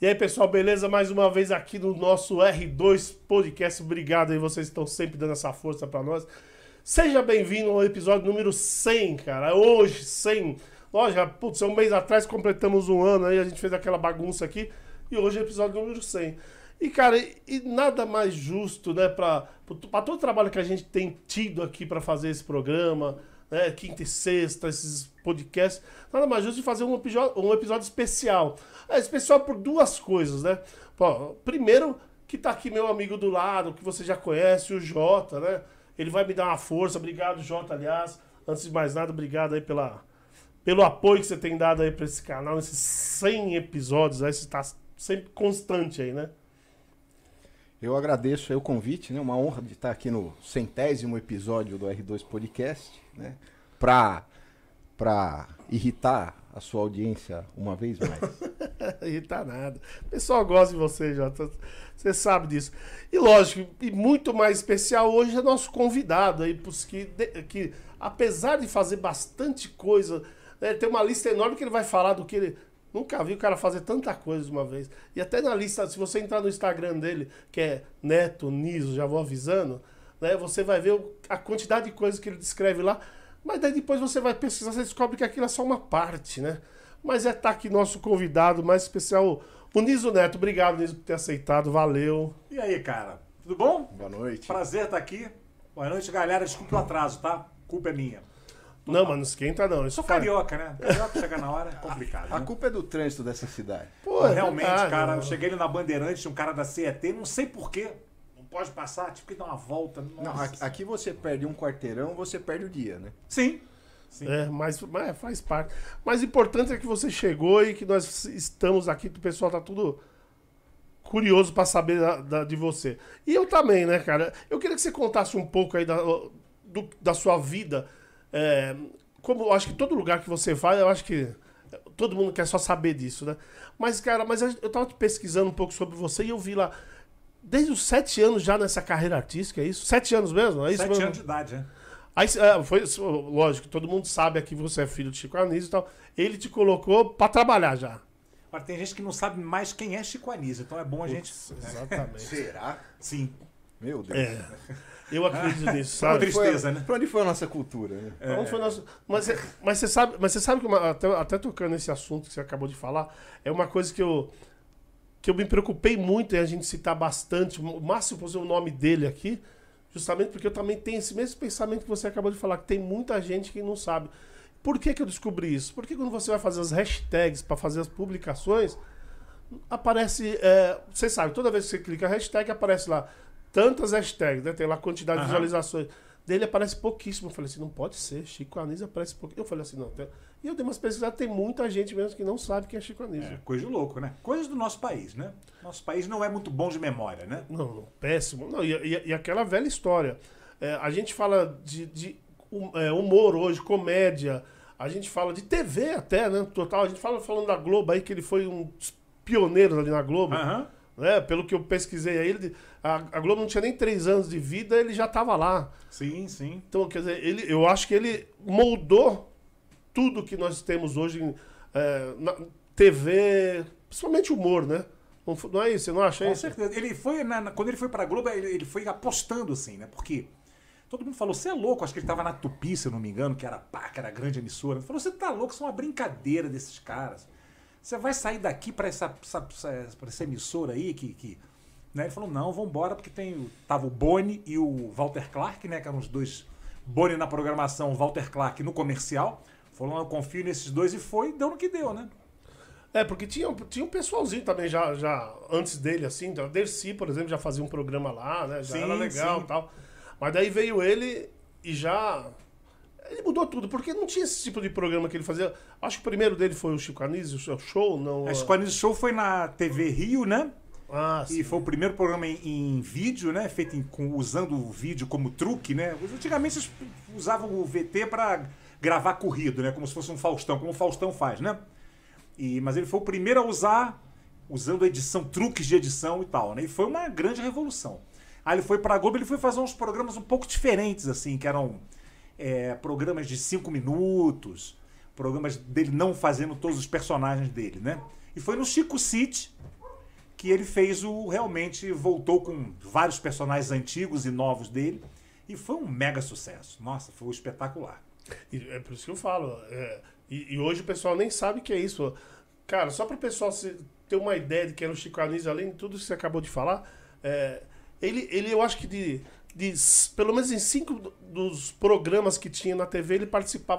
E aí, pessoal, beleza? Mais uma vez aqui no nosso R2 Podcast. Obrigado aí, vocês estão sempre dando essa força pra nós. Seja bem-vindo ao episódio número 100, cara. Hoje, 100. Lógico, putz, um mês atrás completamos um ano aí, a gente fez aquela bagunça aqui. E hoje é o episódio número 100. E, cara, e nada mais justo, né, pra todo o trabalho que a gente tem tido aqui pra fazer esse programa, né, quinta e sexta, esses podcasts, nada mais justo de fazer um episódio especial. É especial por duas coisas, né? Pô, primeiro, que tá aqui meu amigo do lado, que você já conhece, o Jota, né? Ele vai me dar uma força. Obrigado, Jota, aliás. Antes de mais nada, obrigado aí pelo apoio que você tem dado aí pra esse canal, nesses 100 episódios. Aí você tá sempre constante aí, né? Eu agradeço aí o convite, né? Uma honra de estar aqui no 100º episódio do R2 Podcast, né? Pra irritar a sua audiência uma vez mais. Irritar nada. O pessoal gosta de você, Jota. Você sabe disso. E lógico, e muito mais especial hoje é nosso convidado aí, que apesar de fazer bastante coisa, né, tem uma lista enorme que ele vai falar do que ele... Nunca vi o cara fazer tanta coisa de uma vez. E até na lista, se você entrar no Instagram dele, que é Neto Niso, já vou avisando, né, você vai ver a quantidade de coisas que ele descreve lá. Mas daí depois você vai pesquisar, você descobre que aquilo é só uma parte, né? Mas tá aqui nosso convidado mais especial, o Niso Neto. Obrigado, Niso, por ter aceitado. Valeu. E aí, cara? Tudo bom? Boa noite. Prazer estar aqui. Boa noite, galera. Desculpa o atraso, tá? Culpa é minha. Não, mano, não esquenta não. Eu sou carioca, né? Carioca chegar na hora é complicado. A né? culpa é do trânsito dessa cidade. Pô, é Realmente, verdade, cara, mano. eu cheguei ali na Bandeirantes, tinha um cara da CET, não sei porquê. Não pode passar, tive que dar uma volta. Não, Nossa. aqui você perde um quarteirão, você perde o dia, né? Sim. Mas faz parte. Mas o importante é que você chegou e que nós estamos aqui, que o pessoal tá tudo curioso pra saber de você. E eu também, né, cara? Eu queria que você contasse um pouco aí da sua vida. Como eu acho que todo lugar que você vai, eu acho que todo mundo quer só saber disso, né? Mas, cara, eu tava pesquisando um pouco sobre você e eu vi lá, desde os 7 anos já nessa carreira artística, é isso? 7 anos mesmo? É isso 7 mesmo? anos de idade, né? Aí, lógico, todo mundo sabe aqui que você é filho de Chico Anísio e tal. Ele te colocou pra trabalhar já. Agora, tem gente que não sabe mais quem é Chico Anísio, então é bom a gente... Exatamente. Será? Sim. Meu Deus. Eu acredito nisso, Uma sabe? tristeza, né? Pra onde foi a nossa cultura, né? Onde foi nosso... Mas você sabe que até tocando nesse assunto que você acabou de falar, é uma coisa que eu me preocupei muito em a gente citar bastante, o máximo possível o nome dele aqui, justamente porque eu também tenho esse mesmo pensamento que você acabou de falar, que tem muita gente que não sabe. Por que eu descobri isso? Porque quando você vai fazer as hashtags para fazer as publicações, aparece... você sabe, toda vez que você clica hashtag, aparece lá tantas hashtags, né? Tem lá a quantidade de visualizações. Dele aparece pouquíssimo. Eu falei assim, não pode ser. Chico Anísio aparece pouquíssimo. Eu falei assim, não. E eu dei umas pesquisadas, tem muita gente mesmo que não sabe quem é Chico Anísio. É, coisa de louco, né? Coisas do nosso país, né? Nosso país não é muito bom de memória, né? Não, péssimo. Não, e aquela velha história. A gente fala de humor hoje, comédia. A gente fala de TV até, né? Total. A gente falando da Globo aí, que ele foi um dos pioneiros ali na Globo. Né? Pelo que eu pesquisei aí, a Globo não tinha nem 3 anos de vida, ele já estava lá. Sim, sim. Então, quer dizer, eu acho que ele moldou tudo que nós temos hoje na TV, principalmente humor, né? Não é isso? Você não acha Com isso? certeza. Ele foi, quando ele foi pra Globo, ele foi apostando assim, né? Porque todo mundo falou, você é louco, acho que ele tava na Tupi, se eu não me engano, que era a grande emissora. Ele falou, você tá louco, isso é uma brincadeira desses caras. Você vai sair daqui pra essa emissora aí né? Ele falou, não, vambora, porque tava o Boni e o Walter Clark, né? Que eram os dois, Boni na programação, o Walter Clark no comercial. Falou, eu confio nesses dois e deu no que deu, né? Porque tinha um pessoalzinho também já antes dele, assim. A Dercy, por exemplo, já fazia um programa lá, né? Já era legal e tal. Mas daí veio ele e já... Ele mudou tudo, porque não tinha esse tipo de programa que ele fazia. Acho que o primeiro dele foi o Chico Anísio, o show, não... O Chico Anísio Show foi na TV Rio, né? Sim. E foi o primeiro programa em vídeo, né? Feito usando o vídeo como truque, né? Antigamente eles usavam o VT para gravar corrido, né? Como se fosse um Faustão, como o Faustão faz, né? Mas ele foi o primeiro a usar, usando edição, truques de edição e tal, né? E foi uma grande revolução. Aí ele foi pra Globo, ele foi fazer uns programas um pouco diferentes, assim, que eram programas de 5 minutos, programas dele não fazendo todos os personagens dele, né? E foi no Chico City que ele fez realmente voltou com vários personagens antigos e novos dele e foi um mega sucesso. Nossa, foi espetacular. E é por isso que eu falo. E hoje o pessoal nem sabe o que é isso. Cara, só para o pessoal ter uma ideia de que era o Chico Anísio, além de tudo que você acabou de falar, ele eu acho que pelo menos em 5 dos programas que tinha na TV, ele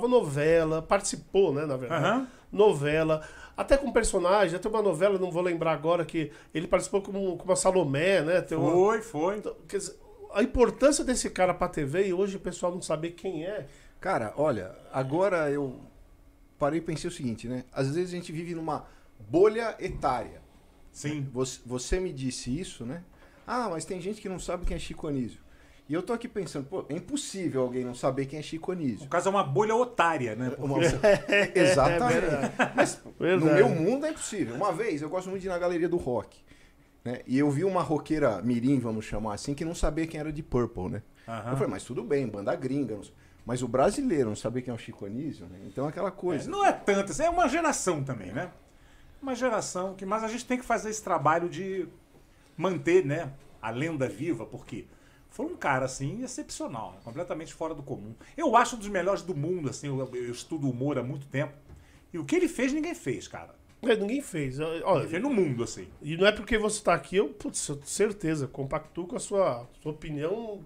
participou, né, na verdade. Novela, até com personagem, até uma novela, não vou lembrar agora, que ele participou com a Salomé, né? Foi. Então, quer dizer, a importância desse cara pra TV e hoje o pessoal não saber quem é. Cara, olha, agora eu parei e pensei o seguinte, né? Às vezes a gente vive numa bolha etária. Sim. Você me disse isso, né? Ah, mas tem gente que não sabe quem é Chico Anísio. E eu tô aqui pensando, pô, é impossível alguém não saber quem é Chico Anísio. No caso é uma bolha otária, né? Exatamente. Mas Verdade. no meu mundo é impossível. Uma vez, eu gosto muito de ir na galeria do rock. Né? E eu vi uma roqueira mirim, vamos chamar assim, que não sabia quem era de Purple, né? Eu falei, mas tudo bem, banda gringa. Não sei. Mas o brasileiro não sabia quem é o Chico Anísio, né? Então aquela coisa. Não é tanto, é uma geração também, né? Uma geração que... Mas a gente tem que fazer esse trabalho de manter, né, a lenda viva, porque... Foi um cara, assim, excepcional, né? Completamente fora do comum. Eu acho um dos melhores do mundo, assim, eu estudo humor há muito tempo. E o que ele fez, ninguém fez, cara. Ninguém fez. Olha, Ele fez no mundo, assim. E não é porque você tá aqui, eu tenho certeza, compactuo com a sua opinião.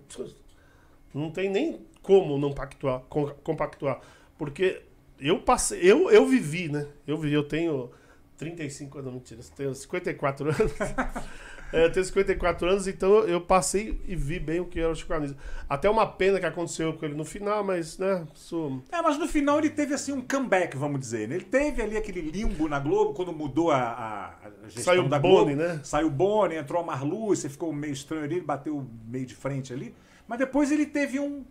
Não tem nem como não compactuar. Porque eu passei, eu vivi, né? Eu tenho 35 anos, mentira, eu tenho 54 anos. Eu tenho 54 anos, então eu passei e vi bem o que era o Chico Anísio. Até uma pena que aconteceu com ele no final, mas, né, isso... Mas no final ele teve, assim, um comeback, vamos dizer, né? Ele teve ali aquele limbo na Globo, quando mudou a gestão Saiu da Boni, Globo. né? Saiu Boni, entrou a Marlu, você ficou meio estranho ali, ele bateu meio de frente ali. Mas depois ele teve um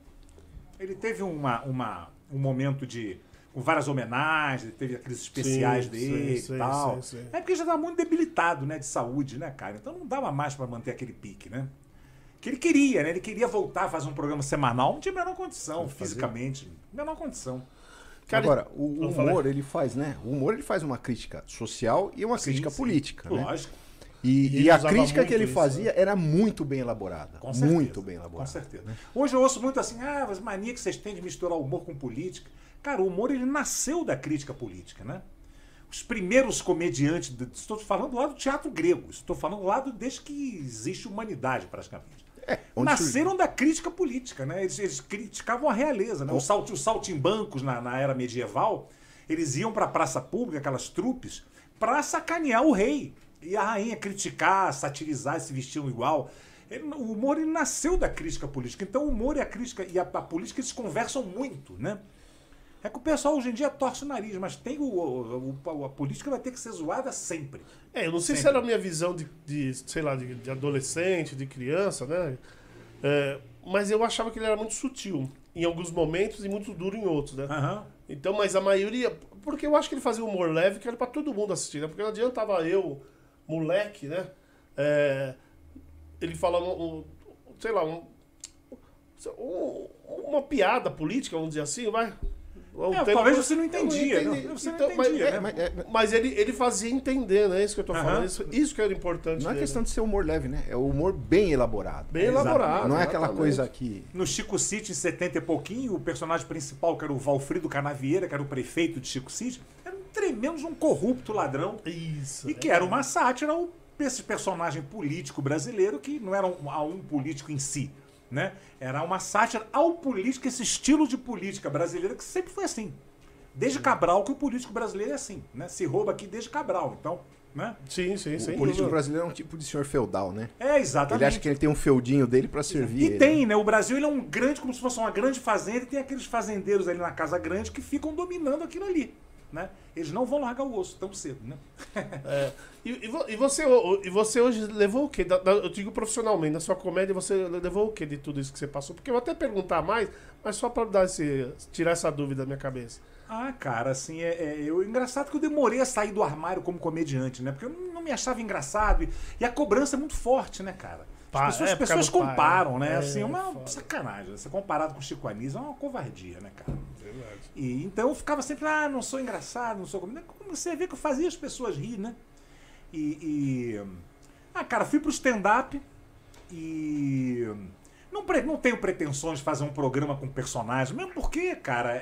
momento com várias homenagens, teve aqueles especiais dele e tal. Sim. É porque já estava muito debilitado, né, de saúde, né, cara? Então não dava mais para manter aquele pique, né? Que ele queria, né? Ele queria voltar a fazer um programa semanal, não tinha a menor condição, fisicamente. Menor condição. Cara, agora, o humor, ele faz, né? O humor, ele faz uma crítica social e uma crítica política, né? Lógico. E a crítica que ele fazia era muito bem elaborada. Com certeza, muito bem elaborada. Com certeza. Hoje eu ouço muito assim, as manias que vocês têm de misturar humor com política. Cara, o humor, ele nasceu da crítica política, né? Os primeiros comediantes, estou falando lá do teatro grego, estou falando lá desde que existe humanidade, praticamente. Nasceram da crítica política, né? Eles criticavam a realeza, né? Os saltimbancos na era medieval, eles iam para a praça pública, aquelas trupes, para sacanear o rei. E a rainha criticar, satirizar, se vestiam igual. O humor, ele nasceu da crítica política. Então o humor e a crítica e a política, eles conversam muito, né? É que o pessoal hoje em dia torce o nariz, mas tem a política vai ter que ser zoada sempre. Eu não sei se era a minha visão sei lá, de adolescente, de criança, né? Mas eu achava que ele era muito sutil em alguns momentos e muito duro em outros, né? Então, mas a maioria... Porque eu acho que ele fazia humor leve, que era pra todo mundo assistir, né? Porque não adiantava eu, moleque, né? Ele falava, sei lá, uma piada política, vamos dizer assim, vai... Talvez você não entendia. Você não entendia, mas ele fazia entender, né? Isso que eu tô falando. Isso que era importante. Não é questão de ser humor leve, né? É o humor bem elaborado. Bem elaborado. Não é aquela coisa que... No Chico City, em 70 e pouquinho, o personagem principal, que era o Valfrido Canavieira, que era o prefeito de Chico City, era um tremendo um corrupto ladrão. Isso. E que era uma sátira esse personagem político brasileiro, que não era um político em si, né? Era uma sátira ao político, esse estilo de política brasileira que sempre foi assim. Desde Cabral que o político brasileiro é assim, né? Se rouba aqui desde Cabral, então, né? Sim. O político brasileiro é um tipo de senhor feudal, né? Exatamente. Ele acha que ele tem um feudinho dele para servir ele. E tem, né? O Brasil, ele é um grande, como se fosse uma grande fazenda, e tem aqueles fazendeiros ali na Casa Grande que ficam dominando aquilo ali, né? Eles não vão largar o osso tão cedo, né? E você hoje levou o quê? Eu digo profissionalmente, na sua comédia, você levou o quê de tudo isso que você passou? Porque eu vou até perguntar mais, mas só para tirar essa dúvida da minha cabeça. Cara, assim, engraçado que eu demorei a sair do armário como comediante, né? Porque eu não me achava engraçado. E a cobrança é muito forte, né, cara? As pessoas comparam, né? Assim, é uma sacanagem. Você comparado com o Chico Anísio é uma covardia, né, cara? Verdade. E então eu ficava sempre, não sou engraçado, não sou comediante. Comecei a ver que eu fazia as pessoas rir, né? Ah, cara, fui pro stand-up e não tenho pretensões de fazer um programa com personagem, mesmo porque, cara,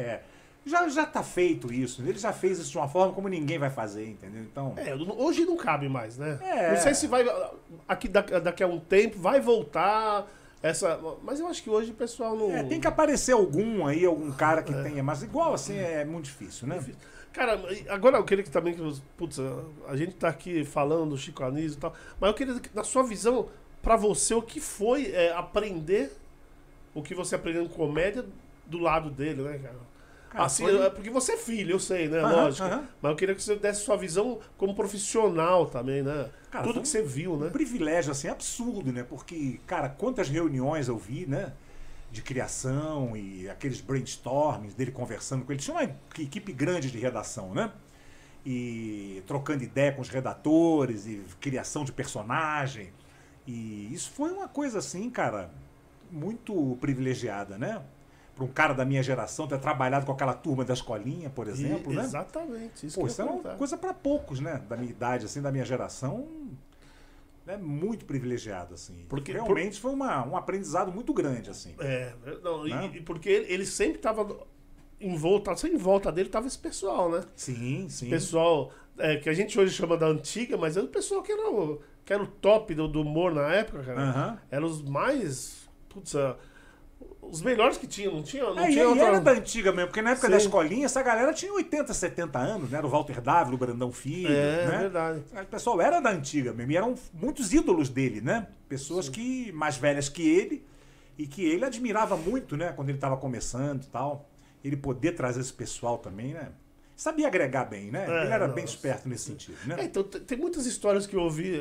já tá feito isso. Ele já fez isso de uma forma como ninguém vai fazer, entendeu? Então... Hoje não cabe mais, né? É. Não sei se vai... Daqui a um tempo vai voltar... Mas eu acho que hoje o pessoal não... tem que aparecer algum cara que tenha, mas igual assim é muito difícil, né? Cara, agora eu queria que também... Putz, a gente tá aqui falando do Chico Anísio e tal, mas eu queria que, na sua visão, pra você, o que foi aprender o que você aprendeu em comédia do lado dele, né, cara? Assim, porque você é filho, eu sei, né? Lógico. Mas eu queria que você desse sua visão como profissional também, né? Cara, tudo que você viu, né? Um privilégio, assim, absurdo, né? Porque, cara, quantas reuniões eu vi, né? De criação e aqueles brainstormings dele conversando com ele. Tinha uma equipe grande de redação, né? E trocando ideia com os redatores e criação de personagem. E isso foi uma coisa, assim, cara, muito privilegiada, né? Para um cara da minha geração ter trabalhado com aquela turma da escolinha, por exemplo, né? Exatamente. Isso é uma coisa para poucos, né? Da minha idade, assim, da minha geração, é muito privilegiado, assim. Porque realmente foi um aprendizado muito grande, assim. Né? Porque ele sempre estava em volta dele estava esse pessoal, né? Sim. Esse pessoal que a gente hoje chama da antiga, mas era o pessoal que era o top do humor na época, cara. Eram os mais... Putz, os melhores que tinham, não tinha outra... era da antiga mesmo, porque na época da escolinha essa galera tinha 80, 70 anos, né? Era o Walter Dávila, o Brandão Filho, né? É verdade. O pessoal era da antiga mesmo, e eram muitos ídolos dele, né? Pessoas que mais velhas que ele e que ele admirava muito, né? Quando ele estava começando e tal. Ele poder trazer esse pessoal também, né? Sabia agregar bem, né? Ele era bem esperto nesse sentido, né? Então, tem muitas histórias que eu ouvi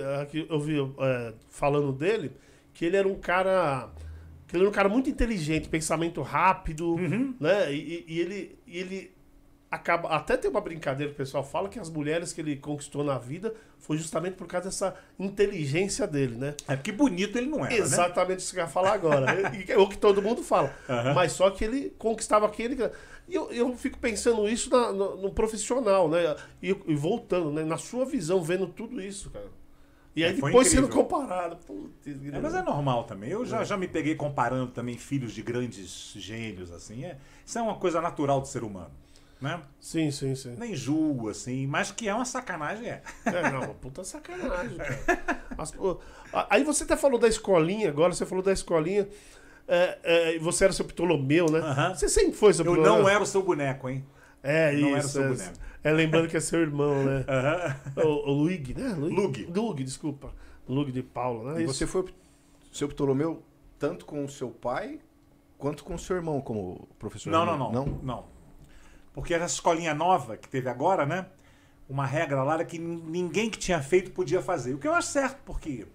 falando dele, que ele era um cara... Ele era um cara muito inteligente, pensamento rápido, né? E ele acaba... Até tem uma brincadeira que o pessoal fala que as mulheres que ele conquistou na vida foi justamente por causa dessa inteligência dele, né? Que bonito ele não era, exatamente isso que eu ia falar agora. É o que todo mundo fala. Mas só que ele conquistava aquele... E eu fico pensando isso no profissional, né? E voltando, né? Na sua visão, vendo tudo isso, cara. E aí depois sendo comparado. Mas é normal também. Eu já me peguei comparando também filhos de grandes gênios, assim. Isso é uma coisa natural do ser humano, né? Sim. Nem julgo, assim, mas que é uma sacanagem, uma puta sacanagem, cara. Aí você até falou da escolinha agora, você falou da escolinha. Você era seu Ptolomeu, né? Você sempre foi seu Ptolomeu. Eu não era o seu boneco, hein? Não era o seu boneco. Lembrando que é seu irmão, né? O Luig, né? Lug, desculpa. Lug de Paulo, né? E você foi seu Ptolomeu tanto com o seu pai quanto com o seu irmão como professor? Não. Porque essa escolinha nova que teve agora, né? Uma regra lá era que ninguém que tinha feito podia fazer. O que eu acho certo, porque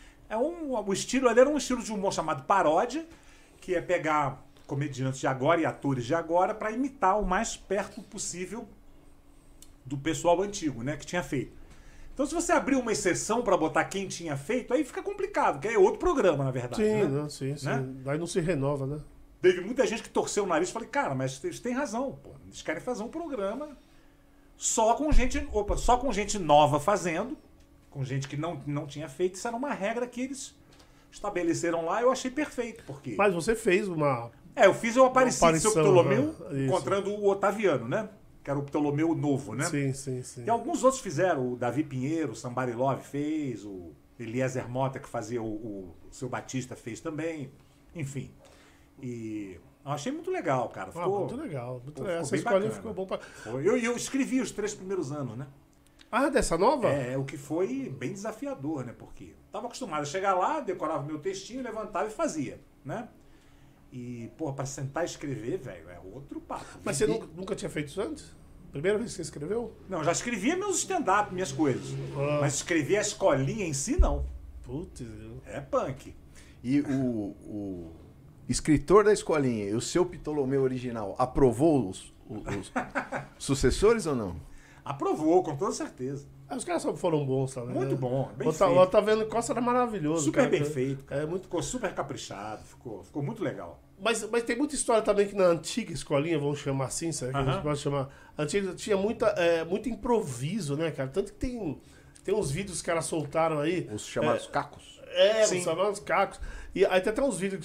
o estilo ali era um estilo de humor chamado paródia, que é pegar comediantes de agora e atores de agora para imitar o mais perto possível do pessoal antigo, né, que tinha feito. Então, se você abrir uma exceção para botar quem tinha feito, aí fica complicado, porque é outro programa, na verdade. Sim. Daí não se renova, né? Teve muita gente que torceu o nariz e falei, cara, mas eles têm razão, pô. Eles querem fazer um programa só com gente nova fazendo, com gente que não tinha feito. Isso era uma regra que eles estabeleceram lá, eu achei perfeito, porque... Mas você fez uma... eu apareci de seu Ptolomeu, encontrando o Otaviano, né? Que era o Ptolomeu novo, né? Sim. E alguns outros fizeram, o Davi Pinheiro, o Somebody Love fez, o Eliezer Mota, que fazia o Seu Batista, fez também, enfim. E eu achei muito legal, cara. Muito legal. Essa escolinha ficou bom pra... Eu escrevi os 3 primeiros anos, né? Dessa nova? O que foi bem desafiador, né? Porque estava acostumado a chegar lá, decorava meu textinho, levantava e fazia, né? E, para sentar e escrever, velho, é outro papo. Mas você nunca tinha feito isso antes? Primeira vez que você escreveu? Não, já escrevia meus stand-up, minhas coisas. Mas escrever a escolinha em si, não. Putz. É punk. E o escritor da escolinha e o seu Ptolomeu original aprovou os sucessores ou não? Aprovou, com toda certeza. Os caras foram bons também. Muito bom, bem feito. O Otaviano Costa era maravilhoso. Super bem feito. Ficou super caprichado, ficou muito legal. Mas tem muita história também que na antiga escolinha, vamos chamar assim, sabe? Que a gente pode chamar. A antiga tinha muito improviso, né, cara? Tanto que tem Tem uns vídeos que os caras soltaram aí. Os chamados cacos. Os chamados cacos. E aí tem até uns vídeos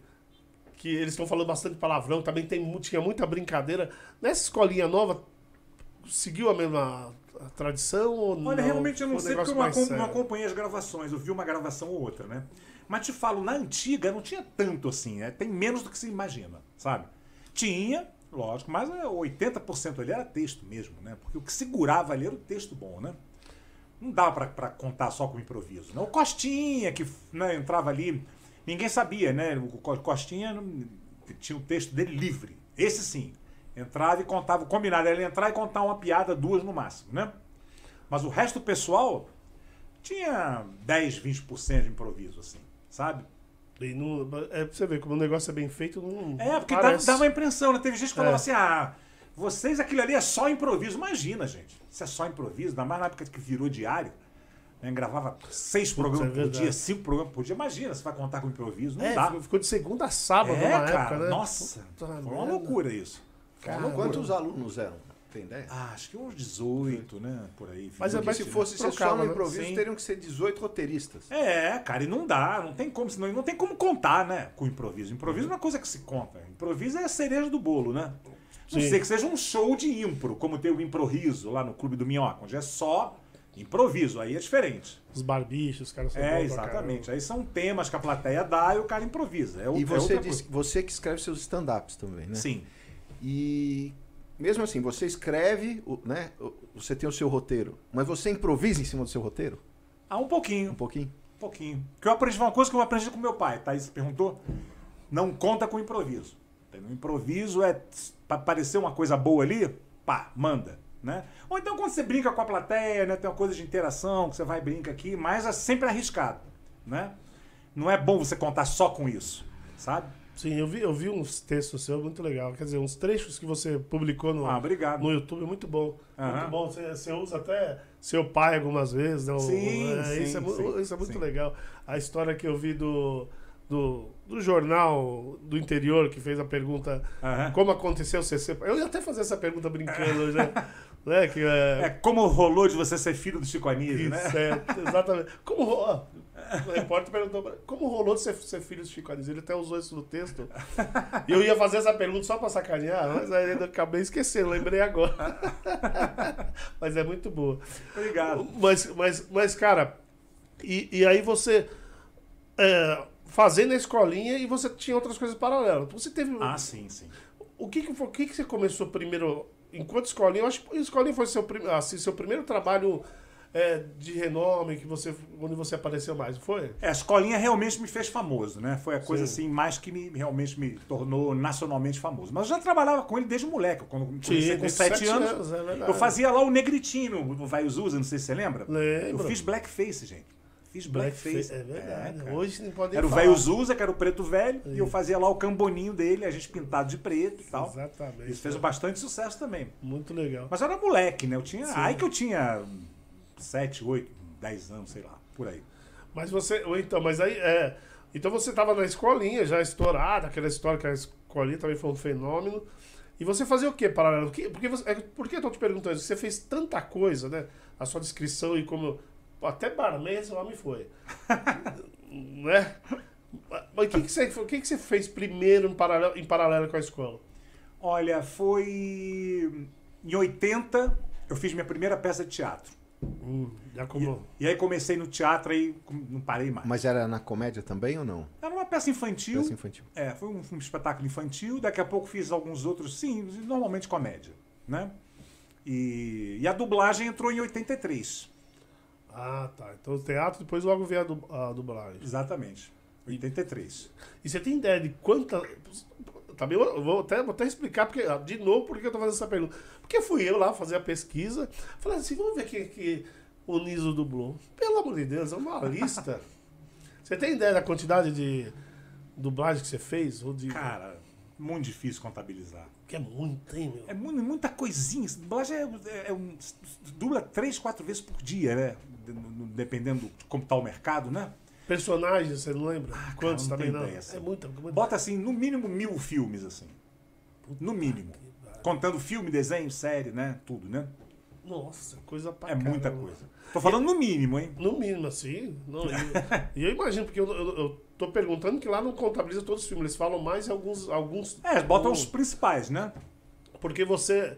que eles estão falando bastante palavrão, também tinha muita brincadeira. Nessa escolinha nova, seguiu a mesma tradição ou não? Olha, realmente eu não sei porque eu não sério? acompanhei as gravações, eu vi uma gravação ou outra, né? Mas te falo, na antiga não tinha tanto assim, né? Tem menos do que se imagina, sabe? Tinha, lógico, mas 80% ali era texto mesmo, né? Porque o que segurava ali era o texto bom, né? Não dava pra contar só com improviso, né? O Costinha, que né, entrava ali, ninguém sabia, né? O Costinha tinha o texto dele livre. Esse sim. Entrava e contava, o combinado era ele entrar e contar uma piada, 2 no máximo, né? Mas o resto do pessoal tinha 10, 20% de improviso, assim, sabe? E não, pra você ver como o negócio é bem feito, não. Porque parece. dava uma impressão, né? Teve gente que falava assim, vocês aquilo ali é só improviso. Imagina, gente. Isso é só improviso, ainda mais na época que virou diário. Né? Gravava 6 programas por dia, 5 programas por dia. Imagina, você vai contar com improviso. Não dá. Ficou de segunda a sábado na cara, época, né? Nossa, foi uma loucura isso. Quantos alunos eram? Tem ideia? Acho que uns 18, né? Por aí. Mas Se fosse ser só no improviso, teriam que ser 18 roteiristas. Cara, e não dá, não tem como, senão não tem como contar, né? Com improviso. Improviso não é uma coisa que se conta. Improviso é a cereja do bolo, né? Não sei que seja um show de impro, como tem o Improriso lá no Clube do Minhoca, onde é só improviso, aí é diferente. Os barbichos, os caras são exatamente. Aí são temas que a plateia dá e o cara improvisa. E você que escreve seus stand-ups também, né? Sim. E mesmo assim, você escreve, né? Você tem o seu roteiro, mas você improvisa em cima do seu roteiro? Um pouquinho. Um pouquinho? Um pouquinho. Porque eu aprendi uma coisa que eu aprendi com meu pai. Thaís perguntou. Não conta com improviso. O improviso é pra parecer uma coisa boa ali, pá, manda. Né? Ou então quando você brinca com a plateia, né, tem uma coisa de interação, que você vai e brinca aqui, mas é sempre arriscado. Né? Não é bom você contar só com isso, sabe? Sim, eu vi uns textos seus muito legal. Quer dizer, uns trechos que você publicou obrigado. no YouTube, muito bom. Muito bom. Você usa até seu pai algumas vezes. Né? Isso é muito legal. A história que eu vi do jornal do interior que fez a pergunta como aconteceu você ser... Eu ia até fazer essa pergunta brincando, né? Né? Que, como rolou de você ser filho do Chico Anísio, né? Exatamente. Como rolou? O repórter perguntou como rolou de ser filho do Chico Anísio. Ele até usou isso no texto. E eu ia fazer essa pergunta só pra sacanear, mas aí eu acabei esquecendo, lembrei agora. Mas é muito boa. Obrigado. Mas cara, e aí você... fazendo a escolinha e você tinha outras coisas paralelas. Você teve... sim. O que você começou primeiro enquanto escolinha? Eu acho que a escolinha foi seu primeiro trabalho de renome, onde você apareceu mais, foi? A escolinha realmente me fez famoso, né? Foi a coisa assim, mais que realmente me tornou nacionalmente famoso. Mas eu já trabalhava com ele desde moleque. Quando comecei com 7 anos, eu fazia lá o Negritinho, no Vai Zusa, não sei se você lembra. Lembro. Eu fiz blackface, gente. Fiz blackface. É verdade. Hoje não pode Era o velho Zusa, que era o preto velho, e eu fazia lá o camboninho dele, a gente pintado de preto e tal. Exatamente. Isso fez bastante sucesso também. Muito legal. Mas eu era moleque, né? Aí que eu tinha 7, 8, 10 anos, sei lá, por aí. Mas você... Mas aí... Então você estava na escolinha, já estourada, aquela história que a escolinha também foi um fenômeno. E você fazia o quê, paralelo? Por que eu tô te perguntando isso? Você fez tanta coisa, né? A sua descrição e como... Até barman esse homem foi. Né? Mas o que você fez primeiro em paralelo com a escola? Olha, foi... Em 80, eu fiz minha primeira peça de teatro. Já como... E aí comecei no teatro e não parei mais. Mas era na comédia também ou não? Era uma peça infantil. Peça infantil. Foi um espetáculo infantil. Daqui a pouco fiz alguns outros, sim, normalmente comédia. Né? E a dublagem entrou em 83. Ah, tá. Então o teatro, depois logo veio a dublagem. Exatamente. 83. E você tem ideia de quanta... Também eu vou até explicar, de novo, por que eu tô fazendo essa pergunta. Porque fui eu lá fazer a pesquisa, falei assim, vamos ver quem que o Niso dublou. Pelo amor de Deus, é uma lista. Você tem ideia da quantidade de dublagem que você fez? Cara, muito difícil contabilizar. Que é muito, hein, meu? É muita coisinha. Dublagem dubla 3, 4 vezes por dia, né? Dependendo de como tá o mercado, né? Personagens, você não lembra? Quantos cara, também não? Ideia, assim. É muita. Bota assim, no mínimo 1000 filmes, assim. No mínimo. Contando filme, desenho, série, né? Tudo, né? Nossa, coisa pra É caramba. muita coisa. Tô falando no mínimo, hein? No mínimo, assim. Não, e eu imagino, porque eu tô perguntando que lá não contabiliza todos os filmes. Eles falam mais em alguns. Botam os principais, né? Porque você.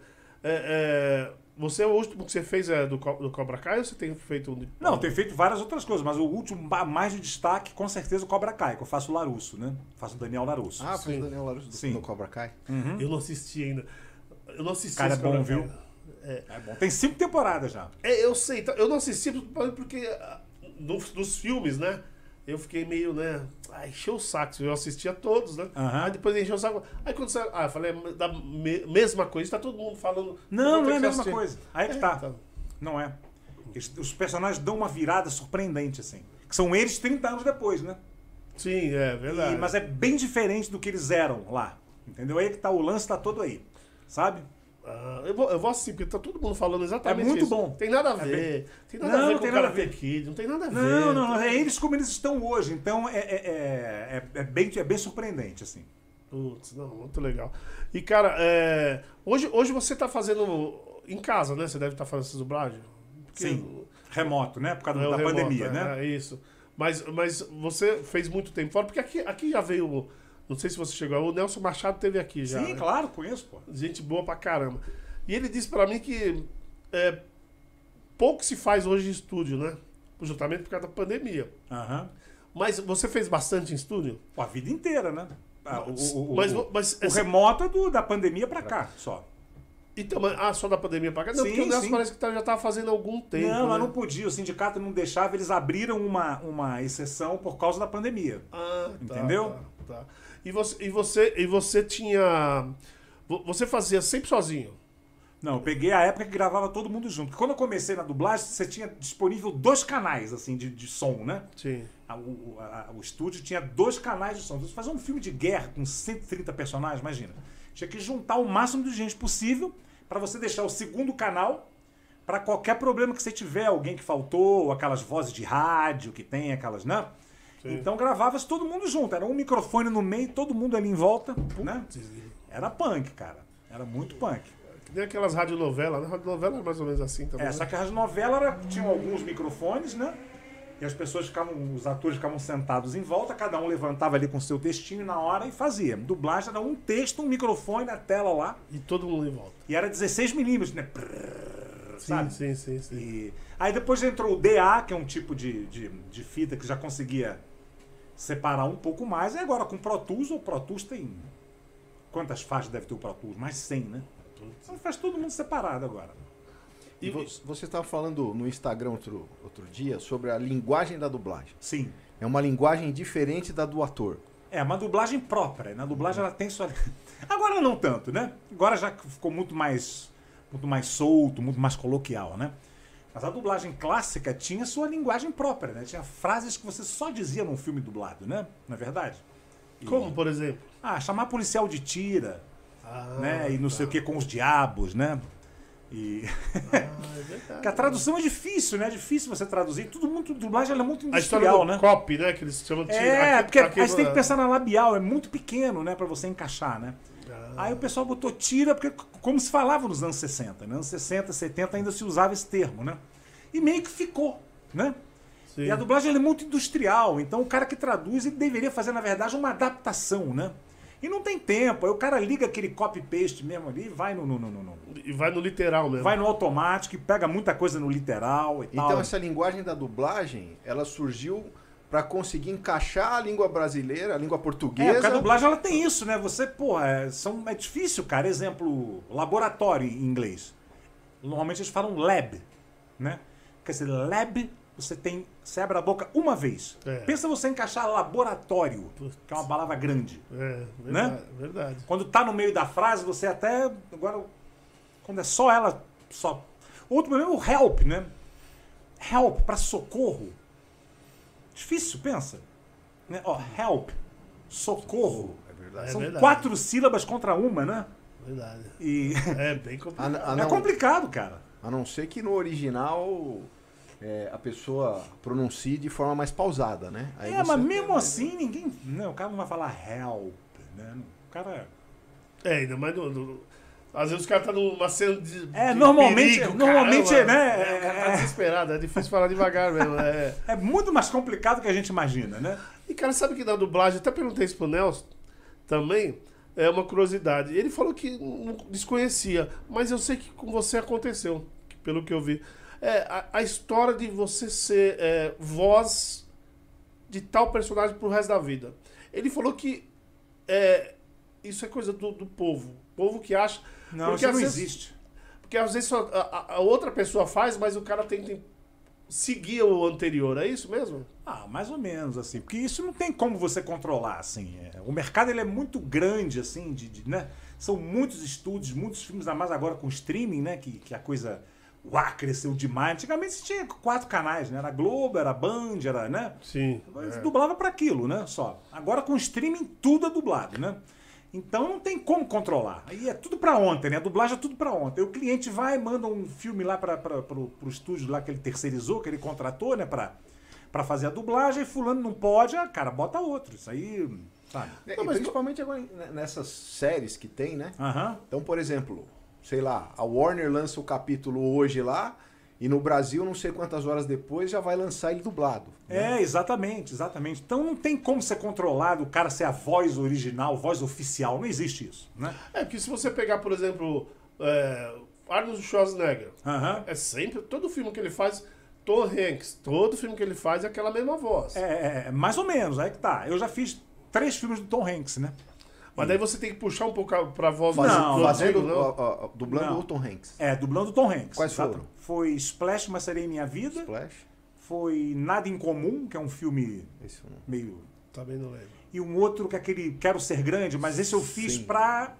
Você, o último que você fez é do Cobra Kai ou você tem feito um. Não, tem feito várias outras coisas, mas o último, mais de destaque, com certeza, o Cobra Kai, que eu faço o Larusso, né? Faço o Daniel Larusso. Ah, fez o Daniel Larusso no Cobra Kai? Uhum. Eu não assisti ainda. Eu não assisti. Cara, é bom, Cobra viu? Kai. É bom. Tem 5 temporadas já. Eu sei, eu não assisti porque dos filmes, né? Eu fiquei meio, né? Encheu o saco. Eu assistia todos, né? Aham. Aí depois encheu o saco. Aí quando você. Eu falei, da mesma coisa, tá todo mundo falando. Não, vou ter não é a que mesma assistir. coisa. Aí que tá. Não é. Os personagens dão uma virada surpreendente, assim. Que são eles 30 anos depois, né? Sim, é verdade. Mas é bem diferente do que eles eram lá. Entendeu? Aí que tá, o lance tá todo aí. Sabe? Eu vou assistir, porque tá todo mundo falando exatamente É muito isso. bom. Tem nada a ver. Tem nada a ver com o Karate Kid. Não tem nada a ver. Não. É eles como eles estão hoje. Então é bem surpreendente, assim. Putz, não, muito legal. E, cara, hoje você tá fazendo em casa, né? Você deve estar fazendo essa dublagem? Porque Sim. Remoto, né? Por causa da remoto, pandemia, né? É isso. Mas você fez muito tempo fora, porque aqui já veio. Não sei se você chegou. O Nelson Machado teve aqui já. Sim, né? claro, conheço, pô. Gente boa pra caramba. E ele disse pra mim que pouco se faz hoje em estúdio, né? Justamente por causa da pandemia. Aham. Mas você fez bastante em estúdio? Pô, a vida inteira, né? Mas O remoto é da pandemia pra cá, só. Então, só da pandemia pra cá? Não, Sim, porque o Nelson sim. parece que já estava fazendo há algum tempo. Não, mas né? não podia. O sindicato não deixava, eles abriram uma exceção por causa da pandemia. Ah, tá, Entendeu? Tá. E você tinha. Você fazia sempre sozinho? Não, eu peguei a época que gravava todo mundo junto. Porque quando eu comecei na dublagem, você tinha disponível 2 canais, assim, de som, né? Sim. O estúdio tinha 2 canais de som. Então, você fazia um filme de guerra com 130 personagens, imagina. Tinha que juntar o máximo de gente possível para você deixar o segundo canal para qualquer problema que você tiver, alguém que faltou, aquelas vozes de rádio que tem, aquelas, né? Sim. Então gravava-se todo mundo junto. Era um microfone no meio, todo mundo ali em volta, né? Era punk, cara. Era muito punk. Que nem aquelas radionovelas, né? Radionovela era mais ou menos assim também. Só que a novela tinha alguns microfones, né? E as pessoas os atores ficavam sentados em volta, cada um levantava ali com seu textinho na hora e fazia. Dublagem era um texto, um microfone na tela lá. E todo mundo em volta. E era 16mm, né? Sabe? Sim. E aí depois entrou o DA, que é um tipo de fita que já conseguia separar um pouco mais. E agora com o Pro Tools, o Pro Tools tem... Quantas faixas deve ter o Pro Tools? Mais 100, né? Então faz todo mundo separado agora. E você estava falando no Instagram outro dia sobre a linguagem da dublagem. Sim. É uma linguagem diferente da do ator. É uma dublagem própria. Na dublagem ela tem sua... Agora não tanto, né? Agora já ficou muito mais solto, muito mais coloquial, né? Mas a dublagem clássica tinha sua linguagem própria, né? Tinha frases que você só dizia num filme dublado, né? Não é verdade? Como, por exemplo? Chamar policial de tira, né? E não sei o que com os diabos, né? É verdade. Porque a tradução é difícil, né? É difícil você traduzir. Dublagem ela é muito A história industrial, do né? copy, né? Que eles chamam de Porque aí você tem que pensar na labial, é muito pequeno, né? Pra você encaixar, né? Aí o pessoal botou tira, porque como se falava nos anos 60, né? Anos 60, 70 ainda se usava esse termo, né? E meio que ficou, né? Sim. E a dublagem ela é muito industrial, então o cara que traduz ele deveria fazer, na verdade, uma adaptação, né? E não tem tempo, aí o cara liga aquele copy-paste mesmo ali e vai E vai no literal mesmo. vai no automático e pega muita coisa no literal e tal. Então essa linguagem da dublagem, ela surgiu para conseguir encaixar a língua brasileira, a língua portuguesa. Porque a dublagem ela tem isso, né? Você, é difícil, cara. Exemplo, laboratório em inglês. Normalmente eles falam lab, né? Quer dizer, lab, você abre a boca uma vez. Pensa você encaixar laboratório, que é uma palavra grande. Verdade, verdade. Quando tá no meio da frase, você até... Agora, quando é só ela, só... Outro problema é o help, né? Help, para socorro. Difícil, pensa. Né? Help, socorro. É verdade. São 4 sílabas contra uma, né? Verdade. E É bem complicado. é complicado, cara. A não ser que no original a pessoa pronuncie de forma mais pausada, né? Aí Mas mesmo assim, ninguém... Não, o cara não vai falar help, né? O cara... Ainda mais Às vezes os caras estão numa cena de normalmente, perigo, normalmente, caramba. né? O cara tá desesperado, é difícil falar devagar mesmo. É muito mais complicado do que a gente imagina, né? E, cara, sabe que na dublagem, até perguntei isso pro Nelson também, é uma curiosidade. Ele falou que não desconhecia, mas eu sei que com você aconteceu, pelo que eu vi. A história de você ser voz de tal personagem pro resto da vida. Ele falou que isso é coisa do povo. O povo que acha... Não, porque isso não vezes, existe. Porque às vezes a outra pessoa faz, mas o cara tem que seguir o anterior. É isso mesmo? Mais ou menos, assim. Porque isso não tem como você controlar, assim. O mercado, ele é muito grande, assim, né? São muitos estúdios, muitos filmes, a mais agora com streaming, né? Que a coisa... cresceu demais. Antigamente você tinha 4 canais, né? Era Globo, era Band, era, né? Sim. Você dublava para aquilo, né? Só. Agora com streaming tudo é dublado, né? Então não tem como controlar. Aí é tudo para ontem, né? A dublagem é tudo para ontem. O cliente vai, manda um filme lá para pro estúdio lá que ele terceirizou, que ele contratou, né? Para fazer a dublagem, e fulano não pode, cara, bota outro. Isso aí, sabe? Não, mas principalmente agora nessas séries que tem, né? Então, por exemplo, sei lá, a Warner lança o capítulo hoje lá, e no Brasil, não sei quantas horas depois, já vai lançar ele dublado. Né? Exatamente. Então não tem como ser controlado, o cara ser a voz original, voz oficial. Não existe isso, né? Porque se você pegar, por exemplo, Arnold Schwarzenegger, é sempre, todo filme que ele faz, Tom Hanks, todo filme que ele faz é aquela mesma voz. Mais ou menos, aí que tá. Eu já fiz 3 filmes do Tom Hanks, né? Mas daí você tem que puxar um pouco pra voz dublando o Tom Hanks. Dublando o Tom Hanks. Quais foram? Foi Splash, Uma Sereia em Minha Vida. Splash. Foi Nada em Comum, que é um filme meio... Também não lembro. E um outro que é aquele Quero Ser Grande, mas esse eu fiz pra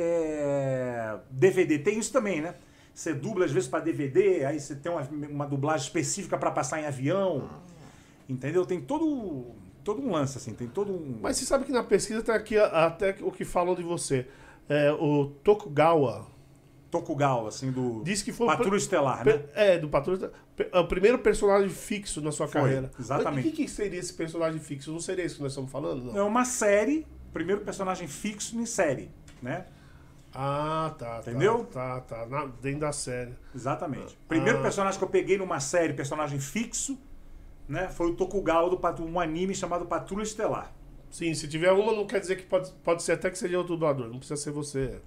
DVD. Tem isso também, né? Você dubla às vezes pra DVD, aí você tem uma dublagem específica pra passar em avião. Entendeu? Tem todo um lance, assim, tem todo um... Mas você sabe que na pesquisa tem aqui até o que falam de você. O Tokugawa, assim, do diz que foi Patrulha Estelar, né? Do Patrulha Estelar. O primeiro personagem fixo na sua carreira. Exatamente. Mas o que seria esse personagem fixo? Não seria isso que nós estamos falando? Não. É uma série, primeiro personagem fixo em série, né? Tá. Entendeu? Tá. Dentro da série. Exatamente. Primeiro personagem que eu peguei numa série, personagem fixo, né? Foi o Tokugawa um anime chamado Patrulha Estelar. Sim, se tiver uma, não quer dizer que pode ser até que seja outro dublador. Não precisa ser você.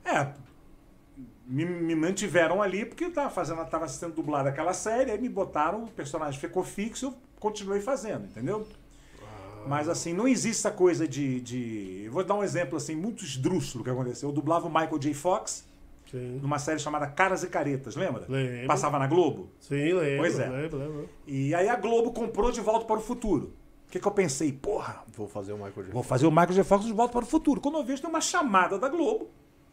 Me mantiveram ali porque tava sendo dublada aquela série, aí me botaram, o personagem ficou fixo, eu continuei fazendo, entendeu? Mas assim, não existe essa coisa de... Eu vou dar um exemplo assim, muito esdrúxulo que aconteceu. Eu dublava o Michael J. Fox numa série chamada Caras e Caretas, lembra? Lembro. Passava na Globo? Sim, lembro. Pois é. Lembro. E aí a Globo comprou De Volta para o Futuro. O que eu pensei? Vou fazer o Michael J. Fox. Vou fazer o Michael J. Fox De Volta para o Futuro. Quando eu vejo, tem uma chamada da Globo,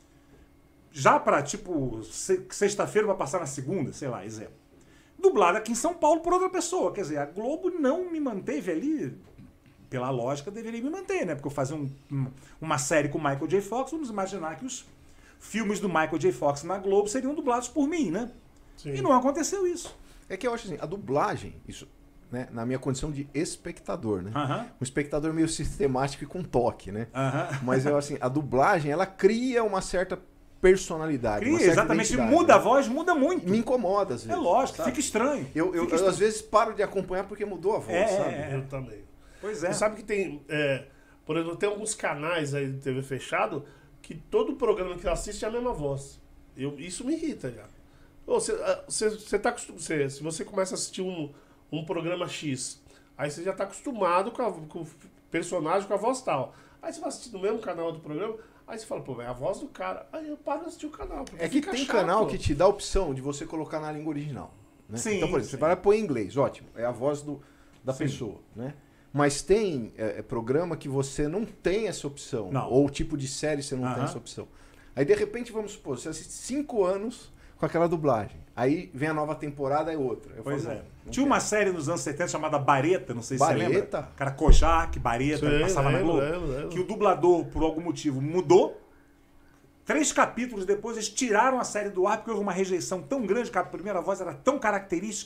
já pra, tipo, sexta-feira vai passar na segunda, sei lá, exemplo. Dublado aqui em São Paulo por outra pessoa. Quer dizer, a Globo não me manteve ali, pela lógica, deveria me manter, né? Porque eu fazia uma série com o Michael J. Fox, vamos imaginar que os filmes do Michael J. Fox na Globo seriam dublados por mim, né? Sim. E não aconteceu isso. É que eu acho assim, a dublagem, isso, né, na minha condição de espectador, né? Um espectador meio sistemático e com toque, né? Mas eu, assim, a dublagem, ela cria uma certa personalidade. Uma certa exatamente, identidade, muda né? a voz, muda muito. Me incomoda, às vezes. É lógico, sabe? fica estranho. Eu às vezes paro de acompanhar porque mudou a voz, sabe? Eu também. Pois é. Você sabe que tem, por exemplo, tem alguns canais aí de TV fechado que todo programa que você assiste é a mesma voz. Isso me irrita já. Você tá acostumado, se você começa a assistir um programa X, aí você já tá acostumado com o personagem, com a voz tal. Aí você vai assistir no mesmo canal do programa, aí você fala, pô, é a voz do cara. Aí eu paro de assistir o canal. É que tem chato. canal que te dá a opção de você colocar na língua original. Né? Sim, então, por exemplo, você vai pôr em inglês, ótimo. É a voz da pessoa, né? Mas tem programa que você não tem essa opção. Não. Ou tipo de série você não tem essa opção. Aí, de repente, vamos supor, você assiste 5 anos com aquela dublagem. Aí vem a nova temporada e outra. Pois é. Tinha uma série nos anos 70 chamada Bareta, não sei se você lembra. Bareta? Cara, Kojak, Bareta, Sim, passava na Globo. lembro. Que o dublador, por algum motivo, mudou. 3 capítulos depois, eles tiraram a série do ar porque houve uma rejeição tão grande que a primeira voz era tão característica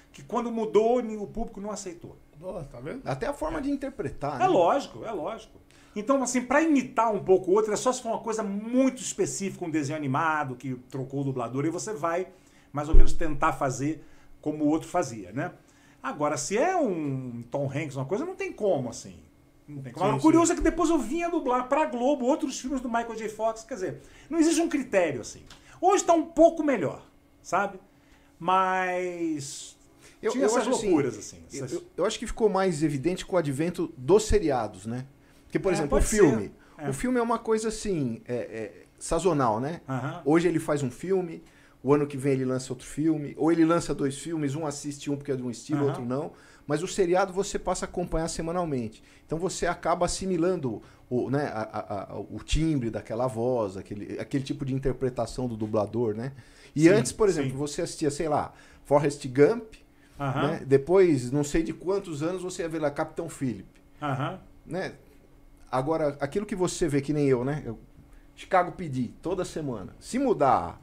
que quando mudou, o público não aceitou. Boa, tá vendo? Até a forma de interpretar, né? É lógico, é lógico. Então, assim, pra imitar um pouco o outro, é só se for uma coisa muito específica, um desenho animado, que trocou o dublador, e você vai, mais ou menos, tentar fazer como o outro fazia, né? Agora, se é um Tom Hanks, uma coisa, não tem como, assim. Não tem como. Agora, o curioso é que depois eu vinha dublar pra Globo outros filmes do Michael J. Fox, quer dizer, não existe um critério, assim. Hoje tá um pouco melhor, sabe? Mas... tinha essas loucuras, assim. Eu acho que ficou mais evidente com o advento dos seriados, né? Porque, por exemplo, o filme. O filme é uma coisa assim, sazonal, né? Hoje ele faz um filme, o ano que vem ele lança outro filme, ou ele lança 2 filmes, um assiste um porque é de um estilo, outro não. Mas o seriado você passa a acompanhar semanalmente. Então você acaba assimilando o timbre daquela voz, aquele tipo de interpretação do dublador, né? E antes, por exemplo, você assistia, sei lá, Forrest Gump, né? Depois, não sei de quantos anos, você ia ver lá Capitão Philip. Né? Agora, aquilo que você vê, que nem eu, né? Chicago PD, toda semana. Se mudar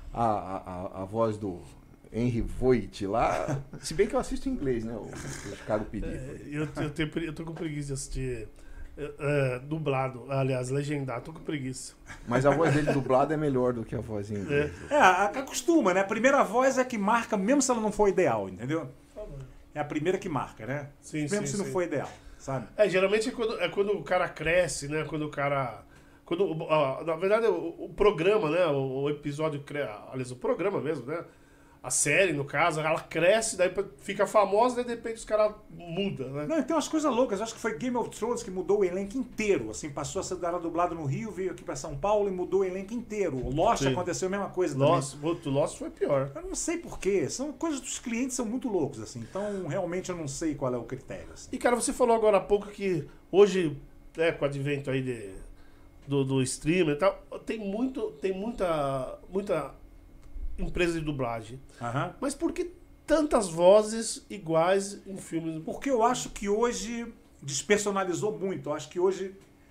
a voz do Henry Voigt lá, se bem que eu assisto em inglês, né? O Chicago PD. Eu tô com preguiça de assistir dublado, aliás, legendado, tô com preguiça. Mas a voz dele dublada é melhor do que a voz em inglês. Acostuma, né? A primeira voz é que marca, mesmo se ela não for ideal, entendeu? É a primeira que marca, né? Mesmo se não for ideal, sabe? Geralmente é quando o cara cresce, né? Quando o cara... na verdade, o programa, né? O episódio... Aliás, o programa mesmo, né? A série, no caso, ela cresce, daí fica famosa, daí de repente os caras mudam, né? Não, e tem umas coisas loucas. Eu acho que foi Game of Thrones que mudou o elenco inteiro. Assim, passou a ser dublado no Rio, veio aqui pra São Paulo e mudou o elenco inteiro. O Lost aconteceu a mesma coisa também. O Lost foi pior. Eu não sei porquê. São coisas dos clientes, são muito loucos, assim. Então, realmente, eu não sei qual é o critério. Assim. E, cara, você falou agora há pouco que hoje, com o advento aí do streamer e tal, tem muita empresa de dublagem. Mas por que tantas vozes iguais em filmes? Porque eu acho que hoje despersonalizou muito. Eu acho que hoje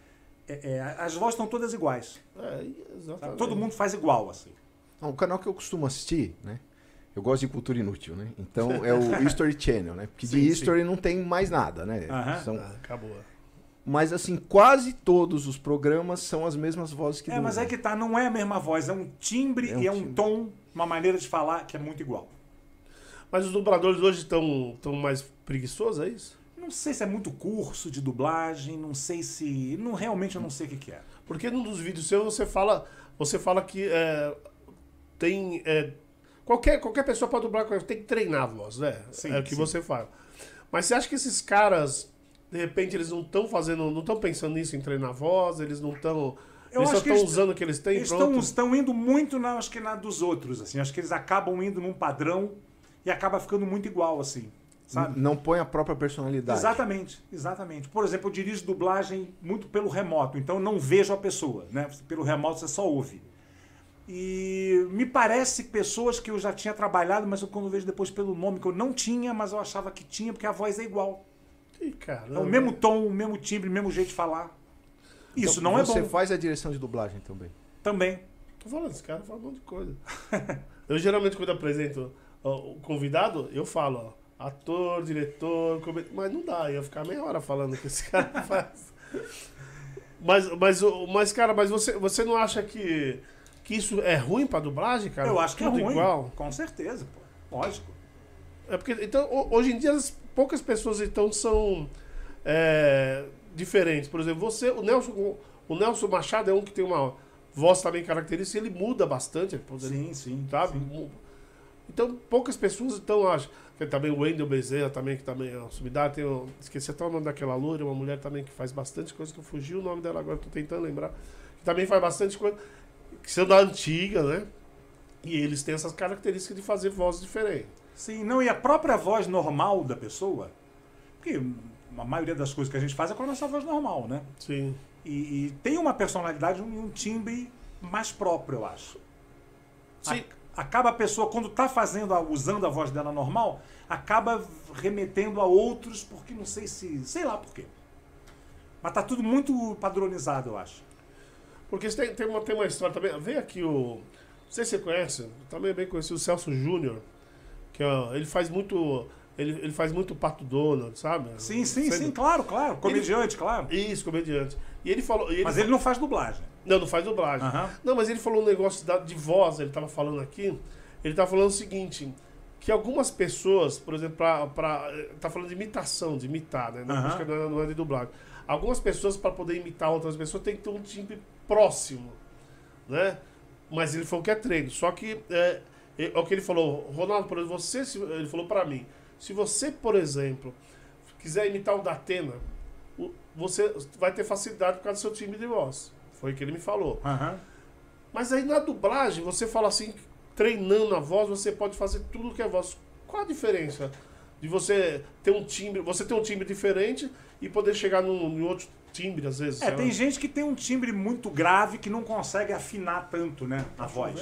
as vozes estão todas iguais. Exatamente. Todo mundo faz igual, assim. O canal que eu costumo assistir, né? Eu gosto de cultura inútil, né? Então é o History Channel, né? Porque de History não tem mais nada, né? Acabou. Mas, assim, quase todos os programas são as mesmas vozes que dublam. Mas é que tá, não é a mesma voz, é um timbre e é um tom, uma maneira de falar que é muito igual. Mas os dubladores hoje estão mais preguiçosos, é isso? Não sei se é muito curso de dublagem, não sei se... realmente eu não sei o que é. Porque num dos vídeos seus você fala que tem... qualquer pessoa pode dublar, tem que treinar a voz, né? É o que você fala. Mas você acha que esses caras... De repente eles não estão pensando nisso em treinar a voz, eles não estão... Eles só estão usando o que eles têm, estão indo muito, acho que na dos outros, assim. Acho que eles acabam indo num padrão e acaba ficando muito igual, assim. Sabe? Não põe a própria personalidade. Exatamente. Por exemplo, eu dirijo dublagem muito pelo remoto, então eu não vejo a pessoa, né? Pelo remoto você só ouve. E me parece pessoas que eu já tinha trabalhado, mas eu quando vejo depois pelo nome que eu não tinha, mas eu achava que tinha, porque a voz é igual. É o mesmo tom, o mesmo timbre, o mesmo jeito de falar. Isso então, não é bom. Você faz a direção de dublagem também? Também. Tô falando, esse cara fala um monte de coisa. Eu geralmente, quando apresento o convidado, eu falo, ator, diretor, mas não dá, ia ficar meia hora falando o que esse cara faz. Mas cara, você não acha que isso é ruim pra dublagem, cara? Eu acho que tudo é ruim. Igual? Com certeza, pô. Lógico. É porque, então, hoje em dia, poucas pessoas então são diferentes. Por exemplo, o Nelson Machado é um que tem uma voz também característica, ele muda bastante. Sim. Sabe? Sim. Então, poucas pessoas então acham. Tem também o Wendel Bezerra, também, que também é uma sumidade. Esqueci até o nome daquela loira, uma mulher também que faz bastante coisa, que eu fugi o nome dela agora, tô tentando lembrar. Que também faz bastante coisa, que são da antiga, né? E eles têm essas características de fazer vozes diferentes. Sim, não, e a própria voz normal da pessoa, porque a maioria das coisas que a gente faz é com a nossa voz normal, né? Sim. E tem uma personalidade, um timbre mais próprio, eu acho. Sim. Acaba a pessoa, quando está usando a voz dela normal, acaba remetendo a outros, porque não sei lá por quê. Mas tá tudo muito padronizado, eu acho. Porque tem uma história também, veio aqui não sei se você conhece, também bem conhecido, o Celso Júnior, Que ele faz muito. Ele faz muito Pato Donald, sabe? Sim, claro. Comediante, claro. Isso, comediante. E ele falou. Mas ele não faz dublagem. Não faz dublagem. Não, mas ele falou um negócio de voz, ele tava falando aqui. Ele tava falando o seguinte: que algumas pessoas, por exemplo, tá falando de imitação, de imitar, né? Acho que não é de dublagem. Algumas pessoas, para poder imitar outras pessoas, tem que ter um timbre próximo, né? Mas ele falou que é treino. Só que é o que ele falou, Ronaldo, por exemplo, ele falou para mim, se você, por exemplo, quiser imitar o Datena, você vai ter facilidade por causa do seu timbre de voz. Foi o que ele me falou. Mas aí na dublagem, você fala assim, treinando a voz, você pode fazer tudo que é voz. Qual a diferença de você ter um timbre diferente e poder chegar em outro timbre, às vezes? Tem gente que tem um timbre muito grave que não consegue afinar tanto, né, a voz.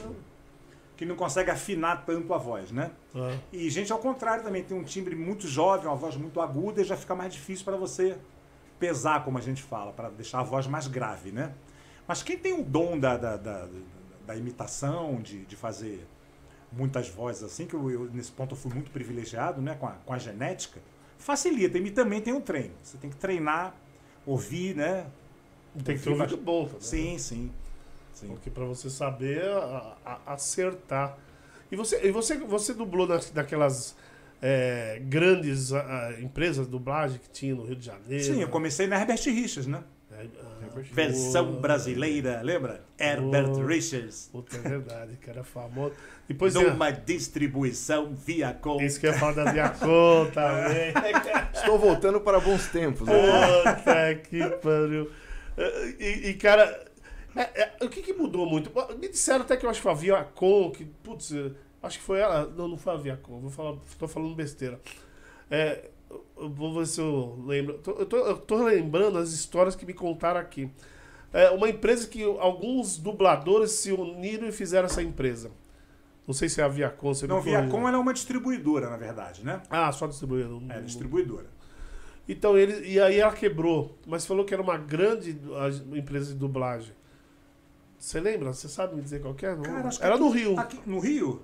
Que não consegue afinar tanto a voz, né? E gente ao contrário também, tem um timbre muito jovem, uma voz muito aguda e já fica mais difícil para você pesar, como a gente fala, para deixar a voz mais grave, né? Mas quem tem o dom da imitação, de fazer muitas vozes assim, que nesse ponto eu fui muito privilegiado, né, com a genética, facilita. E também tem um treino. Você tem que treinar, ouvir, né? Tem que ter um ouvido bom também. Sim. Porque para você saber acertar. E você dublou naquelas grandes empresas de dublagem que tinha no Rio de Janeiro? Sim, eu comecei na Herbert Richards, né? Versão brasileira, lembra? Herbert Richards. Puta, é verdade, que era famoso. Depois uma distribuição Viacom. Isso que eu ia falar da Viacom também. Estou voltando para bons tempos. Né? Puta que pariu. E cara, o que mudou muito? Me disseram até que eu acho que foi a Viacom, que, putz, acho que foi ela. Não foi a Viacom, tô falando besteira. Vou ver se eu lembro. Eu tô lembrando as histórias que me contaram aqui. Uma empresa que alguns dubladores se uniram e fizeram essa empresa. Não sei se é a Viacom. Não, Viacom ela é uma distribuidora, na verdade, né? Ah, só distribuidora. Distribuidora. Então, e aí ela quebrou. Mas falou que era uma grande empresa de dublagem. Você lembra? Você sabe me dizer qual que é? Cara, acho que era no Rio. No Rio?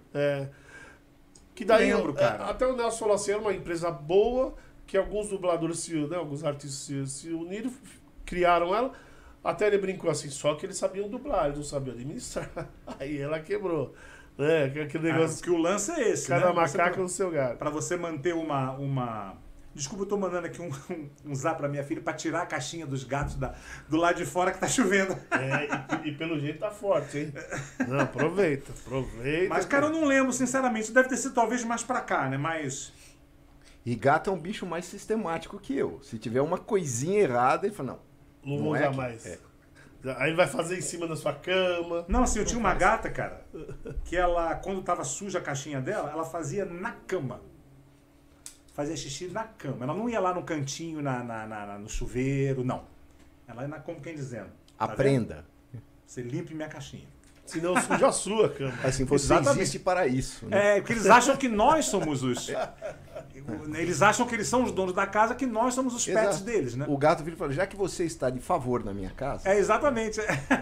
Que daí, lembro, cara. Até o Nelson falou assim, era uma empresa boa, que alguns dubladores, alguns artistas se uniram, criaram ela. Até ele brincou assim, só que eles sabiam dublar, eles não sabiam administrar. Aí ela quebrou. Né? Aquele negócio. Que o lance é esse, cada né? macaco no seu galho. Pra você manter uma... Desculpa, eu tô mandando aqui um zap pra minha filha pra tirar a caixinha dos gatos do lado de fora que tá chovendo. E pelo jeito tá forte, hein? Não, aproveita. Mas, cara, eu não lembro, sinceramente. Isso deve ter sido talvez mais pra cá, né? Mas... E gato é um bicho mais sistemático que eu. Se tiver uma coisinha errada, ele fala, não vou usar mais. Aí ele vai fazer em cima da sua cama. Não, assim, eu tinha uma gata, cara, que ela, quando tava suja a caixinha dela, ela fazia na cama. Fazia xixi na cama. Ela não ia lá no cantinho, no chuveiro, não. Ela ia como quem dizendo. Aprenda. Você limpe minha caixinha. Senão suja a sua cama. Assim, você existe para isso. Né? Porque eles acham que nós somos os... Eles acham que eles são os donos da casa, que nós somos os pets deles, né? O gato vira e fala, já que você está de favor na minha casa... Exatamente.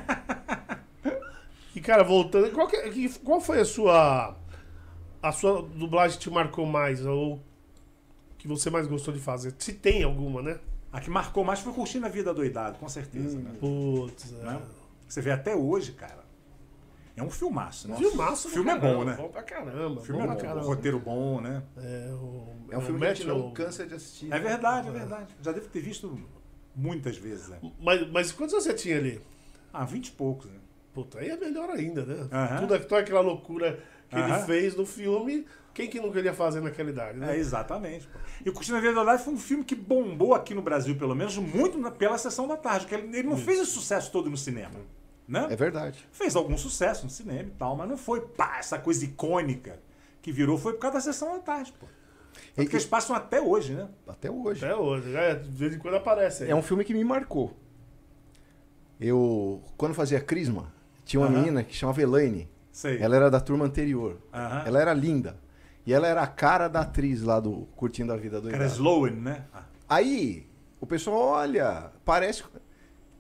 E, cara, voltando... Qual foi a sua dublagem que te marcou mais? Ou que você mais gostou de fazer? Se tem alguma, né? A que marcou mais foi Curtindo a Vida Doidado, com certeza. Né? Putz, né? Você vê até hoje, cara. É um filmaço, né? Filmaço, o filme é bom, né? Bom pra caramba. O filme é bom, o roteiro bom, né? É um filme que a gente não cansa de assistir. É verdade, é verdade. Já devo ter visto muitas vezes, né? Mas quantos você tinha ali? 20 e poucos, né? Puta, aí é melhor ainda, né? Toda aquela loucura que ele fez no filme, quem que não queria fazer naquela idade, né? Exatamente. E o Curtindo a Vida Doidado foi um filme que bombou aqui no Brasil, pelo menos, muito pela Sessão da Tarde. Porque ele não fez esse sucesso todo no cinema. Né? É verdade. Fez algum sucesso no cinema e tal, mas não foi essa coisa icônica que virou, foi por causa da Sessão da Tarde, pô. Porque eles passam até hoje, né? Até hoje. Até hoje, de vez em quando aparece aí. É um filme que me marcou. Quando fazia Crisma, tinha uma menina que chamava Elaine. Sei. Ela era da turma anterior. Ela era linda. E ela era a cara da atriz lá do Curtindo a Vida Doidada. Era Sloan, né? Aí, o pessoal, olha, parece...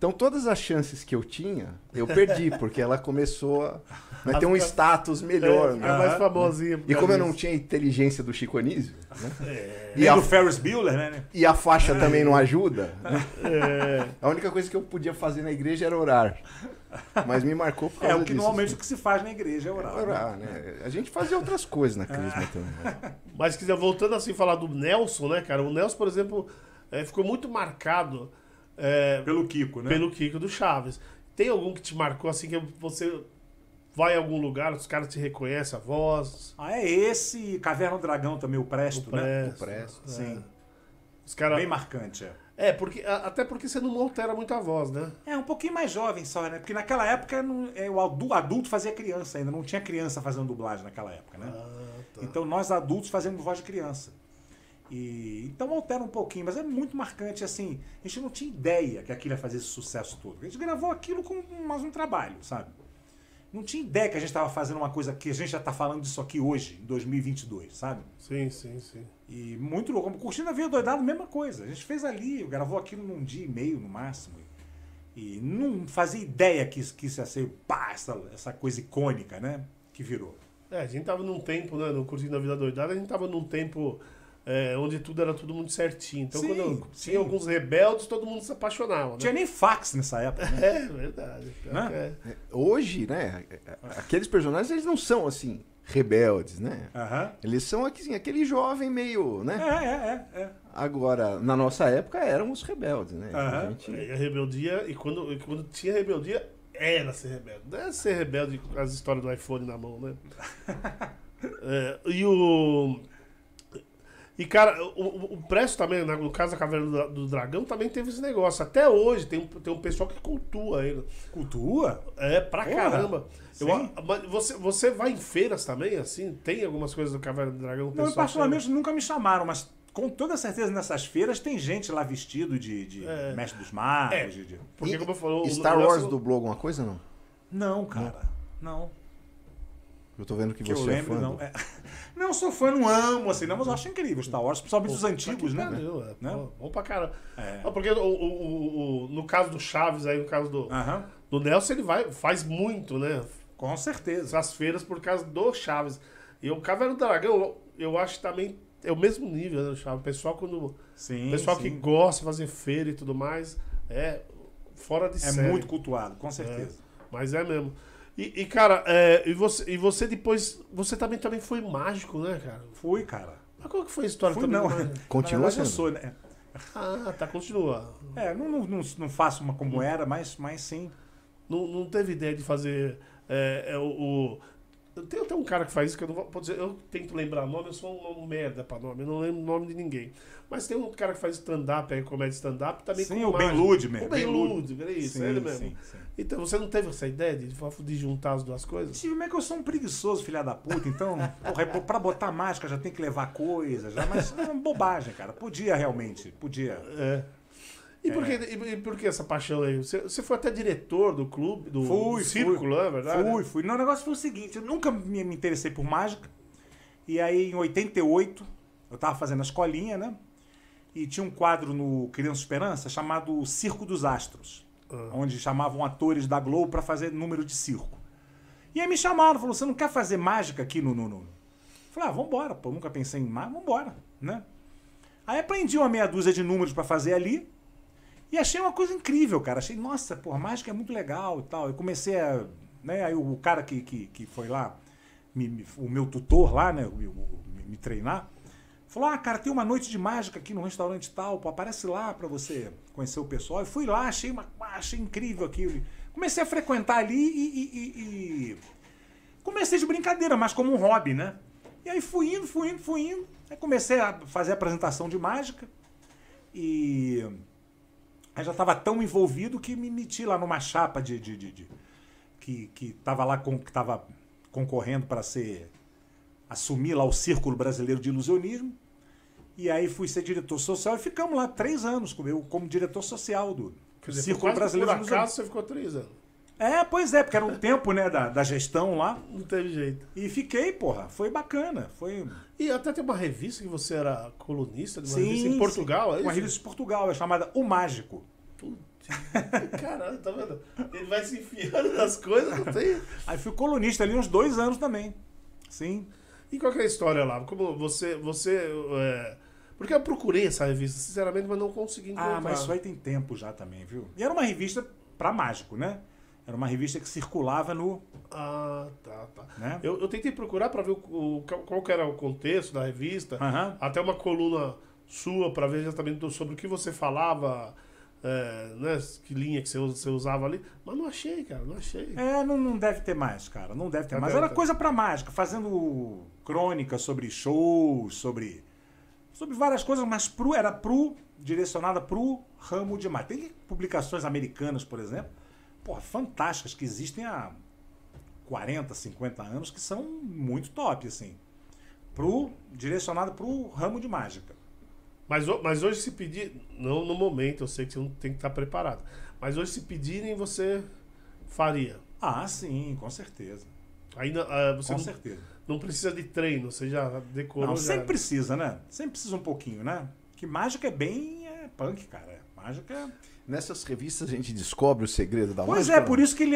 Então todas as chances que eu tinha, eu perdi, porque ela começou a ter um status melhor. Né? mais famosinha. E como eu não tinha a inteligência do Chico Anísio, né? E do Ferris Bueller, né? E a faixa também não ajuda, né? A única coisa que eu podia fazer na igreja era orar. Mas me marcou por causa O que disso. normalmente o que se faz na igreja é orar. Orar, né? A gente fazia outras coisas na Crisma também. Né? Mas voltando assim, falar do Nelson, né, cara? O Nelson, por exemplo, ficou muito marcado pelo Kiko, né? pelo Kiko do Chaves. Tem algum que te marcou assim, que você vai a algum lugar, os caras te reconhecem a voz? É esse, Caverna do Dragão também, o Presto, né? O Presto. Sim. Os cara... Bem marcante, até porque você não altera muito a voz, né? Um pouquinho mais jovem só, né? Porque naquela época o adulto fazia criança ainda, não tinha criança fazendo dublagem naquela época, né? Tá. Então nós adultos fazemos voz de criança. Então altera um pouquinho, mas é muito marcante, assim, a gente não tinha ideia que aquilo ia fazer esse sucesso todo. A gente gravou aquilo com mais um trabalho, sabe? Não tinha ideia que a gente estava fazendo uma coisa que a gente já está falando disso aqui hoje, em 2022, sabe? Sim. E muito louco. Curtindo a Vida Doidado, mesma coisa. A gente fez ali, gravou aquilo num dia e meio no máximo. E não fazia ideia que isso ia ser essa coisa icônica, né? Que virou. A gente tava num tempo, né? No Curtindo a Vida Doidada, a gente tava num tempo onde era tudo muito certinho. Então, quando tinha alguns rebeldes, todo mundo se apaixonava. Né? Não tinha nem fax nessa época. Né? Verdade. Né? Hoje, né? Aqueles personagens, eles não são assim. Rebeldes, né? Eles são assim, aquele jovem meio, né? Agora, na nossa época, éramos rebeldes, né? A rebeldia, e quando tinha rebeldia, era ser rebelde. Não é ser rebelde com as histórias do iPhone na mão, né? E, cara, o Presto também, no caso da Caverna do Dragão, também teve esse negócio. Até hoje tem um pessoal que cultua ele. Cultua? Pra caramba. Mas você vai em feiras também, assim? Tem algumas coisas do Caverna do Dragão? Não, particularmente nunca me chamaram, mas com toda certeza nessas feiras tem gente lá vestido de Mestre dos Magos. Porque, como eu falou... Star Wars dublou alguma coisa, não? Não, cara. Não. Eu tô vendo que você eu lembro, é fã. Não. Não sou fã, não amo, assim, não, mas eu acho incrível Star Wars, principalmente os antigos, né? Bom pra caramba. Porque no caso do Chaves, aí, no caso do Nelson, ele faz muito, né? Com certeza. Essas feiras por causa do Chaves. E o Caverna do Dragão, eu acho que também é o mesmo nível, né, do Chaves. O pessoal, que gosta de fazer feira e tudo mais, fora de série. É muito cultuado, com certeza. Mas é mesmo. E cara, e você depois... Você também foi mágico, né, cara? Fui, cara. Mas qual que foi a história também? Não. Continua sendo? Eu sou, né? Continua. Não faço uma como era, mas sim. Não teve ideia de fazer... Tem até um cara que faz isso, que eu não vou dizer, eu tento lembrar o nome, eu sou um merda pra nome, eu não lembro o nome de ninguém. Mas tem um cara que faz stand-up, comédia stand-up, também com o Ben Ludmer. O Ben Ludmer, é isso, é ele mesmo. Sim. Então, você não teve essa ideia de juntar as duas coisas? Tive, mas é que eu sou um preguiçoso, filha da puta, então, pra botar mágica já tem que levar coisas, mas é uma bobagem, cara. Podia realmente. E por que essa paixão aí? Você foi até diretor do clube, do círculo, é verdade? Fui. Não, o negócio foi o seguinte, eu nunca me interessei por mágica. E aí, em 88, eu tava fazendo a escolinha, né? E tinha um quadro no Criança Esperança chamado Circo dos Astros. Onde chamavam atores da Globo pra fazer número de circo. E aí me chamaram, falaram, você não quer fazer mágica aqui no... Falei, vambora, pô, nunca pensei em mágica, vambora, né? Aí aprendi uma meia dúzia de números pra fazer ali. E achei uma coisa incrível, cara. Achei, nossa, pô, a mágica é muito legal e tal. Eu comecei a... Né, aí o cara que foi lá, o meu tutor lá, né, me treinar, falou, cara, tem uma noite de mágica aqui no restaurante tal, pô, aparece lá pra você conhecer o pessoal. Eu fui lá, achei incrível aquilo. Comecei a frequentar ali e comecei de brincadeira, mas como um hobby, né? E aí fui indo. Aí comecei a fazer apresentação de mágica e... Aí já estava tão envolvido que me meti lá numa chapa que estava lá, que estava concorrendo para assumir lá o Círculo Brasileiro de Ilusionismo. E aí fui ser diretor social e ficamos lá 3 anos como diretor social do Círculo Brasileiro de Ilusionismo. Por acaso você ficou 3 anos? Pois é, porque era um tempo, né, da gestão lá. Não teve jeito. E fiquei, porra, foi bacana. E até tem uma revista que você era colunista de uma revista em Portugal, é isso? Uma revista de Portugal, é chamada O Mágico. Puta Caralho, tá vendo? Ele vai se enfiando nas coisas, não tem... Aí fui colunista ali uns 2 anos também. Sim. E qual que é a história lá? Como porque eu procurei essa revista, sinceramente, mas não consegui encontrar. Ah, mas isso aí tem tempo já também, viu? E era uma revista pra mágico, né? Era uma revista que circulava no... Ah, tá. Né? Eu tentei procurar pra ver qual que era o contexto da revista. Até uma coluna sua pra ver exatamente sobre o que você falava, né? Que linha que você usava ali. Mas não achei, cara, não achei. Não deve ter mais, cara. Não deve ter mais. Era coisa pra mágica, fazendo crônicas sobre shows, sobre várias coisas, mas era direcionada pro ramo de mágica. Tem publicações americanas, por exemplo, fantásticas, que existem há 40, 50 anos, que são muito top, assim. Direcionada pro ramo de mágica. Mas hoje se pedir, não no momento, eu sei que você não tem que estar preparado, mas hoje se pedirem, você faria? Ah, sim, com certeza. Ainda, você com certeza. Não precisa de treino, você já decorou. Não, sempre precisa, né? Sempre precisa um pouquinho, né? Que mágica é bem punk, cara. Mágica... Nessas revistas a gente descobre o segredo da mágica. Pois é, por isso que ele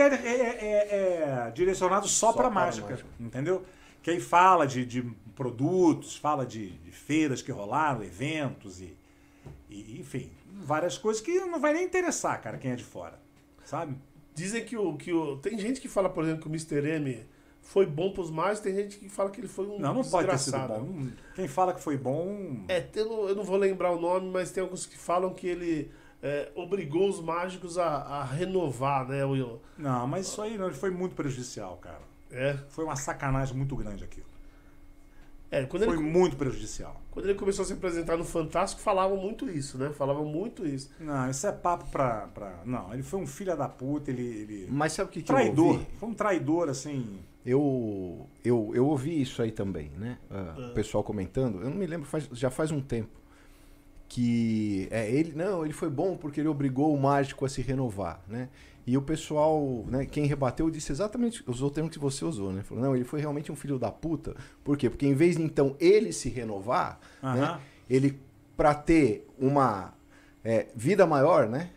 é direcionado só para mágica, entendeu? Que aí fala de produtos, fala de feiras que rolaram, eventos e enfim, várias coisas que não vai nem interessar, cara, quem é de fora, sabe? Dizem que tem gente que fala, por exemplo, que o Mr. M foi bom pros mágicos, tem gente que fala que ele foi um Não pode ter sido bom. Quem fala que foi bom... eu não vou lembrar o nome, mas tem alguns que falam que ele... obrigou os mágicos a renovar, né? Não, mas isso aí não, ele foi muito prejudicial, cara. Foi uma sacanagem muito grande aquilo. Foi muito prejudicial. Quando ele começou a se apresentar no Fantástico, falavam muito isso, né? Falavam muito isso. Não, isso é papo pra... Não, ele foi um filho da puta, ele... Mas sabe o que traidor. eu ouvi? Foi um traidor, assim... Eu ouvi isso aí também, né? O pessoal comentando. Eu não me lembro, já faz um tempo. Que ele foi bom porque ele obrigou o mágico a se renovar, né? E o pessoal, né, quem rebateu disse exatamente, usou o termo que você usou, né? Falou, não, ele foi realmente um filho da puta. Por quê? Porque em vez de então ele se renovar, né, ele, para ter uma vida maior, né,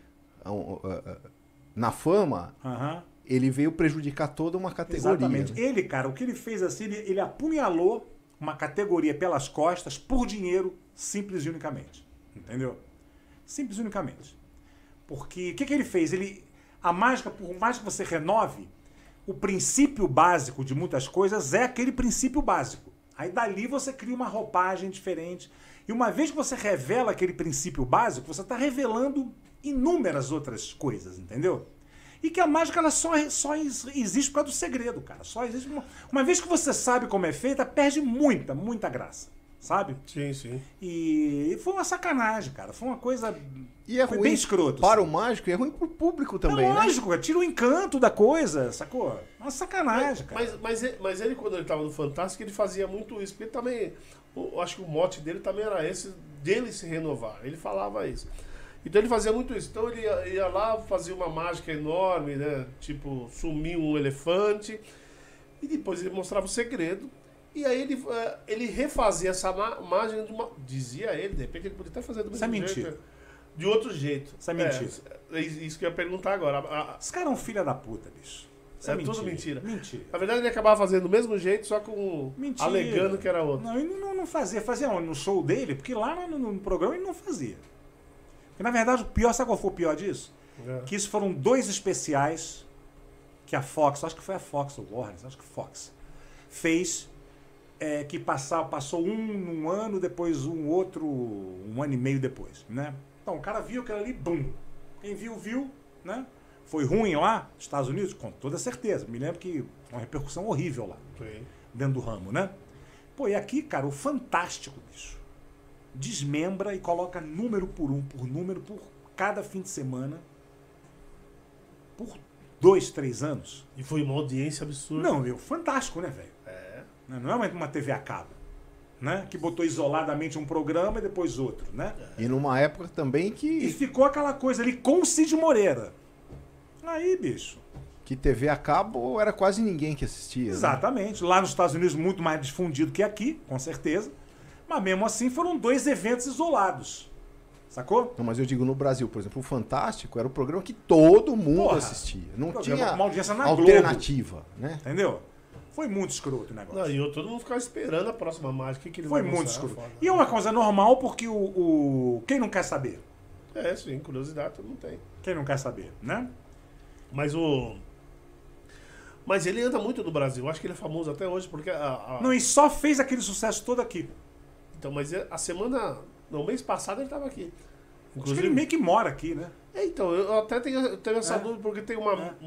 na fama, ele veio prejudicar toda uma categoria. Exatamente. Né? Ele, cara, o que ele fez assim, ele apunhalou uma categoria pelas costas por dinheiro, simples e unicamente. Entendeu? Simples e unicamente. Porque o que ele fez? A mágica, por mais que você renove, o princípio básico de muitas coisas é aquele princípio básico. Aí dali você cria uma roupagem diferente. E uma vez que você revela aquele princípio básico, você está revelando inúmeras outras coisas, entendeu? E que a mágica ela só existe por causa do segredo, cara. Só existe uma vez que você sabe como é feita, perde muita graça. Sabe? Sim, sim. E foi uma sacanagem, cara. Foi uma coisa... E é foi ruim bem escroto. Para assim. o mágico e é ruim pro público também, é lógico, né? Tira o encanto da coisa, sacou? Uma sacanagem, cara. Mas ele, quando ele tava no Fantástico, ele fazia muito isso. Porque também, eu acho que o mote dele também era esse, dele se renovar. Ele falava isso. Então ele fazia muito isso. Então ele ia lá, fazia uma mágica enorme, né? Tipo, sumia um elefante. E depois ele mostrava o segredo. E aí ele refazia essa mágica de uma... Dizia ele, de repente ele podia até fazer do mesmo jeito. Mentira. De outro jeito. Isso é mentira. Isso que eu ia perguntar agora. Esse cara é um filho da puta, bicho. Isso é tudo mentira. Mentira. Na verdade ele acabava fazendo do mesmo jeito, só com... Mentira. Alegando que era outro. Não, ele não fazia. Fazia no show dele, porque lá no programa ele não fazia. Porque na verdade o pior, sabe qual foi o pior disso? Que isso foram 2 especiais que a Fox, acho que foi a Fox, ou Warner, acho que Fox, fez... que passou um ano, depois um outro, 1 ano e meio depois, né? Então, o cara viu aquilo ali, bum. Quem viu, né? Foi ruim lá, nos Estados Unidos? Com toda certeza. Me lembro que uma repercussão horrível lá, dentro do ramo, né? E aqui, cara, o Fantástico, bicho, desmembra e coloca número por cada fim de semana, por 2, 3 anos. E foi uma audiência absurda. Não, fantástico, né, velho? Não é uma TV a cabo, né? Que botou isoladamente um programa e depois outro, né? E numa época também que... E ficou aquela coisa ali com o Cid Moreira. Aí, bicho. Que TV a cabo era quase ninguém que assistia. Exatamente. Né? Lá nos Estados Unidos muito mais difundido que aqui, com certeza. Mas mesmo assim foram 2 eventos isolados. Sacou? Não, mas eu digo no Brasil, por exemplo, o Fantástico era o programa que todo mundo assistia. Não tinha uma audiência na alternativa, né? Entendeu? Foi muito escroto o negócio. Não, e todo mundo ficava esperando a próxima mágica. O que, que ele Foi vai muito mostrar? escroto. Foda. E é uma coisa normal porque quem não quer saber? É, sim, curiosidade todo mundo tem. Quem não quer saber, né? Mas Mas ele anda muito no Brasil. Eu acho que ele é famoso até hoje, porque Não, e só fez aquele sucesso todo aqui. Então, mas a semana... No mês passado ele tava aqui. Acho que ele meio que mora aqui, né? Então, eu até tenho essa dúvida, porque tem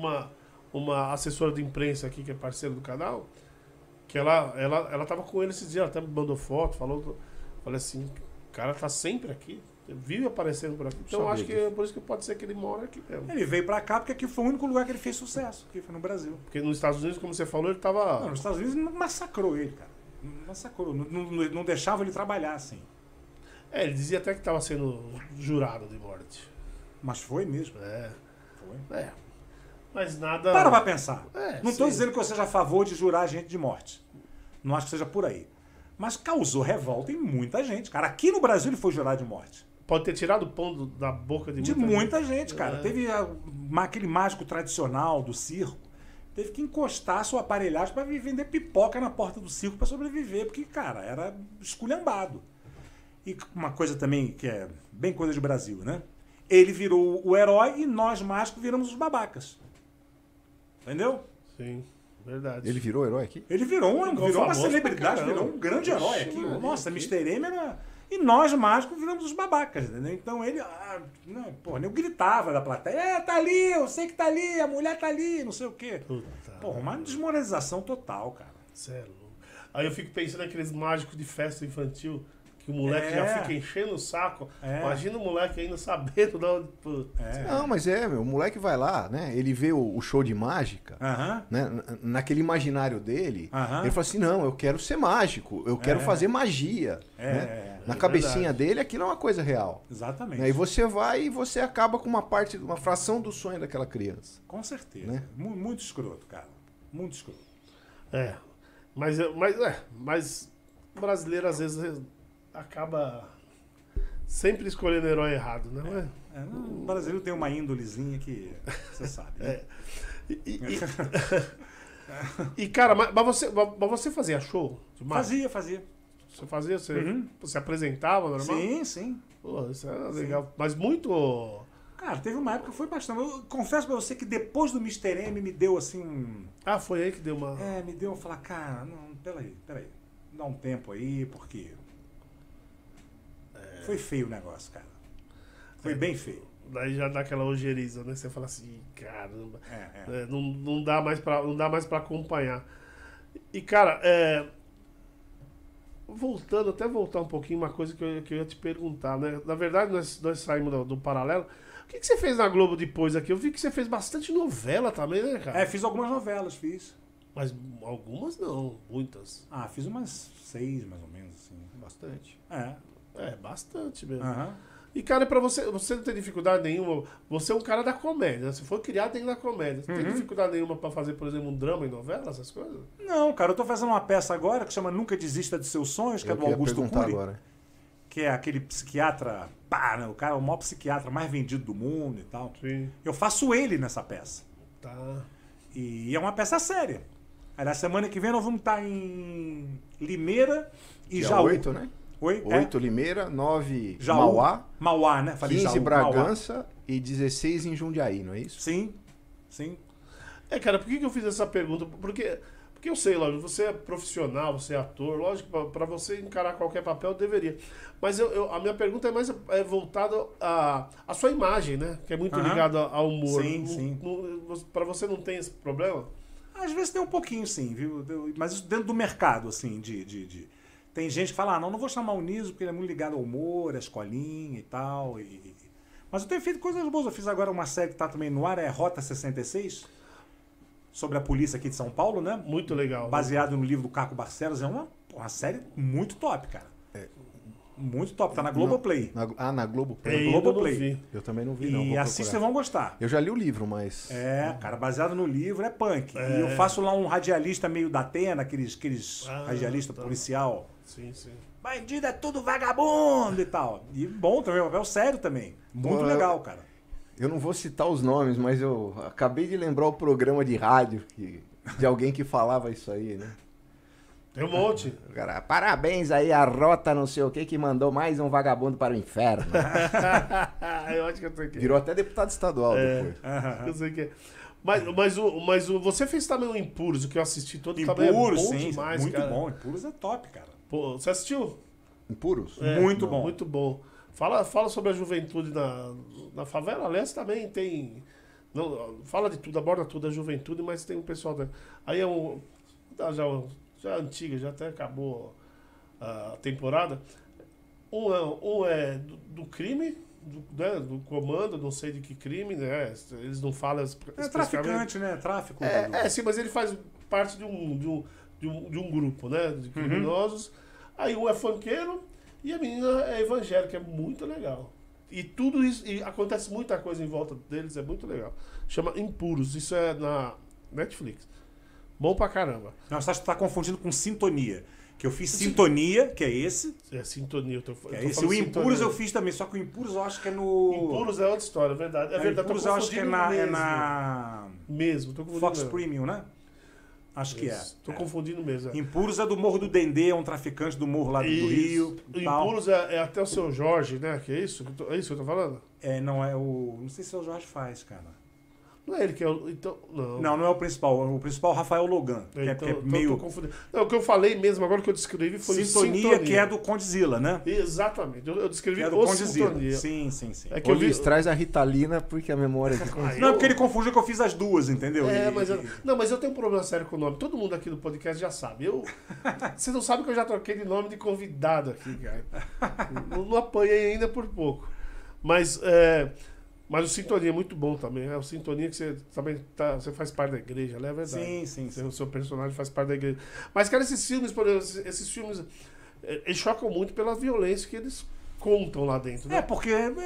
uma assessora de imprensa aqui, que é parceira do canal, que ela tava com ele esses dias, ela até me mandou foto, falei assim, o cara tá sempre aqui, vive aparecendo por aqui. Então, eu acho que por isso que pode ser que ele mora aqui mesmo. Ele veio pra cá porque aqui foi o único lugar que ele fez sucesso, que foi no Brasil. Porque nos Estados Unidos, como você falou, ele tava... Não, nos Estados Unidos massacrou ele, cara. Massacrou. Não deixava ele trabalhar assim. Ele dizia até que estava sendo jurado de morte. Mas foi mesmo. Foi. Mas nada... Para pra pensar. Não estou sim. dizendo que eu seja a favor de jurar gente de morte. Não acho que seja por aí. Mas causou revolta em muita gente. Cara, aqui no Brasil ele foi jurado de morte. Pode ter tirado o pão da boca de muita gente, cara. Teve aquele mágico tradicional do circo. Teve que encostar a sua aparelhagem para vender pipoca na porta do circo para sobreviver. Porque, cara, era esculhambado. E uma coisa também que é bem coisa de Brasil, né? Ele virou o herói e nós mágicos viramos os babacas. Entendeu? Sim, verdade. Ele virou herói aqui? Ele virou uma celebridade, virou um grande herói aqui. Nossa, Mr. M era... E nós mágicos viramos os babacas, entendeu? Então ele... eu gritava da plateia, tá ali, eu sei que tá ali, a mulher tá ali, não sei o quê. Porra, uma desmoralização total, cara. Cê é louco. Aí eu fico pensando naqueles mágicos de festa infantil, que o moleque já fica enchendo o saco. Imagina o moleque ainda sabendo de onde... Não, mas o moleque vai lá, né? Ele vê o show de mágica, né? Naquele imaginário dele, ele fala assim, não, eu quero ser mágico, eu quero fazer magia. Né? Na cabecinha dele, aquilo é uma coisa real. Exatamente. Aí você vai e você acaba com uma fração do sonho daquela criança. Com certeza. Né? Muito escroto, cara. Muito escroto. Mas o brasileiro às vezes acaba sempre escolhendo o herói errado, né? O brasileiro tem uma índolezinha que você sabe. Né? E, cara, mas você fazia show? Fazia. Você fazia? Você apresentava normal? Sim. Pô, isso é legal. Mas muito... Cara, teve uma época que foi bastante. Eu confesso pra você que depois do Mr. M me deu assim um... foi aí que deu uma... me deu falar, cara, não, peraí. Dá um tempo aí, porque... Foi feio o negócio, cara. Foi bem feio. Daí já dá aquela ojeriza, né? Você fala assim, caramba. Não dá mais pra acompanhar. E, cara, voltar um pouquinho, uma coisa que eu ia te perguntar, né? Na verdade, nós saímos do paralelo. O que você fez na Globo depois aqui? Eu vi que você fez bastante novela também, né, cara? Fiz algumas novelas, fiz. Mas algumas não, muitas. Fiz umas 6, mais ou menos, assim. Bastante. Bastante mesmo. E, cara, pra você não tem dificuldade nenhuma. Você é um cara da comédia, né? Você foi criado dentro da comédia. Você tem dificuldade nenhuma pra fazer, por exemplo, um drama em novela, essas coisas? Não, cara, eu tô fazendo uma peça agora que chama Nunca Desista de Seus Sonhos, que é do Augusto Cury. Que é aquele psiquiatra, né? O cara é o maior psiquiatra mais vendido do mundo e tal. Sim. Eu faço ele nessa peça. Tá. E é uma peça séria. Aí na semana que vem nós vamos estar em Limeira e Dia Jaú. 8, né? 8 Limeira, 9 Jaú, Mauá, né? Falei 15 Jaú, Bragança Mauá. E 16 em Jundiaí, não é isso? Sim. Cara, por que eu fiz essa pergunta? Porque eu sei, lógico, você é profissional, você é ator, lógico, para você encarar qualquer papel deveria. Mas a minha pergunta é mais voltada à sua imagem, né? Que é muito ligada ao humor. Sim. Para você não tem esse problema? Às vezes tem um pouquinho, sim, viu? Mas isso dentro do mercado, assim, Tem gente que fala, não vou chamar o Niso porque ele é muito ligado ao humor, à escolinha e tal. Mas eu tenho feito coisas boas. Eu fiz agora uma série que está também no ar, Rota 66, sobre a polícia aqui de São Paulo, né? Muito legal. Baseado no livro do Caco Barcelos. É uma série muito top, cara. Muito top, tá na Globoplay. Na Globoplay. Globoplay. Eu também não vi, não. E assista, vocês vão gostar. Eu já li o livro, mas... Cara, baseado no livro é punk. E eu faço lá um radialista meio da Atena, aqueles radialista policial. Sim. Bandido é tudo vagabundo e tal. E bom também, um papel sério também. Muito legal, cara. Eu não vou citar os nomes, mas eu acabei de lembrar o programa de rádio de alguém que falava isso aí, né? Tem um monte. Cara, parabéns aí a Rota não sei o que mandou mais um vagabundo para o inferno. Eu acho que eu sei que Virou até deputado estadual depois. Eu sei que é. Mas você fez também o Impuros, o que eu assisti todo. Impuros, também é bom demais, muito cara. bom. Impuros é top, cara. Pô, você assistiu? Impuros? Muito bom. Muito bom. Fala sobre a juventude na favela. Aliás, também tem... Não, fala de tudo, aborda tudo a juventude, mas tem um pessoal... Aí é um... Já antiga, já até acabou a temporada. Um é do crime, do comando, não sei de que crime, né? Eles não falam... É traficante, né? Tráfico. Sim, mas ele faz parte de um grupo, né? De criminosos. Aí um é funkeiro e a menina é evangélica, é muito legal. E tudo isso, e acontece muita coisa em volta deles, é muito legal. Chama Impuros, isso é na Netflix. Bom pra caramba. Não, você tá confundindo com Sintonia. Que eu fiz Sintonia, que é esse. É Sintonia, eu tô esse. O Impuros eu fiz também, só que o Impuros eu acho que é no... Impuros é outra história, é verdade. É verdade, Impuros eu acho que é na... Mesmo, tô confundindo. Fox Premium, né? Acho que é. Tô confundindo mesmo. Impuros é do Morro do Dendê, é um traficante do morro lá do Rio. Impuros é até o seu Jorge, né? Que é isso? É isso que eu tô falando? Não é o... Não sei se o Jorge faz, cara. Não é ele que é o... Então, não. Não é o principal. O principal é o Rafael Logan. Então, que é meio... tô confundindo. Não, o que eu falei mesmo, agora que eu descrevi foi Sintonia, que é do Condzilla, né? Exatamente. Eu descrevi que é do o Condzilla. Sintonia. Sim. É que Luiz, traz a Ritalina porque a memória... Não, é porque ele confunde que eu fiz as duas, entendeu? Mas eu tenho um problema sério com o nome. Todo mundo aqui do podcast já sabe. Você não sabe que eu já troquei de nome de convidado aqui, cara. Não apanhei ainda por pouco. Mas o Sintonia é muito bom também. É o Sintonia que você também você faz parte da igreja, né? É verdade. Sim. O seu personagem faz parte da igreja. Mas, cara, esses filmes, eles chocam muito pela violência que eles contam lá dentro, né? Porque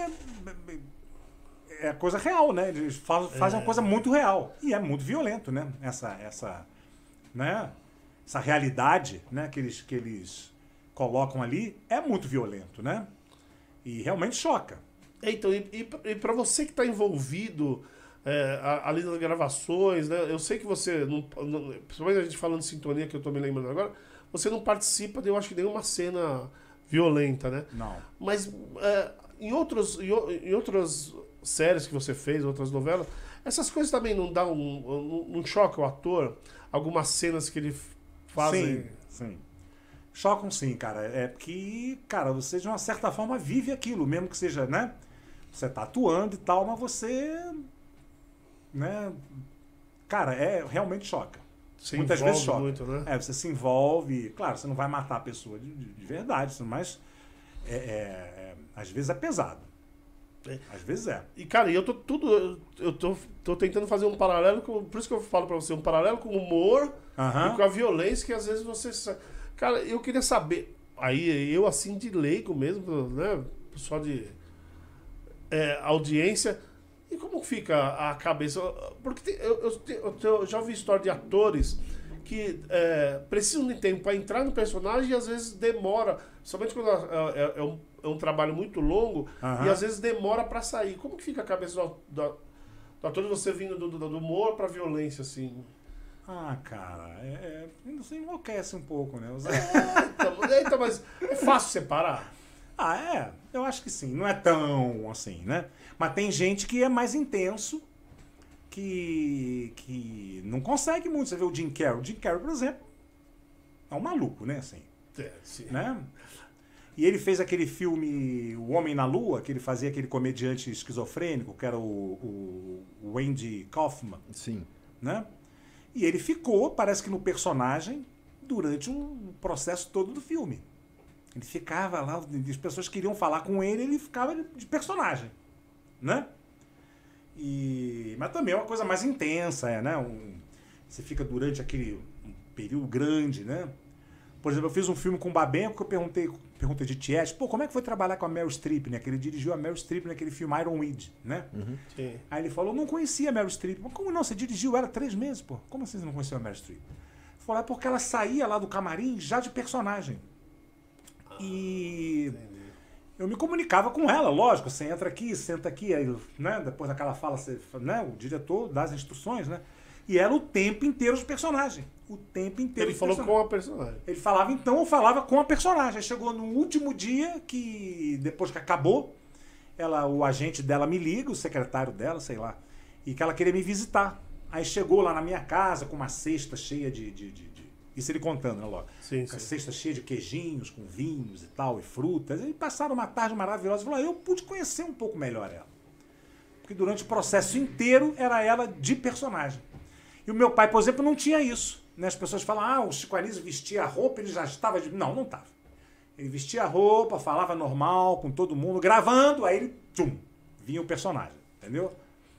é coisa real, né? Eles fazem uma coisa muito real. E é muito violento, né? Essa realidade, né? que eles colocam ali é muito violento, né? E realmente choca. Então, e para você que está envolvido ali nas gravações, né? Eu sei que você, principalmente a gente falando de Sintonia, que eu estou me lembrando agora, você não participa de, eu acho que, nenhuma cena violenta, né? Não. Mas em outras séries que você fez, outras novelas, essas coisas também não dão um choque ao ator? Algumas cenas que ele fazem... Sim. Chocam sim, cara. É que, cara, você de uma certa forma vive aquilo, mesmo que seja, né? Você tá atuando e tal, mas você, né? Cara, realmente choca. Muitas vezes choca. Muito, né? Você se envolve. Claro, você não vai matar a pessoa de verdade, mas às vezes é pesado. Às vezes é. E, cara, eu tô tentando fazer um paralelo por isso que eu falo pra você, um paralelo com o humor e com a violência que às vezes você... Cara, eu queria saber, aí eu assim de leigo mesmo, né, pessoal de audiência, e como fica a cabeça? Porque eu já ouvi história de atores que precisam de tempo para entrar no personagem e às vezes demora, somente quando é um trabalho muito longo, e às vezes demora para sair. Como que fica a cabeça do ator você vindo do humor para violência, assim? Cara, você enlouquece um pouco, né? Então, mas é fácil separar? Eu acho que sim. Não é tão assim, né? Mas tem gente que é mais intenso, que não consegue muito. Você vê o Jim Carrey. O Jim Carrey, por exemplo, é um maluco, né? Assim, sim. Né? E ele fez aquele filme O Homem na Lua, que ele fazia aquele comediante esquizofrênico, que era o Andy Kaufman. Sim. Né? E ele ficou, parece que no personagem, durante o processo todo do filme. Ele ficava lá, as pessoas queriam falar com ele ficava de personagem, né? Mas também é uma coisa mais intensa, né? Você fica durante aquele período grande, né? Por exemplo, eu fiz um filme com o Babenco que eu perguntei de Tiete, pô, como é que foi trabalhar com a Meryl Streep, né? Que ele dirigiu a Meryl Streep naquele filme Iron Weed, né? Sim. Aí ele falou, não conhecia a Meryl Streep. Mas como não? Você dirigiu ela 3 meses, pô. Como assim você não conheceu a Meryl Streep? Ele falou, é porque ela saía lá do camarim já de personagem. E eu me comunicava com ela, lógico. Você entra aqui, senta aqui, aí, né? Depois daquela fala, você, né? O diretor dá as instruções, né? E ela o tempo inteiro de personagem. O tempo inteiro. Ele falou com a personagem. Ele falava, então eu falava com a personagem. Aí chegou no último dia, que depois que acabou, o agente dela me liga, o secretário dela, sei lá, e que ela queria me visitar. Aí chegou lá na minha casa com uma cesta cheia de isso ele contando, né, logo? Sim, Com a sim. cesta cheia de queijinhos, com vinhos e tal, e frutas. E passaram uma tarde maravilhosa. Falou, eu pude conhecer um pouco melhor ela. Porque durante o processo inteiro era ela de personagem. E o meu pai, por exemplo, não tinha isso. Né? As pessoas falam, o Chico Anísio vestia a roupa, ele já estava de... Não, não estava. Ele vestia a roupa, falava normal com todo mundo, gravando, aí ele, vinha o personagem, entendeu?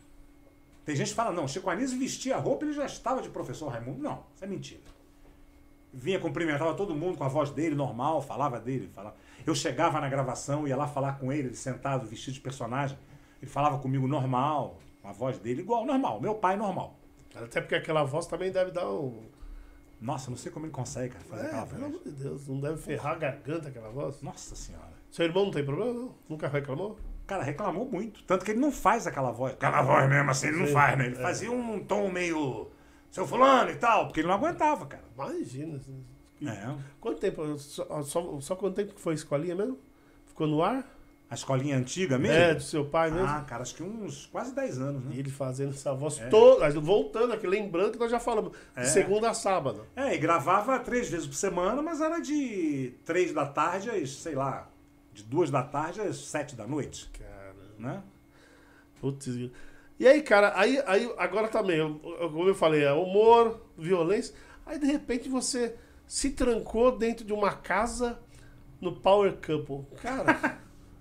Tem gente que fala, não, Chico Anísio vestia a roupa, ele já estava de professor Raimundo. Não, isso é mentira. Vinha, cumprimentava todo mundo com a voz dele, normal, falava dele. Eu chegava na gravação, ia lá falar com ele sentado, vestido de personagem. Ele falava comigo normal, com a voz dele igual, normal. Meu pai, normal. Até porque aquela voz também deve dar um... Nossa, não sei como ele consegue, cara, fazer aquela pelo voz. amor de Deus, não deve ferrar a garganta aquela voz. Nossa senhora. Seu irmão não tem problema, não? Nunca reclamou? Cara, reclamou muito. Tanto que ele não faz aquela voz. Aquela voz mesmo assim, ele não faz, né? Ele fazia um tom meio... Seu fulano e tal, porque ele não aguentava, cara. Imagina. É. Quanto tempo? Só quanto tempo que foi a escolinha mesmo? Ficou no ar? A escolinha antiga mesmo? É, do seu pai mesmo? Ah, cara, acho que uns quase 10 anos, né? E ele fazendo essa voz toda, voltando aqui, lembrando que nós já falamos, É. de segunda a sábado. É, e gravava 3 vezes por semana, mas era de 3 da tarde às, sei lá, de 2 da tarde às 7 da noite, Caramba. né? Putz. E aí, cara, aí agora também, como eu falei, é humor, violência, aí de repente você se trancou dentro de uma casa no Power Couple. Cara...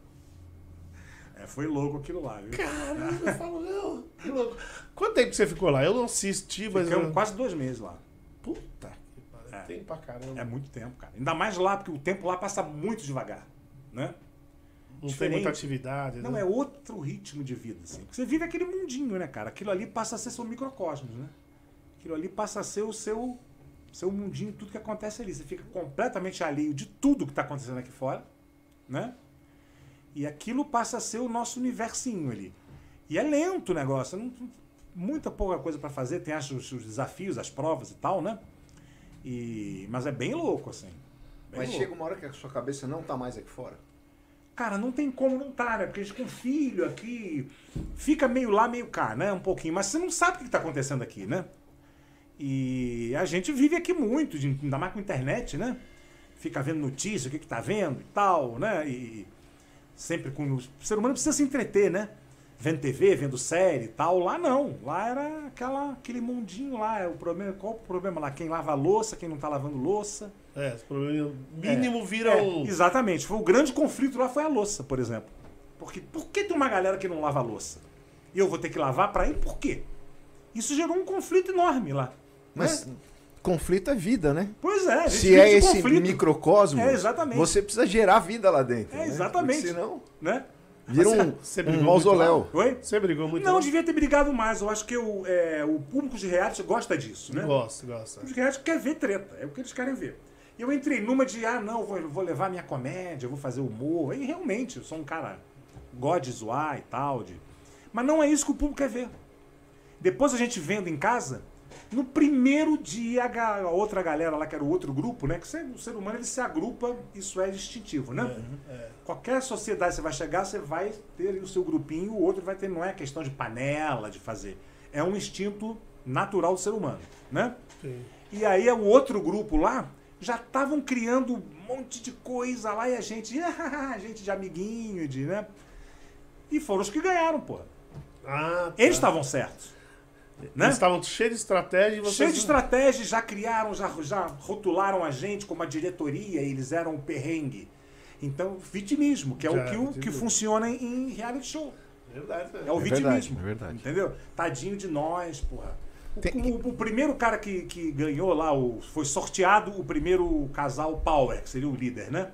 Foi louco aquilo lá, viu? Caramba, eu falo, não, que louco. Quanto tempo você ficou lá? Eu não assisti, mas... Ficamos quase 2 meses lá. Puta que pariu, tempo pra caramba. É muito tempo, cara. Ainda mais lá, porque o tempo lá passa muito devagar, né? Não diferente. tem muita atividade, Não, né? é outro ritmo de vida, assim. Porque você vive aquele mundinho, né, cara? Aquilo ali passa a ser seu microcosmos, né? Aquilo ali passa a ser o seu mundinho, tudo que acontece ali. Você fica completamente alheio de tudo que tá acontecendo aqui fora, né? E aquilo passa a ser o nosso universinho ali. E é lento o negócio. Muita pouca coisa para fazer. Tem os desafios, as provas e tal, né? Mas é bem louco, assim. Bem Mas louco. chega uma hora que a sua cabeça não tá mais aqui fora. Cara, não tem como não tá, né? Porque a gente com filho aqui fica meio lá, meio cá, né? Um pouquinho. Mas você não sabe o que tá acontecendo aqui, né? E a gente vive aqui muito, ainda mais com a internet, né? Fica vendo notícia, o que tá vendo e tal, né? E sempre com... O ser humano precisa se entreter, né? Vendo TV, vendo série e tal. Lá não. Lá era aquele mundinho lá. Qual o problema lá? Quem lava a louça, quem não tá lavando louça. Os problemas mínimo viram... Exatamente. O grande conflito lá foi a louça, por exemplo. Porque por que tem uma galera que não lava a louça? E eu vou ter que lavar pra ele? Por quê? Isso gerou um conflito enorme lá. Mas né? conflito é vida, né? Pois é. A gente Se vive é de esse conflito. microcosmo, exatamente. você precisa gerar vida lá dentro. É, né? exatamente. Porque senão Né? vira Você um brigou mausoléu. muito lá? Oi? Você brigou muito Não, lá? devia ter brigado mais. Eu acho que o público de reality gosta disso, né? Gosto. O público de reality quer ver treta. É o que eles querem ver. E eu entrei numa de, não, vou levar minha comédia, vou fazer humor. E realmente, eu sou um cara gosta de zoar e tal. Mas não é isso que o público quer ver. Depois a gente vendo em casa, no primeiro dia a outra galera lá, que era o outro grupo, né? Que o ser humano ele se agrupa, isso é instintivo, né? Qualquer sociedade você vai chegar, você vai ter o seu grupinho, o outro vai ter, não é questão de panela, de fazer. É um instinto natural do ser humano, né? Sim. E aí o outro grupo lá já estavam criando um monte de coisa lá e a gente de amiguinho, né? E foram os que ganharam, pô. Ah, tá. Eles estavam certos. Né? Eles estavam cheios de estratégia e vocês... Cheio de estratégia, já criaram, já rotularam a gente como a diretoria, eles eram o perrengue. Então, vitimismo, que é o que funciona em reality show. Verdade, É o vitimismo. É verdade. Entendeu? Tadinho de nós, porra. O primeiro cara que ganhou lá, foi sorteado o primeiro casal Power, que seria o líder, né?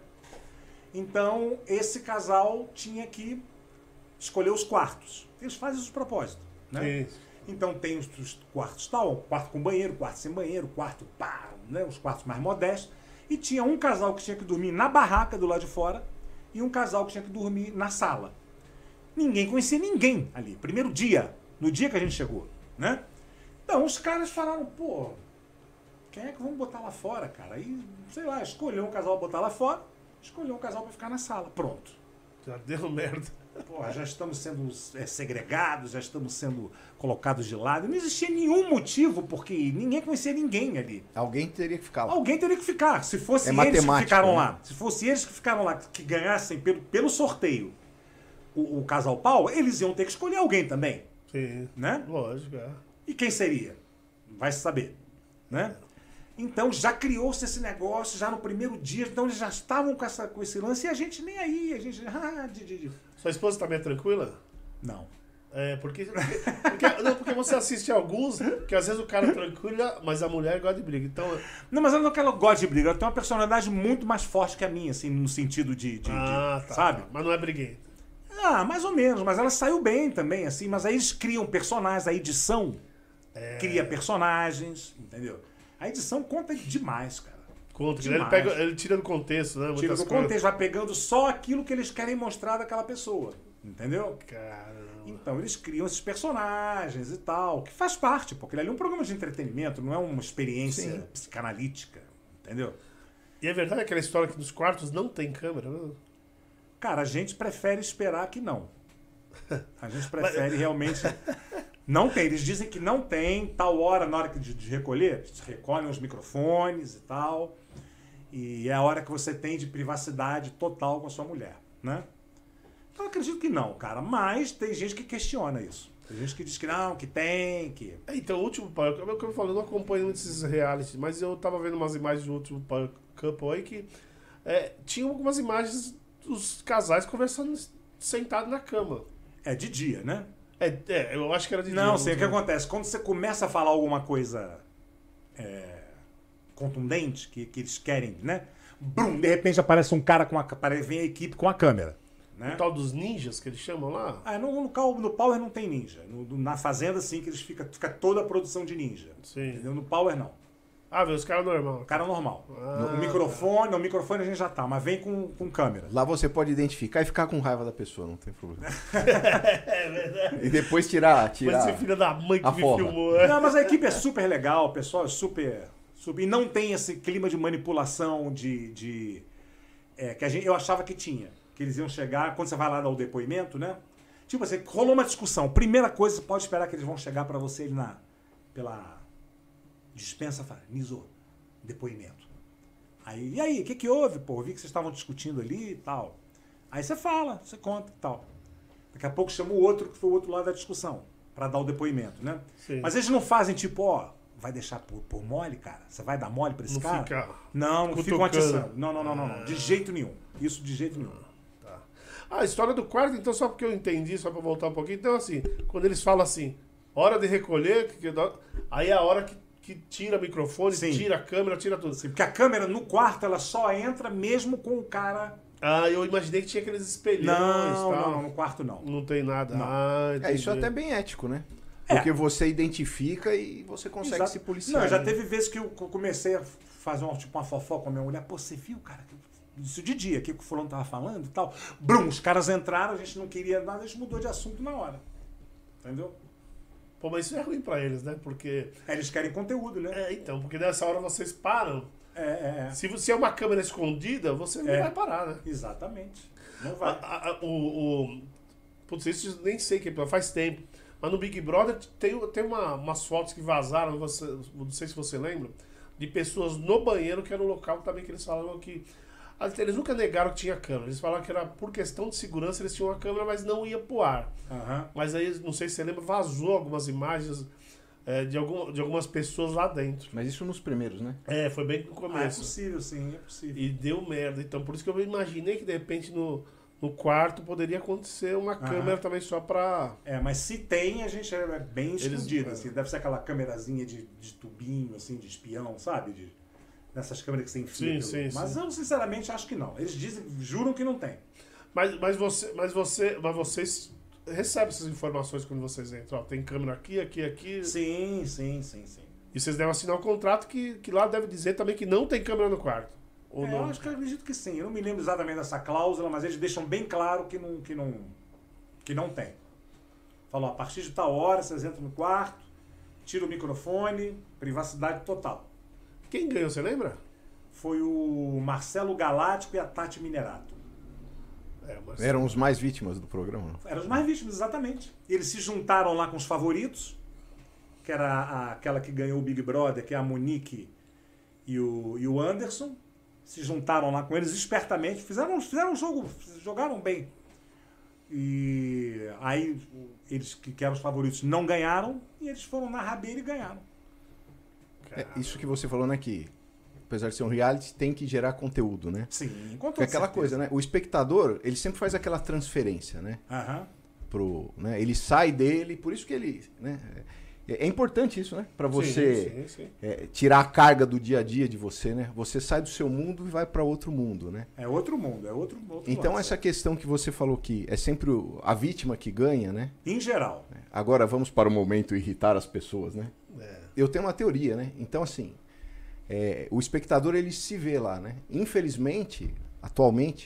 Então, esse casal tinha que escolher os quartos. Eles fazem os propósitos, né? Sim. Então tem os quartos tal, quarto com banheiro, quarto sem banheiro, quarto pá, né? Os quartos mais modestos. E tinha um casal que tinha que dormir na barraca do lado de fora e um casal que tinha que dormir na sala. Ninguém conhecia ninguém ali. Primeiro dia, no dia que a gente chegou, né? Então os caras falaram, pô, quem é que vamos botar lá fora, cara? Aí, sei lá, escolheu um casal pra botar lá fora, escolheu um casal pra ficar na sala. Pronto. Já deu merda. Porra, já estamos sendo segregados, já estamos sendo colocados de lado. Não existia nenhum motivo, porque ninguém conhecia ninguém ali. Alguém teria que ficar lá. Alguém teria que ficar. Se fosse É eles que matemática, ficaram né? lá, se fosse eles que ficaram lá, que ganhassem pelo sorteio o casal pau, eles iam ter que escolher alguém também, Sim. né? Lógico, é. E quem seria? Vai se saber, né? Então já criou-se esse negócio, já no primeiro dia, então eles já estavam com esse lance e a gente nem aí, a gente... Sua esposa também é tranquila? Não. É, porque você assiste alguns, que às vezes o cara é tranquilo, mas a mulher gosta de briga. Então, Não, mas ela não é que ela gosta de briga, ela tem uma personalidade muito mais forte que a minha, assim, no sentido tá, sabe? tá. Mas não é briguenta. Ah, mais ou menos, mas ela saiu bem também, assim, mas aí eles criam personagens, a edição cria personagens, entendeu? A edição conta demais, cara. Conta, Demais. ele tira do contexto, né? Tira Muitas do coisas. contexto, vai pegando só aquilo que eles querem mostrar daquela pessoa, entendeu? Caramba. Então eles criam esses personagens e tal, que faz parte, porque ele é um programa de entretenimento, não é uma experiência psicanalítica, entendeu? E é verdade aquela história que nos quartos não tem câmera, né? Cara, a gente prefere esperar que não. A gente prefere realmente... Não tem, eles dizem que não tem, tal hora, na hora de recolher, eles recolhem os microfones e tal, e é a hora que você tem de privacidade total com a sua mulher, né? Então eu acredito que não, cara, mas tem gente que questiona isso. Tem gente que diz que não, que tem, que... Então, o último Power Couple, é o que eu falo, eu não acompanho muito esses realities, mas eu tava vendo umas imagens do último Power Couple aí que tinha algumas imagens dos casais conversando sentados na cama. É de dia, né? Eu acho que era de Não, dia. sei o que acontece. Quando você começa a falar alguma coisa contundente, que eles querem, né? Brum, de repente aparece um cara vem a equipe com a câmera. Né? O tal dos ninjas que eles chamam lá? No Power não tem ninja. Na Fazenda, sim, que eles fica toda a produção de ninja. Sim. Entendeu? No Power, não. Ah, vê os caras normal. Cara normal. O microfone a gente já tá, mas vem com câmera. Lá você pode identificar e ficar com raiva da pessoa, não tem problema. É verdade. E depois tirar Mas esse filho da mãe que a me forma. filmou. Não, mas a equipe é super legal, o pessoal é super... E não tem esse clima de manipulação que eu achava que tinha. Que eles iam chegar, quando você vai lá dar o depoimento, né? Tipo assim, rolou uma discussão. Primeira coisa, você pode esperar que eles vão chegar pra você pela dispensa, fala, Niso, depoimento. Aí, e aí, o que houve? Pô, eu vi que vocês estavam discutindo ali e tal. Aí você fala, você conta e tal. Daqui a pouco chama o outro, que foi o outro lado da discussão, pra dar o depoimento, né? Sim. Mas eles não fazem tipo, vai deixar por mole, cara? Você vai dar mole pra esse cara? Fica Não ficam cutucando. atiçando. Não. De jeito nenhum. Isso de jeito nenhum. Tá. A história do quarto, então, só porque eu entendi, só pra voltar um pouquinho. Então, assim, quando eles falam assim, hora de recolher, aí é a hora que tira o microfone, Sim. tira a câmera, tira tudo. Sim, porque a câmera no quarto, ela só entra mesmo com o cara... Ah, eu imaginei que tinha aqueles espelhões e tal. Não, no quarto não. Não tem nada. Não. Ah, entendi. Isso é até bem ético, né? É. Porque você identifica e você consegue Exato. se policiar. Não, já né? teve vezes que eu comecei a fazer uma fofoca com a minha mulher. Pô, você viu, cara? Isso de dia, que o fulano tava falando e tal. Brum, os caras entraram, a gente não queria nada, a gente mudou de assunto na hora. Entendeu? Pô, mas isso é ruim pra eles, né? Porque... Eles querem conteúdo, né? então, porque nessa hora vocês param. É. Se você é uma câmera escondida, você não vai parar, né? Exatamente. Não vai. Putz, isso eu nem sei que faz tempo. Mas no Big Brother tem umas fotos que vazaram, não sei se você lembra, de pessoas no banheiro, que era o local também que eles falaram que... Eles nunca negaram que tinha câmera. Eles falaram que era por questão de segurança, eles tinham uma câmera, mas não ia pro ar. Uhum. Mas aí, não sei se você lembra, vazou algumas imagens de algumas pessoas lá dentro. Mas isso nos primeiros, né? Foi bem no É começo. possível, sim, é possível. E deu merda. Então, por isso que eu imaginei que, de repente, no no quarto poderia acontecer uma câmera também só pra... Mas se tem, a gente é bem escondido. Assim, deve ser aquela câmerazinha de tubinho, assim, de espião, sabe? Nessas câmeras que você enfia. Mas eu, sinceramente, acho que não. Eles juram que não tem. Mas vocês recebem essas informações quando vocês entram. Ó, tem câmera aqui. Sim. E vocês devem assinar um contrato que lá deve dizer também que não tem câmera no quarto. Ou não? Eu acredito que sim. Eu não me lembro exatamente dessa cláusula, mas eles deixam bem claro que não tem. Falou, a partir de tal hora vocês entram no quarto, tira o microfone, privacidade total. Quem ganhou, você lembra? Foi o Marcelo Galáctico e a Tati Minerato. Eram os mais vítimas do programa, não? Eram os mais vítimas, exatamente. Eles se juntaram lá com os favoritos, que era aquela que ganhou o Big Brother, que é a Monique e o Anderson. Se juntaram lá com eles espertamente, fizeram um jogo, jogaram bem. E aí eles que eram os favoritos não ganharam e eles foram na rabeira e ganharam. Isso que você falou, né, que apesar de ser um reality, tem que gerar conteúdo, né? Sim, com toda aquela coisa, né? O espectador, ele sempre faz aquela transferência, né? Né? Ele sai dele, por isso que ele... Né? É importante isso, né? Para você sim. Tirar a carga do dia a dia de você, né? Você sai do seu mundo e vai para outro mundo, né? É outro mundo, é outro Então essa questão que você falou que é sempre a vítima que ganha, né? Em geral. Agora vamos para o momento irritar as pessoas, né? Eu tenho uma teoria, né? Então assim, o espectador ele se vê lá, né? Infelizmente, atualmente,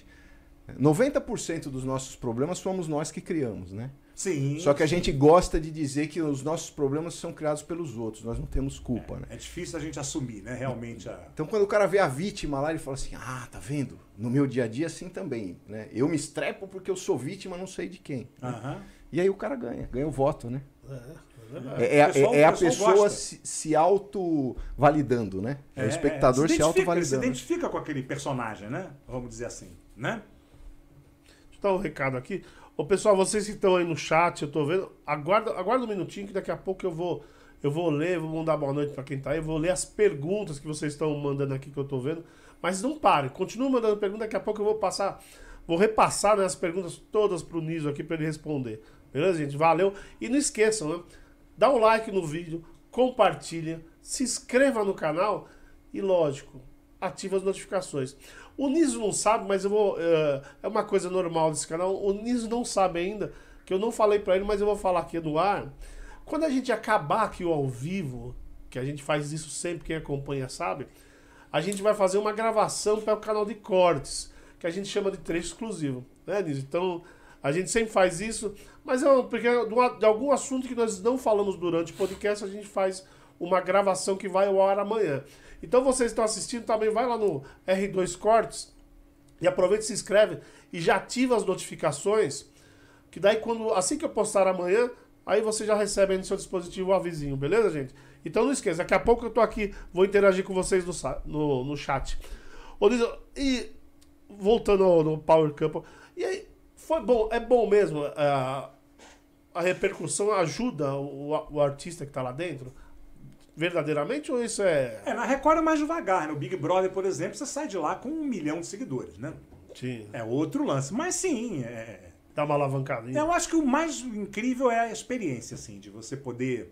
90% dos nossos problemas somos nós que criamos, né? Sim. Só que a gente gosta de dizer que os nossos problemas são criados pelos outros, nós não temos culpa, né? É difícil a gente assumir, né? Realmente. Então quando o cara vê a vítima lá, ele fala assim, tá vendo? No meu dia a dia assim também, né? Eu me estrepo porque eu sou vítima, não sei de quem. Né? E aí o cara ganha o voto, né? É a pessoa se auto-validando, né? É o espectador se auto-validando. Se identifica com aquele personagem, né? Vamos dizer assim, né? Deixa eu dar um recado aqui. Ô, pessoal, vocês que estão aí no chat, eu tô vendo, aguarda um minutinho que daqui a pouco eu vou ler, vou mandar boa noite pra quem tá aí, vou ler as perguntas que vocês estão mandando aqui que eu tô vendo. Mas não pare, continue mandando perguntas, daqui a pouco eu vou repassar, né, as perguntas todas pro Niso aqui pra ele responder. Beleza, gente? Valeu. E não esqueçam, né? Dá um like no vídeo, compartilha, se inscreva no canal e, lógico, ativa as notificações. O Niso não sabe, mas eu vou... é uma coisa normal desse canal. O Niso não sabe ainda, que eu não falei pra ele, mas eu vou falar aqui no ar. Quando a gente acabar aqui o ao vivo, que a gente faz isso sempre, quem acompanha sabe, a gente vai fazer uma gravação para o canal de cortes, que a gente chama de trecho exclusivo. Né, Niso? Então, a gente sempre faz isso, mas porque de algum assunto que nós não falamos durante o podcast, a gente faz uma gravação que vai ao ar amanhã. Então vocês estão assistindo, também vai lá no R2 Cortes e aproveita e se inscreve e já ativa as notificações, que daí assim que eu postar amanhã, aí você já recebe aí no seu dispositivo o avisinho, beleza, gente? Então não esqueça, daqui a pouco eu tô aqui, vou interagir com vocês no chat. E voltando no Power Couple, e aí, foi bom, é bom mesmo, a repercussão ajuda o artista que tá lá dentro? Verdadeiramente ou isso na Record é mais devagar, né? O Big Brother, por exemplo, você sai de lá com 1 milhão de seguidores, né? Sim. É outro lance. Mas sim, dá uma alavancadinha. Eu acho que o mais incrível é a experiência, assim, de você poder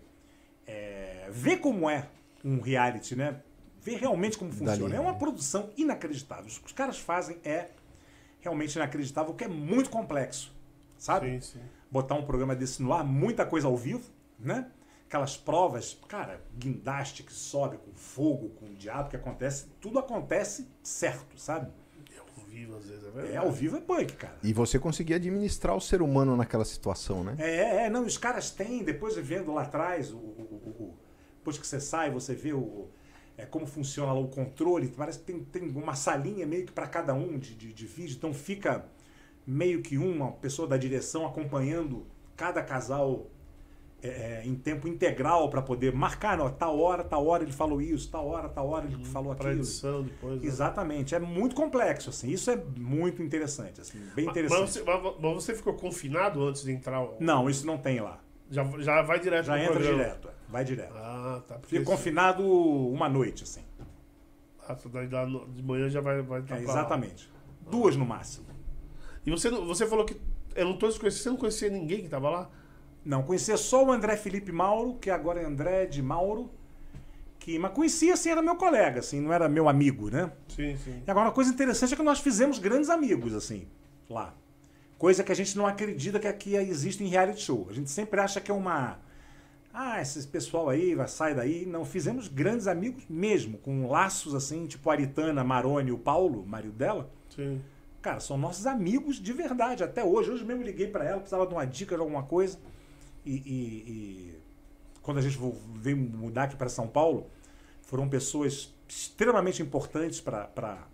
ver como é um reality, né? Ver realmente como funciona. É uma produção inacreditável. O que os caras fazem é realmente inacreditável, que é muito complexo, sabe? Sim. Botar um programa desse no ar, muita coisa ao vivo, né? Aquelas provas, cara, guindaste que sobe com fogo, com o diabo que acontece, tudo acontece certo, sabe? Ao vivo, às vezes, é verdade. Ao vivo é punk, cara. E você conseguir administrar o ser humano naquela situação, né? Não, os caras têm, depois vendo lá atrás, depois que você sai, você vê como funciona lá o controle, parece que tem uma salinha meio que para cada um de vídeo, então fica meio que uma pessoa da direção acompanhando cada casal em tempo integral para poder marcar, não, tal hora ele falou isso, tal hora ele falou aquilo. Edição depois, né? Exatamente, é muito complexo, assim, isso é muito interessante, assim, bem interessante. Mas você ficou confinado antes de entrar? Não, isso não tem lá. Já vai direto já no entra programa. Direto, vai direto. Tá. Fica confinado uma noite, assim. Daí de manhã já vai estar exatamente. 2 no máximo. E você falou que eu não tô desconhecendo, você não conhecia ninguém que tava lá? Não, conhecia só o André Felipe Mauro, que agora é André de Mauro, mas conhecia, assim, era meu colega, assim, não era meu amigo, né? Sim, sim. E agora, uma coisa interessante é que nós fizemos grandes amigos, assim, lá. Coisa que a gente não acredita que aqui existe em reality show. A gente sempre acha que é uma... esse pessoal aí, sai daí. Não, fizemos grandes amigos mesmo, com laços, assim, tipo a Aritana, Maroni, o Paulo, marido dela. Sim. Cara, são nossos amigos de verdade, até hoje. Hoje mesmo liguei pra ela, precisava de uma dica de alguma coisa. E quando a gente veio mudar aqui para São Paulo, foram pessoas extremamente importantes para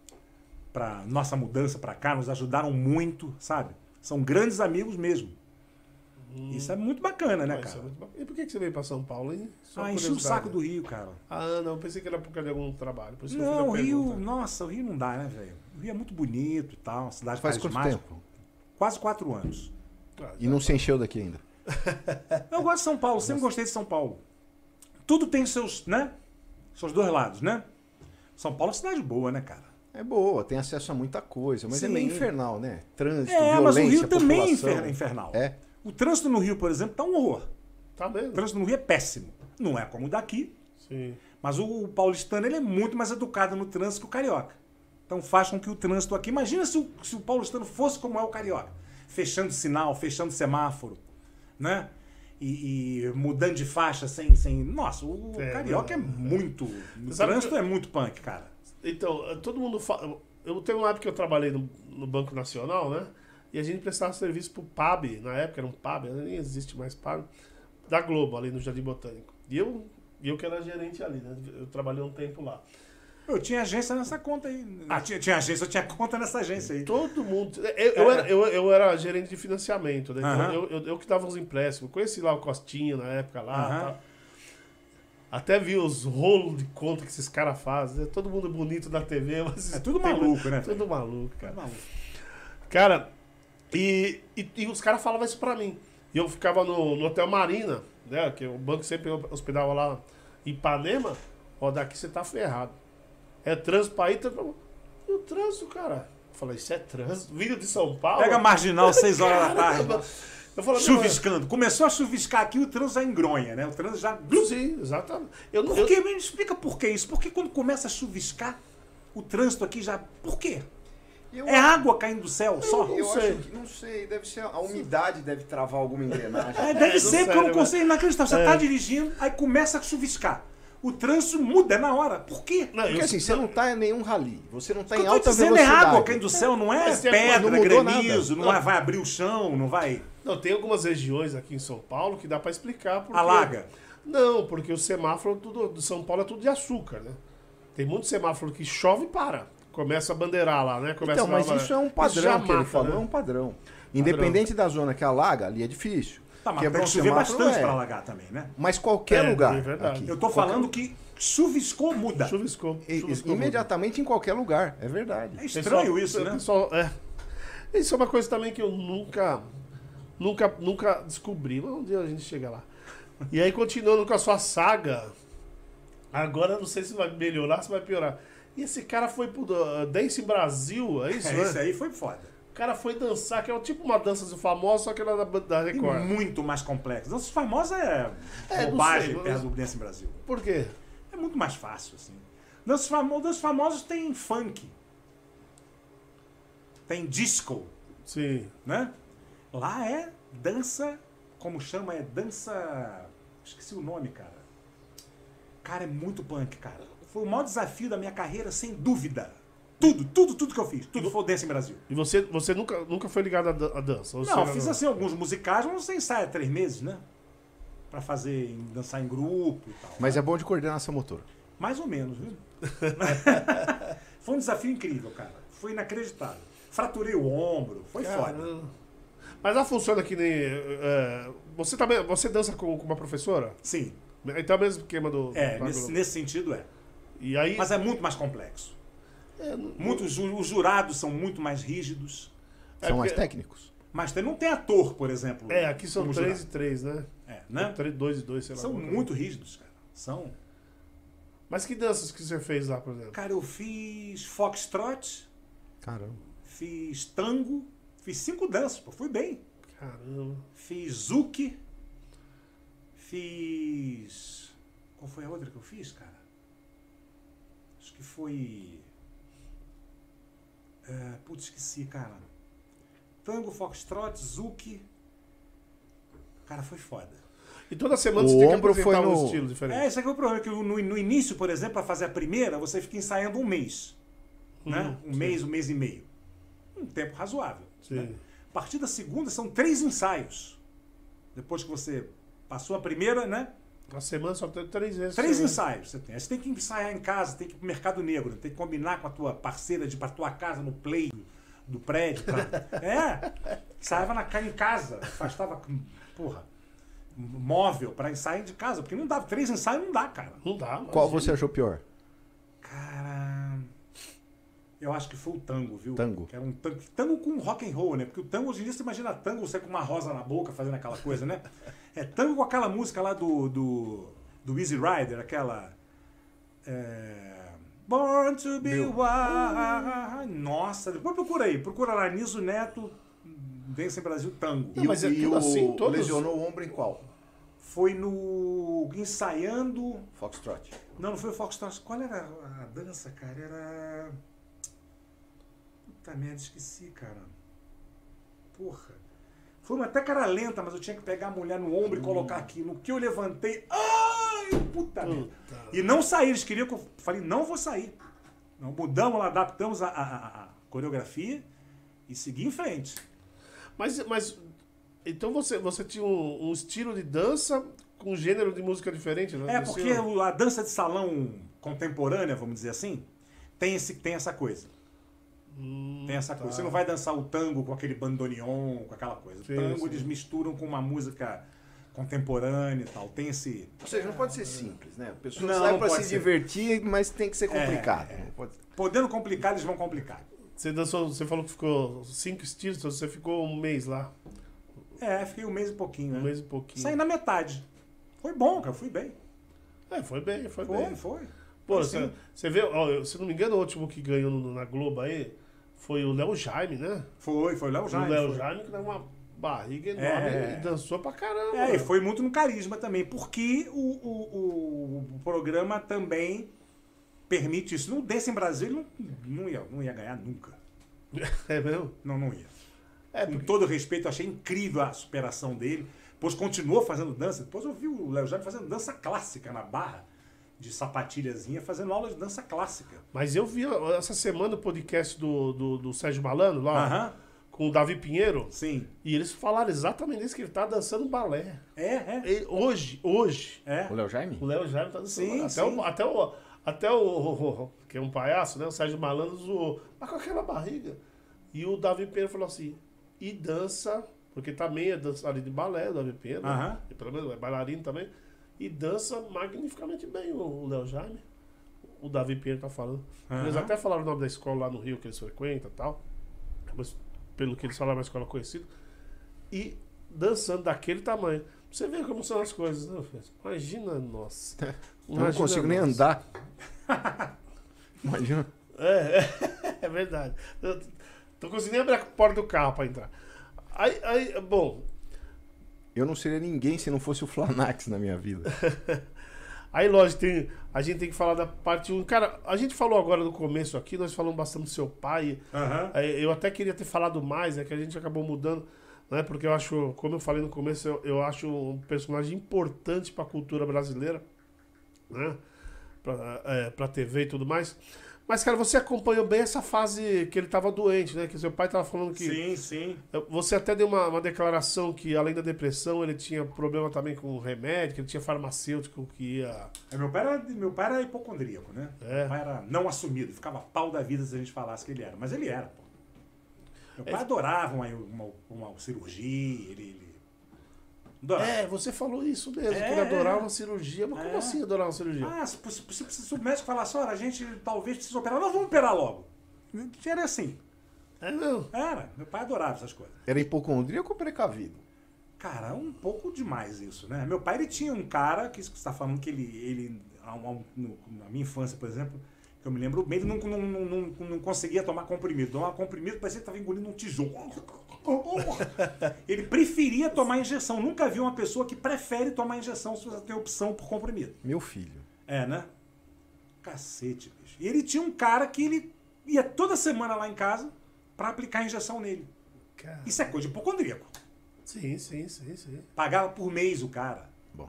nossa mudança para cá, nos ajudaram muito, sabe? São grandes amigos mesmo. Isso é muito bacana, né, cara? E por que você veio para São Paulo, hein? Enchi o saco do Rio, cara. Não, pensei que era por causa de algum trabalho. Por isso que não, eu o Rio, pergunta. nossa, o Rio não dá, né, velho? O Rio é muito bonito e tal, uma cidade Faz quanto carismática. tempo? Quase 4 anos. E não se encheu daqui ainda? Eu gosto de São Paulo, sempre gostei de São Paulo. Tudo tem seus, né? Seus dois lados, né? São Paulo é uma cidade boa, né, cara? É boa, tem acesso a muita coisa, mas é Sim. meio infernal, né? Trânsito, violência, mas o Rio também é população. infernal. É? O trânsito no Rio, por exemplo, tá um horror. Tá O mesmo? trânsito no Rio é péssimo. Não é como o daqui, Sim. mas o paulistano ele é muito mais educado no trânsito que o carioca. Então faz com que o trânsito aqui... Imagina se o paulistano fosse como é o carioca. Fechando sinal, fechando semáforo, né? E mudando de faixa sem... Nossa, o carioca é muito... O trânsito é muito punk, cara. Então, todo mundo fala... Eu tenho uma época que eu trabalhei no Banco Nacional, né? E a gente prestava serviço pro PAB, na época era um PAB, nem existe mais PAB, da Globo, ali no Jardim Botânico. E eu que era gerente ali, né? Eu trabalhei um tempo lá. Eu tinha agência nessa conta aí. Tinha agência, eu tinha conta nessa agência aí. Todo mundo... Eu era gerente de financiamento, né? Então, eu que dava os empréstimos. Conheci lá o Costinha na época lá, tá? Até vi os rolos de conta que esses caras fazem. Né? Todo mundo bonito na TV, mas... É tudo maluco, né? Tudo maluco, cara. É maluco. Cara, e os caras falavam isso pra mim. E eu ficava no Hotel Marina, né? Que o banco sempre hospedava lá em Ipanema. Ó, daqui você tá ferrado. É trânsito pra ir... E o trânsito, cara? Eu falei, isso é trânsito? Vindo de São Paulo? Pega a Marginal 6 horas da tarde. Eu falei, Chuviscando. Começou a chuviscar aqui, o trânsito já engronha, né? O trânsito já... Sim, exatamente. Por quê? Me explica por que isso. Por que quando começa a chuviscar, o trânsito aqui já... Por quê? Água caindo do céu só? Eu acho que, não sei, deve ser a umidade deve travar alguma engrenagem. Deve ser, porque eu não consigo inacreditável. Você tá dirigindo, aí começa a chuviscar. O trânsito muda na hora. Por quê? Porque assim, você não tá em nenhum rally, você não tá O que em eu tô alta dizendo velocidade. é água caindo do céu, não é pedra, não mudou granizo, nada. não vai abrir o chão, não vai... Não, tem algumas regiões aqui em São Paulo que dá pra explicar. Porque... Alaga. Não, porque o semáforo de São Paulo é tudo de açúcar, né? Tem muito semáforo que chove e para. Começa a bandeirar lá, né? Começa Então, mas isso é um padrão que ele falou, né? é um padrão. Independente da zona que alaga, ali é difícil. Tá, mas Quebrar tem o que chover semáforo bastante é. pra alagar também, né? Mas qualquer lugar. É verdade. Aqui. Eu tô falando que chuviscou, muda. Chuviscou. Imediatamente em qualquer lugar, é verdade. É estranho isso, né? Pessoal, isso é uma coisa também que eu nunca descobri. Mas um dia a gente chega lá. E aí, continuando com a sua saga, agora eu não sei se vai melhorar, se vai piorar. E esse cara foi pro Dance Brasil, é isso, né? Esse aí foi foda. O cara foi dançar, que é tipo uma dança do famoso, só que era da Record. Muito mais complexo. Dança famosa é não bobagem sei, perto do Dance Brasil. Por quê? É muito mais fácil, assim. Danças famosas tem funk. Tem disco, Sim. né? Lá é dança, como chama? É dança... Esqueci o nome, cara. Cara, é muito punk, cara. Foi o maior desafio da minha carreira, sem dúvida. Tudo que eu fiz. Tudo foi o Dance Brasil. E você nunca foi ligado à dança? Ou Não, você fiz assim alguns musicais, mas você ensaia 3 meses, né? Pra dançar em grupo e tal. Mas né? é bom de coordenação motora. Mais ou menos, viu? Foi um desafio incrível, cara. Foi inacreditável. Fraturei o ombro, foi foda. Mas ela funciona que nem... Você dança com uma professora? Sim. Então é o mesmo esquema do... Nesse sentido é. E aí... Mas é muito mais complexo. Os jurados são muito mais rígidos. São mais técnicos. Mas não tem ator, por exemplo. Aqui são 3 e 3, né? Né? 2 e 2, sei lá. São muito rígidos, cara. São. Mas que danças que você fez lá, por exemplo? Cara, eu fiz foxtrot. Caramba. Fiz tango. Fiz 5 danças, pô. Fui bem. Caramba. Fiz Zuki. Fiz... Qual foi a outra que eu fiz, cara? Acho que foi... Putz, esqueci, cara. Tango, Foxtrot, Zuki. Cara, foi foda. E toda semana O você tem que ombro apresentar foi um no- estilo diferente. Esse aqui é o problema, que no início, por exemplo, para fazer a primeira, você fica ensaiando um mês. Né? Um sim. mês e meio. Um tempo razoável. Sim. Né? A partir da segunda são 3 ensaios. Depois que você passou a primeira, né? Na semana só tem 3 vezes. 3 Você- ensaios você tem. Aí você tem que ensaiar em casa, tem que ir pro Mercado Negro, tem que combinar com a tua parceira de ir pra tua casa no play do prédio. Ensaiava em casa, afastava, porra, móvel pra ensaiar de casa, porque não dá, 3 ensaios não dá, cara. Não dá. Qual imagina. você achou pior? Cara, eu acho que foi o tango, viu? Tango. Que era um tango com rock and roll, né? Porque o tango, hoje em dia, você imagina tango, você com uma rosa na boca, fazendo aquela coisa, né? É tango com aquela música lá do Easy Rider, aquela... Born to be wild. Nossa, depois procura lá, Niso Neto, Dance em Brasil, tango. Não, mas é e tudo assim, todos- lesionou o ombro em qual? Foi no... ensaiando... Foxtrot. Não foi o Foxtrot. Qual era a dança, cara? Era... Puta merda, esqueci, cara. Porra. Foi uma até cara lenta, mas eu tinha que pegar a mulher no ombro e colocar aqui. No que eu levantei... Ai, puta merda. E não saí. Eles queriam que eu... Falei, não vou sair. Não, mudamos lá, adaptamos a coreografia e segui em frente. Mas então você tinha um estilo de dança com um gênero de música diferente, né? É, porque a dança de salão contemporânea, vamos dizer assim, tem essa coisa. Tem essa coisa. Tá. Você não vai dançar o tango com aquele bandoneon, com aquela coisa. Sim, O tango sim. eles misturam com uma música contemporânea e tal. Tem esse... Ou seja, não pode ser simples, né? A pessoa Não, sai não pra pode se ser. divertir, mas tem que ser complicado. Não pode- Podendo complicar, eles vão complicar. Você dançou, você falou que ficou 5 estilos, então você ficou um mês lá. Fiquei um mês e pouquinho, né? Um mês e pouquinho. Saí na metade. Foi bom, cara. Fui bem. Foi bem, foi bem. Foi. Pô, Foi sim. você vê, ó, se não me engano, o último que ganhou na Globo aí foi o Léo Jaime, né? Foi o Léo Jaime. O Léo foi. Jaime que dá uma barriga enorme e dançou pra caramba. E foi muito no carisma também, porque o programa também permite isso. No Dance em Brasil, ele não ia ganhar nunca. É mesmo? Não ia. É, Com porque... todo respeito, eu achei incrível a superação dele. Depois continuou fazendo dança. Depois eu vi o Léo Jaime fazendo dança clássica na Barra, de sapatilhazinha, fazendo aula de dança clássica. Mas eu vi essa semana o podcast do Sérgio Malandro lá, Aham, com o Davi Pinheiro, sim. e eles falaram exatamente isso, que ele tá dançando balé. Hoje, O Léo Jaime? o Léo Jaime tá dançando Sim, balé. sim. Até o que é um palhaço, né? O Sérgio Malandro zoou. Mas com aquela barriga. E o Davi Pinheiro falou assim, e dança, porque também é dançarino de balé, o Davi Pinheiro, né? Aham. E pelo menos é bailarino também, e dança magnificamente bem o Léo Jaime. O Davi Pinheiro tá falando. Eles Aham. até falaram o nome da escola lá no Rio que eles frequentam e tal. Mas, pelo que eles falaram, é uma escola conhecida. E dançando daquele tamanho. Você vê como são as coisas, né, Fred? Imagina, nossa. Eu não consigo nem andar. Imagina. É verdade. Eu tô conseguindo abrir a porta do carro pra entrar. Aí, bom, Eu não seria ninguém se não fosse o Flanax na minha vida. aí lógico, a gente tem que falar da parte 1. Cara, a gente falou agora no começo aqui, nós falamos bastante do seu pai. Aham. Eu até queria ter falado mais, que a gente acabou mudando, né? Porque eu acho, como eu falei no começo, eu acho um personagem importante para a cultura brasileira, né? Pra TV e tudo mais. Mas, cara, você acompanhou bem essa fase que ele estava doente, né? Que seu pai estava falando que... Sim, sim. Você até deu uma declaração que, além da depressão, ele tinha problema também com remédio, que ele tinha farmacêutico que ia... Meu pai era hipocondríaco, né? Meu pai era não assumido, ficava pau da vida se a gente falasse que ele era. Mas ele era, pô. Meu pai adorava uma cirurgia, ele adorava. Você falou isso mesmo, que ele É. adorava uma cirurgia. Mas como É. assim adorar uma cirurgia? Se o médico falasse, olha, a gente talvez precise operar, nós vamos operar logo. Era assim. Não. Era. Meu pai adorava essas coisas. Era hipocondríaco ou precavido? Cara, um pouco demais isso, né? Meu pai, ele tinha um cara, que isso que você está falando, que ele na minha infância, por exemplo, Eu me lembro bem, ele não conseguia tomar comprimido. Tomar comprimido, parecia que estava engolindo um tijolo. Ele preferia tomar injeção. Nunca vi uma pessoa que prefere tomar injeção se você tem opção por comprimido. Meu filho. É, né? Cacete, bicho. E ele tinha um cara que ele ia toda semana lá em casa pra aplicar a injeção nele. Cara. Isso é coisa de hipocondríaco. Sim. Pagava por mês o cara. Bom.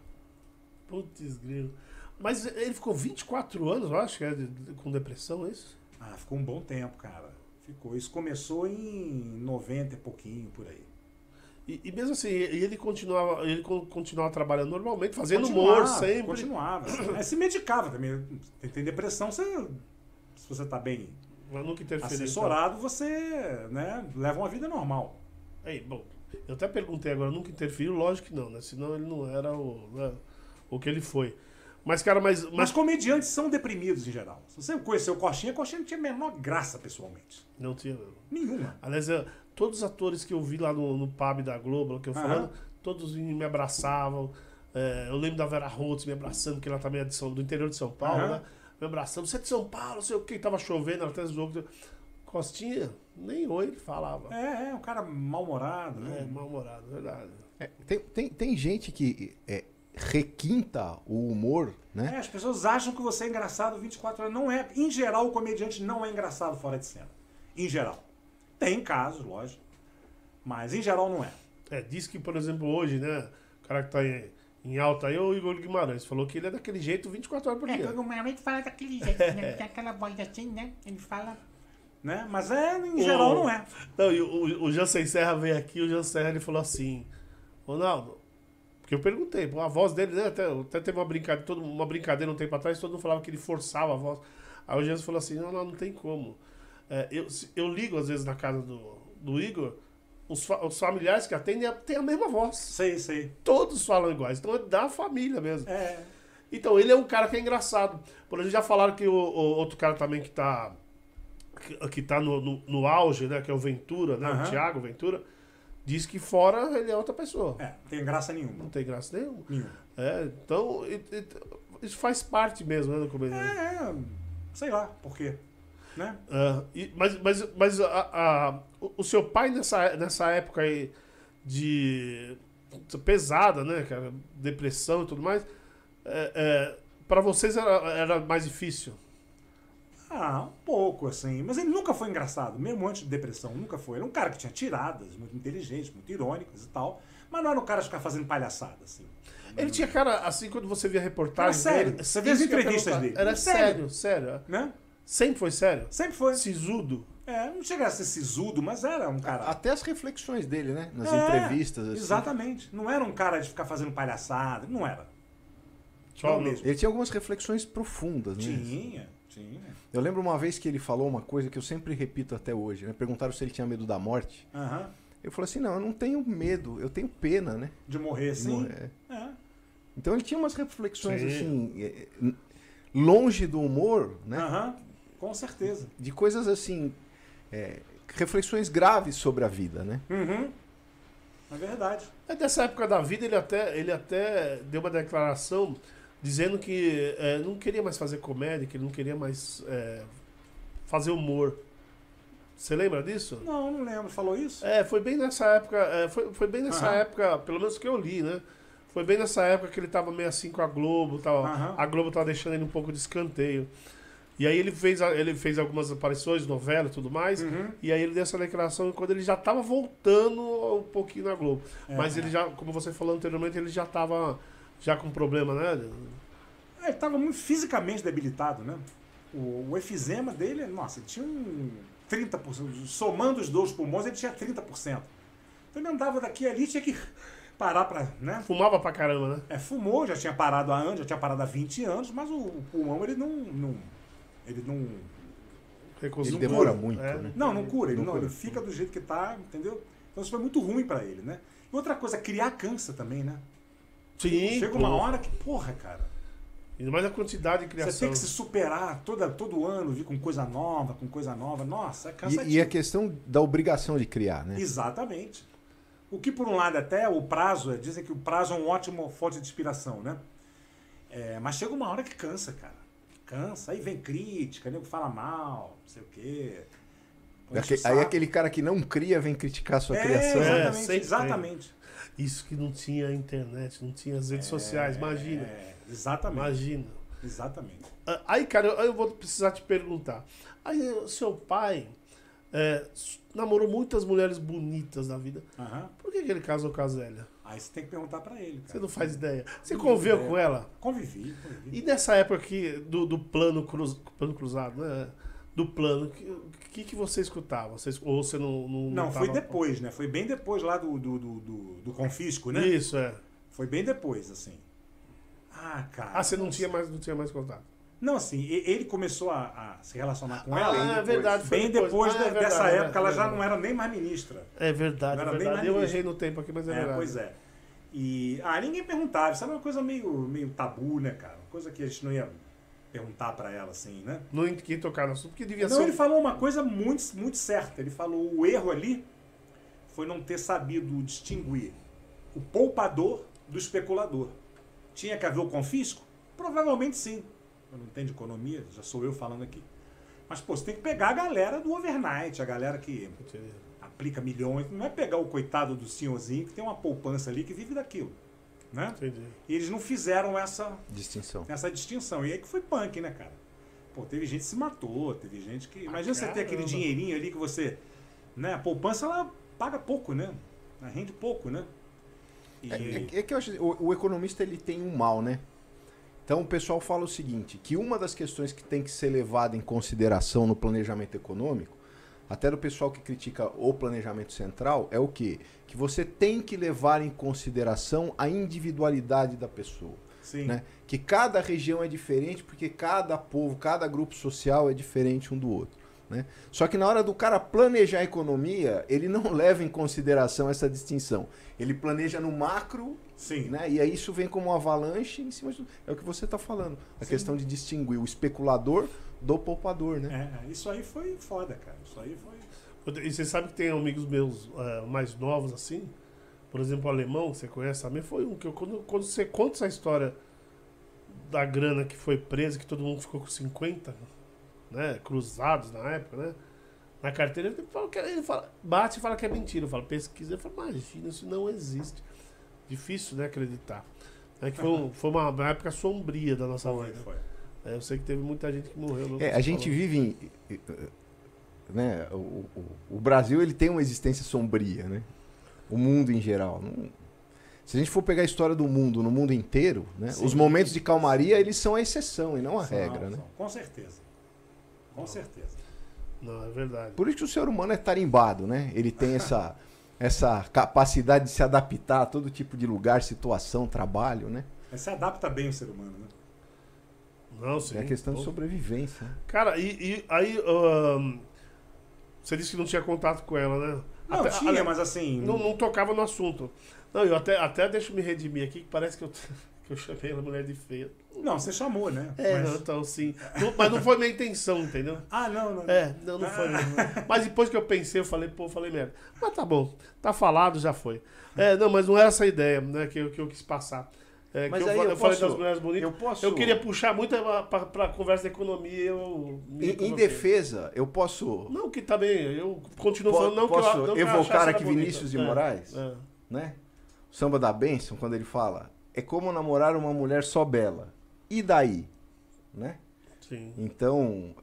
Putz, grilo. Mas ele ficou 24 anos, eu acho, com depressão, é isso? Ah, ficou um bom tempo, cara. Ficou. Isso começou em 90 e pouquinho, por aí. E mesmo assim, ele continuava trabalhando normalmente, fazendo humor sempre. Continuava. Assim. Se medicava também. Tem depressão, se você tá bem assessorado, você, né, leva uma vida normal. Aí, bom, eu até perguntei agora, nunca interferiu? Lógico que não, né? Senão ele não era o que ele foi. Mas, cara, mas comediantes são deprimidos em geral. Se você conheceu o Coxinha não tinha a menor graça pessoalmente. Não tinha, não. Nenhuma. Aliás, todos os atores que eu vi lá no pub da Globo, que eu falando, todos me abraçavam. Eu lembro da Vera Holtz me abraçando, que ela também é do interior de São Paulo, né? Me abraçando. Você é de São Paulo, não sei o que, tava chovendo, ela até zoou. Costinha, nem oi ele falava. Um cara mal-humorado. Né? Mal-humorado, verdade. Tem gente que requinta o humor, né? As pessoas acham que você é engraçado 24 horas. Não é. Em geral, o comediante não é engraçado fora de cena. Em geral. Tem casos, lógico. Mas em geral não é. Diz que, por exemplo, hoje, né? O cara que tá em alta aí é o Igor Guimarães. Falou que ele é daquele jeito 24 horas por dia. O Guimarães fala daquele jeito, né? Tem aquela voz assim, né? Ele fala... Né? Mas em geral não é. Não, e o Jansen Serra veio aqui, o Jansen Serra ele falou assim, Ronaldo, porque eu perguntei, a voz dele, né, até teve uma brincadeira um tempo atrás, todo mundo falava que ele forçava a voz. Aí o Jansen falou assim, não tem como. Eu ligo às vezes na casa do Igor, os familiares que atendem têm a mesma voz. Sei. Todos falam iguais, então é da família mesmo. É. Então ele é um cara que é engraçado. Por exemplo, já falaram que o outro cara também que tá no auge, né, que é o Ventura, né, o Thiago Ventura, diz que fora ele é outra pessoa. Não tem graça nenhuma. Não tem graça nenhuma. Nenhuma. Então, isso faz parte mesmo, né, do comediante. Sei lá, por quê? Né? Mas o seu pai nessa época aí pesada, né, cara, depressão e tudo mais, para vocês era mais difícil? Um pouco, assim. Mas ele nunca foi engraçado, mesmo antes de depressão, nunca foi. Ele é um cara que tinha tiradas, muito inteligente, muito irônicas e tal, mas não era um cara de ficar fazendo palhaçada, assim. Ele tinha cara, assim, quando você via reportagem... Era sério. Você vê as entrevistas dele. Era sério. Né? Sempre foi sério? Sempre foi. Sisudo? Não chega a ser sisudo, mas era um cara... Até as reflexões dele, né? Nas entrevistas, assim. Exatamente. Não era um cara de ficar fazendo palhaçada, não era. Só mesmo. Ele tinha algumas reflexões profundas, né? Tinha. Eu lembro uma vez que ele falou uma coisa que eu sempre repito até hoje, né? Perguntaram se ele tinha medo da morte. Eu falei assim, não, eu não tenho medo, eu tenho pena, né? De morrer, sim. Então ele tinha umas reflexões, assim, longe do humor, né? Com certeza. De coisas assim, reflexões graves sobre a vida, né? É verdade. Dessa época da vida, ele até deu uma declaração dizendo que não queria mais fazer comédia, que ele não queria mais fazer humor. Você lembra disso? Não lembro. Falou isso? Foi bem nessa época, foi bem nessa época, pelo menos que eu li, né? Foi bem nessa época que ele tava meio assim com a Globo, a Globo tava deixando ele um pouco de escanteio. E aí ele fez algumas aparições, novela e tudo mais, e aí ele deu essa declaração quando ele já tava voltando um pouquinho na Globo. Mas ele já, como você falou anteriormente, ele já tava com problema, né? Ele tava muito fisicamente debilitado, né? O efizema dele, nossa, ele tinha 30%. Somando os dois pulmões, ele tinha 30%. Então ele andava daqui ali, tinha que parar pra, né? Fumava pra caramba, né? Fumou, já tinha parado há anos, já tinha parado há 20 anos, mas o pulmão ele não Ele demora muito, né? Não cura. Ele fica do jeito que tá, entendeu? Então isso foi muito ruim pra ele, né? E outra coisa, criar cansa também, né? Sim. Chega uma hora que, porra, cara. Ainda mais a quantidade de criação. Você tem que se superar todo ano, vir com coisa nova. Nossa, é cansativo. E a questão da obrigação de criar, né? Exatamente. O que, por um lado, até o prazo, dizem que o prazo é uma ótima fonte de inspiração, né? Mas chega uma hora que cansa, cara. Cansa. Aí vem crítica, nego fala mal, não sei o quê. Aí aquele cara que não cria vem criticar a sua criação. Exatamente, sempre exatamente. Isso que não tinha internet, não tinha as redes sociais, imagina. Exatamente. Imagina. Exatamente. Aí, cara, eu vou precisar te perguntar. Aí, o seu pai namorou muitas mulheres bonitas na vida. Aham. Por que ele casou com a Zélia? Aí você tem que perguntar pra ele, cara. Você não faz ideia. Você Não conviveu tenho com ela? Convivi. E nessa época aqui do plano cruzado, né? Do plano, o que você escutava? Ou você Não, foi depois, né? Foi bem depois lá do confisco, né? Isso, é. Foi bem depois, assim. Ah, cara. Você não tinha mais contato. Não, assim, ele começou a se relacionar com ela é verdade. Foi bem depois verdade, dessa época, ela já verdade. não era nem mais ministra. É verdade, Era é bem verdade. mais Eu ministro. errei no tempo aqui, mas é verdade. Pois é. E ninguém perguntava, isso era uma coisa meio tabu, né, cara? Uma coisa que a gente não ia perguntar pra ela, assim, né? Não quis tocar no assunto, porque devia Não, ser. ele falou uma coisa muito, muito certa. Ele falou, o erro ali foi não ter sabido distinguir o poupador do especulador. Tinha que haver o confisco? Provavelmente sim. Eu não entendo de economia, já sou eu falando aqui. Mas, pô, você tem que pegar a galera do overnight, a galera que aplica milhões. Não é pegar o coitado do senhorzinho que tem uma poupança ali que vive daquilo. Né? Entendi. E eles não fizeram essa Distinção. distinção. E aí que foi punk, né, cara? Pô, teve gente que se matou, teve gente que... Imagina você ter aquele caramba. dinheirinho ali que você... Né? A poupança, ela paga pouco, né? Ela rende pouco, né? E... É que eu acho, o economista ele tem um mal, né? Então o pessoal fala o seguinte, que uma das questões que tem que ser levada em consideração no planejamento econômico, até do pessoal que critica o planejamento central, é o quê? Que você tem que levar em consideração a individualidade da pessoa. Sim. Né? Que cada região é diferente, porque cada povo, cada grupo social é diferente um do outro. Né? Só que na hora do cara planejar a economia, ele não leva em consideração essa distinção. Ele planeja no macro, Sim. né? E aí isso vem como uma avalanche em cima de... É o que você está falando. A Sim. questão de distinguir o especulador do poupador, né? Isso aí foi foda, cara. Isso aí foi... E você sabe que tem amigos meus mais novos assim? Por exemplo, o alemão, que você conhece também, foi um que quando você conta essa história da grana que foi presa, que todo mundo ficou com 50, né, cruzados na época, né? Na carteira, ele fala, bate e fala que é mentira. Eu falo, pesquisa, eu falo, imagina, isso não existe. Difícil, né, acreditar. É que foi uma época sombria da nossa vida. Foi. Eu sei que teve muita gente que morreu. A gente vive em... Né, o Brasil ele tem uma existência sombria, né? O mundo em geral. Se a gente for pegar a história do mundo no mundo inteiro, né, Sim. os momentos de calmaria eles são a exceção e não a regra. Né? Com certeza. Com certeza. Não, é verdade. Por isso que o ser humano é tarimbado, né? Ele tem essa capacidade de se adaptar a todo tipo de lugar, situação, trabalho, né? Mas se adapta bem o ser humano, né? Não, sim. É a questão de sobrevivência. Né? Cara, e aí você disse que não tinha contato com ela, né? Não, tinha, mas assim... Não tocava no assunto. Não, eu até deixa eu me redimir aqui, que parece que eu chamei ela mulher de feia. Não, você chamou, né? Não, então sim. Mas não foi minha intenção, entendeu? Não. Não foi. Não. Mas depois que eu pensei, eu falei merda. Mas tá bom, tá falado, já foi. Não, mas não era essa a ideia, né, que eu quis passar. Mas que aí eu falei das mulheres bonitas. Eu posso... queria puxar muito pra conversa da economia. Em defesa, eu posso... Não, que tá bem, eu continuo falando. Não posso que eu, não evocar aqui bonita. Vinícius de Moraes? Né? O Samba da Bênção, quando ele fala, é como namorar uma mulher só bela. E daí? Né? Sim. Então,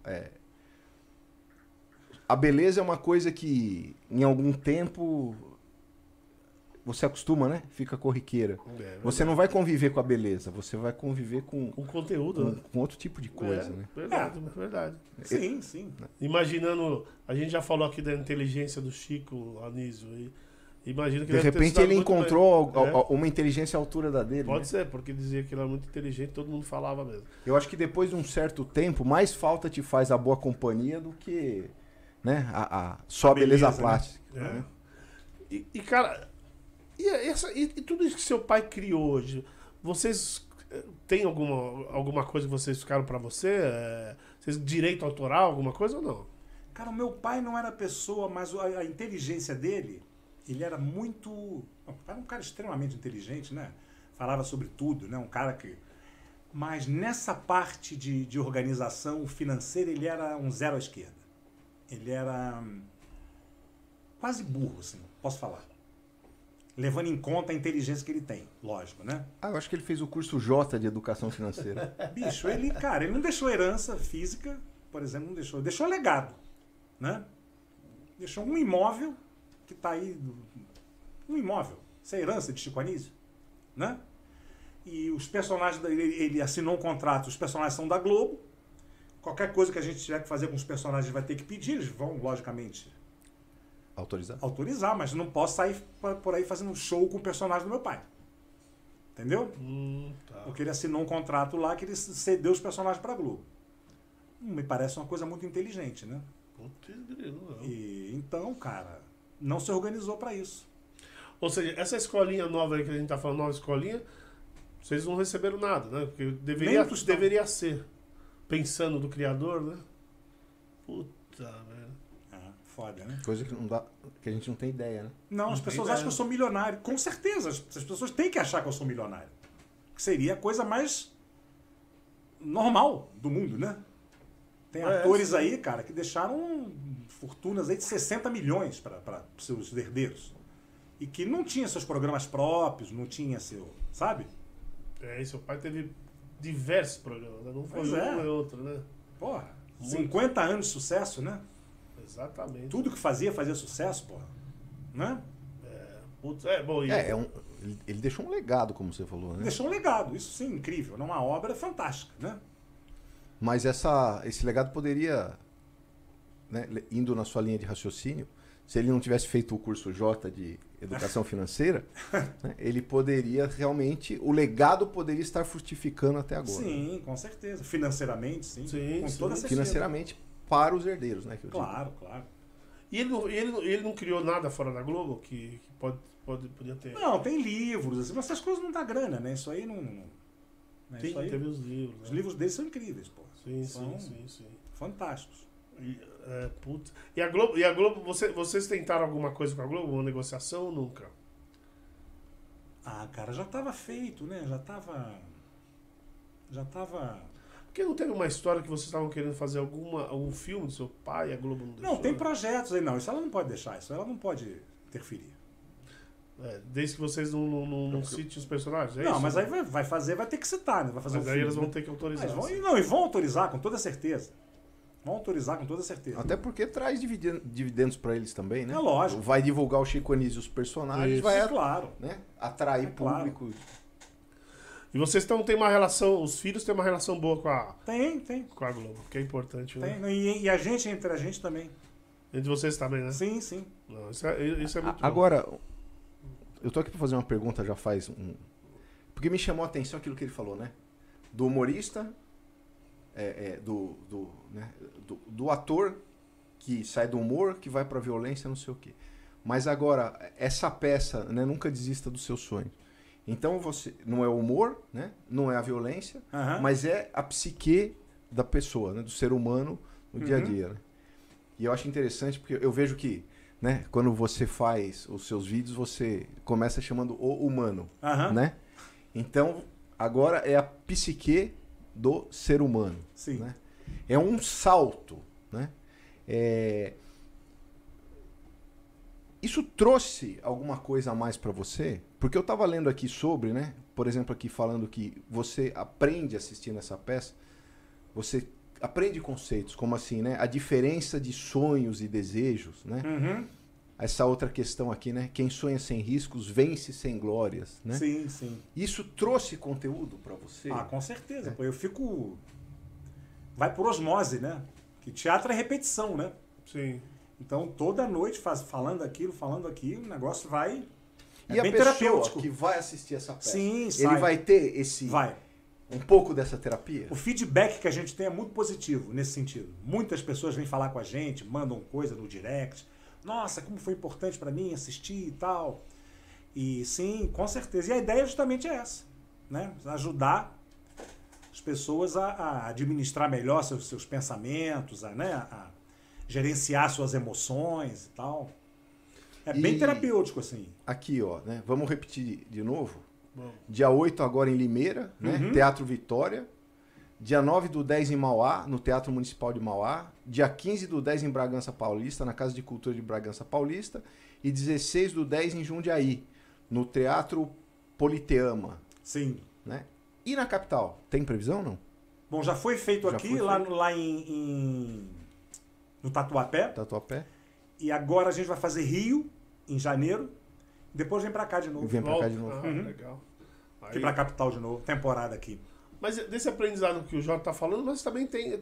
a beleza é uma coisa que em algum tempo você acostuma, né? Fica corriqueira. Você não vai conviver com a beleza, você vai conviver com conteúdo, né? Com outro tipo de coisa, né? Verdade. Sim. Imaginando, a gente já falou aqui da inteligência do Chico Anísio aí. Imagino que de repente ele encontrou uma inteligência à altura da dele. Pode ser, porque dizia que ele era muito inteligente, todo mundo falava mesmo. Eu acho que depois de um certo tempo, mais falta te faz a boa companhia do que, né, só a beleza plástica. Né? E cara, e tudo isso que seu pai criou hoje, vocês têm alguma coisa que vocês ficaram pra você? Vocês direito autoral, alguma coisa ou não? Cara, o meu pai não era pessoa, mas a inteligência dele... Ele era muito... Era um cara extremamente inteligente, né? Falava sobre tudo, né? Um cara que... Mas nessa parte de organização financeira, ele era um zero à esquerda. Ele era quase burro, assim, posso falar. Levando em conta a inteligência que ele tem, lógico, né? Eu acho que ele fez o curso J de Educação Financeira. Bicho, ele não deixou herança física, por exemplo, não deixou. Deixou legado, né? Deixou um imóvel que tá aí, um imóvel, isso é herança de Chico Anísio, né? E os personagens, ele assinou um contrato, os personagens são da Globo, qualquer coisa que a gente tiver que fazer com os personagens vai ter que pedir, eles vão, logicamente, autorizar, mas não posso sair por aí fazendo um show com o personagem do meu pai. Entendeu? Tá. Porque ele assinou um contrato lá que ele cedeu os personagens pra Globo. Me parece uma coisa muito inteligente, né? Putz, grilo, não. E então, cara, não se organizou pra isso. Ou seja, essa escolinha nova aí que a gente tá falando, nova escolinha, vocês não receberam nada, né? Porque deveria ser. Pensando do criador, né? Puta, velho. Foda, né? Coisa que, não dá, que a gente não tem ideia, né? Não, as pessoas acham que eu sou milionário. Com certeza, as pessoas têm que achar que eu sou milionário. Que seria a coisa mais normal do mundo, né? Tem atores sim. aí, cara, que deixaram fortunas aí de 60 milhões para seus herdeiros. E que não tinha seus programas próprios, não tinha seu... Sabe? E seu pai teve diversos programas, né? Não foi Pois um é. ou outro, né? Porra, Muito. 50 anos de sucesso, né? Exatamente. Tudo que fazia sucesso, porra. Né? Putz, bom, Ele deixou um legado, como você falou, né? Deixou um legado, isso sim, incrível. É uma obra fantástica, né? Mas esse legado poderia, né, indo na sua linha de raciocínio, se ele não tivesse feito o curso J de Educação Financeira, né, ele poderia realmente, o legado poderia estar frutificando até agora. Sim, com certeza. Financeiramente, sim. Sim, com sim. toda certeza. Financeiramente para os herdeiros, né? Que eu digo. Claro, claro. E ele não criou nada fora da Globo que podia ter? Não, tem livros, assim, mas essas coisas não dá grana, né? Isso aí não... né? Isso aí, Teve os livros. os né? livros dele são incríveis, pô. Sim, São sim. fantásticos. Putz. E a Globo, vocês tentaram alguma coisa com a Globo? Uma negociação ou nunca? Ah, cara, já tava feito, né? Já tava... Porque não teve uma história que vocês estavam querendo fazer algum filme do seu pai e a Globo não deixou? Não, tem projetos aí, não. Isso ela não pode deixar, isso ela não pode interferir. Desde que vocês não citem os personagens, é não, isso? mas aí vai fazer, vai ter que citar, né? Vai fazer Mas um aí filme, eles vão né? ter que autorizar. Mas assim. e vão autorizar com toda certeza. Vão autorizar com toda certeza. Até porque traz dividendos para eles também, né? É lógico. Vai divulgar o Chico Anísio e os personagens, Isso. vai Claro. né, atrair É claro. público. E vocês têm uma relação, os filhos têm uma relação boa Tem. com a Globo, que é importante, né? Tem. E a gente, entre a gente também. Entre vocês também, né? Sim, sim. Não, isso é muito bom. Agora, eu tô aqui para fazer uma pergunta já faz um... Porque me chamou a atenção aquilo que ele falou, né? Do humorista, do ator que sai do humor, que vai para violência, não sei o quê. Mas agora, essa peça, né, nunca desista dos seus sonhos. Então você não é o humor, né? Não é a violência, mas é a psique da pessoa, né? Do ser humano no dia a dia. Né? E eu acho interessante porque eu vejo que, né, quando você faz os seus vídeos, você começa chamando o humano, né? Então, agora é a psique do ser humano. Sim. Né? É um salto, né? Isso trouxe alguma coisa a mais para você? Porque eu estava lendo aqui sobre, né? Por exemplo, aqui falando que você aprende assistindo essa peça, você aprende conceitos, como assim, né? A diferença de sonhos e desejos, né? Essa outra questão aqui, né? Quem sonha sem riscos vence sem glórias, né? Sim, sim. Isso trouxe conteúdo para você? Ah, com certeza. Pô, eu fico... Vai por osmose, né? Que teatro é repetição, né? Sim. Então, toda noite falando aquilo, o negócio vai... E a bem pessoa terapêutico. que vai assistir essa peça, Sim, ele sai. vai ter um pouco dessa terapia? O feedback que a gente tem é muito positivo nesse sentido. Muitas pessoas vêm falar com a gente, mandam coisa no direct. Nossa, como foi importante para mim assistir e tal. E sim, com certeza. E a ideia justamente é essa, né? Ajudar as pessoas a administrar melhor seus pensamentos, a gerenciar suas emoções e tal. É bem terapêutico, assim. Aqui, ó, né? Vamos repetir de novo. Bom. Dia 8 agora em Limeira, né? Uhum. Teatro Vitória. Dia 9/10 em Mauá, no Teatro Municipal de Mauá. Dia 15/10 em Bragança Paulista, na Casa de Cultura de Bragança Paulista. E 16/10 em Jundiaí, no Teatro Politeama, Sim. né? E na capital, tem previsão não? Bom, já foi feito Já aqui, foi lá, feito. lá no Tatuapé. Tatuapé? E agora a gente vai fazer Rio, em janeiro. Depois vem pra cá de novo. Vem pra cá de novo. Ah, legal. Aqui pra capital de novo. Temporada aqui. Mas desse aprendizado que o Jota tá falando, mas também tem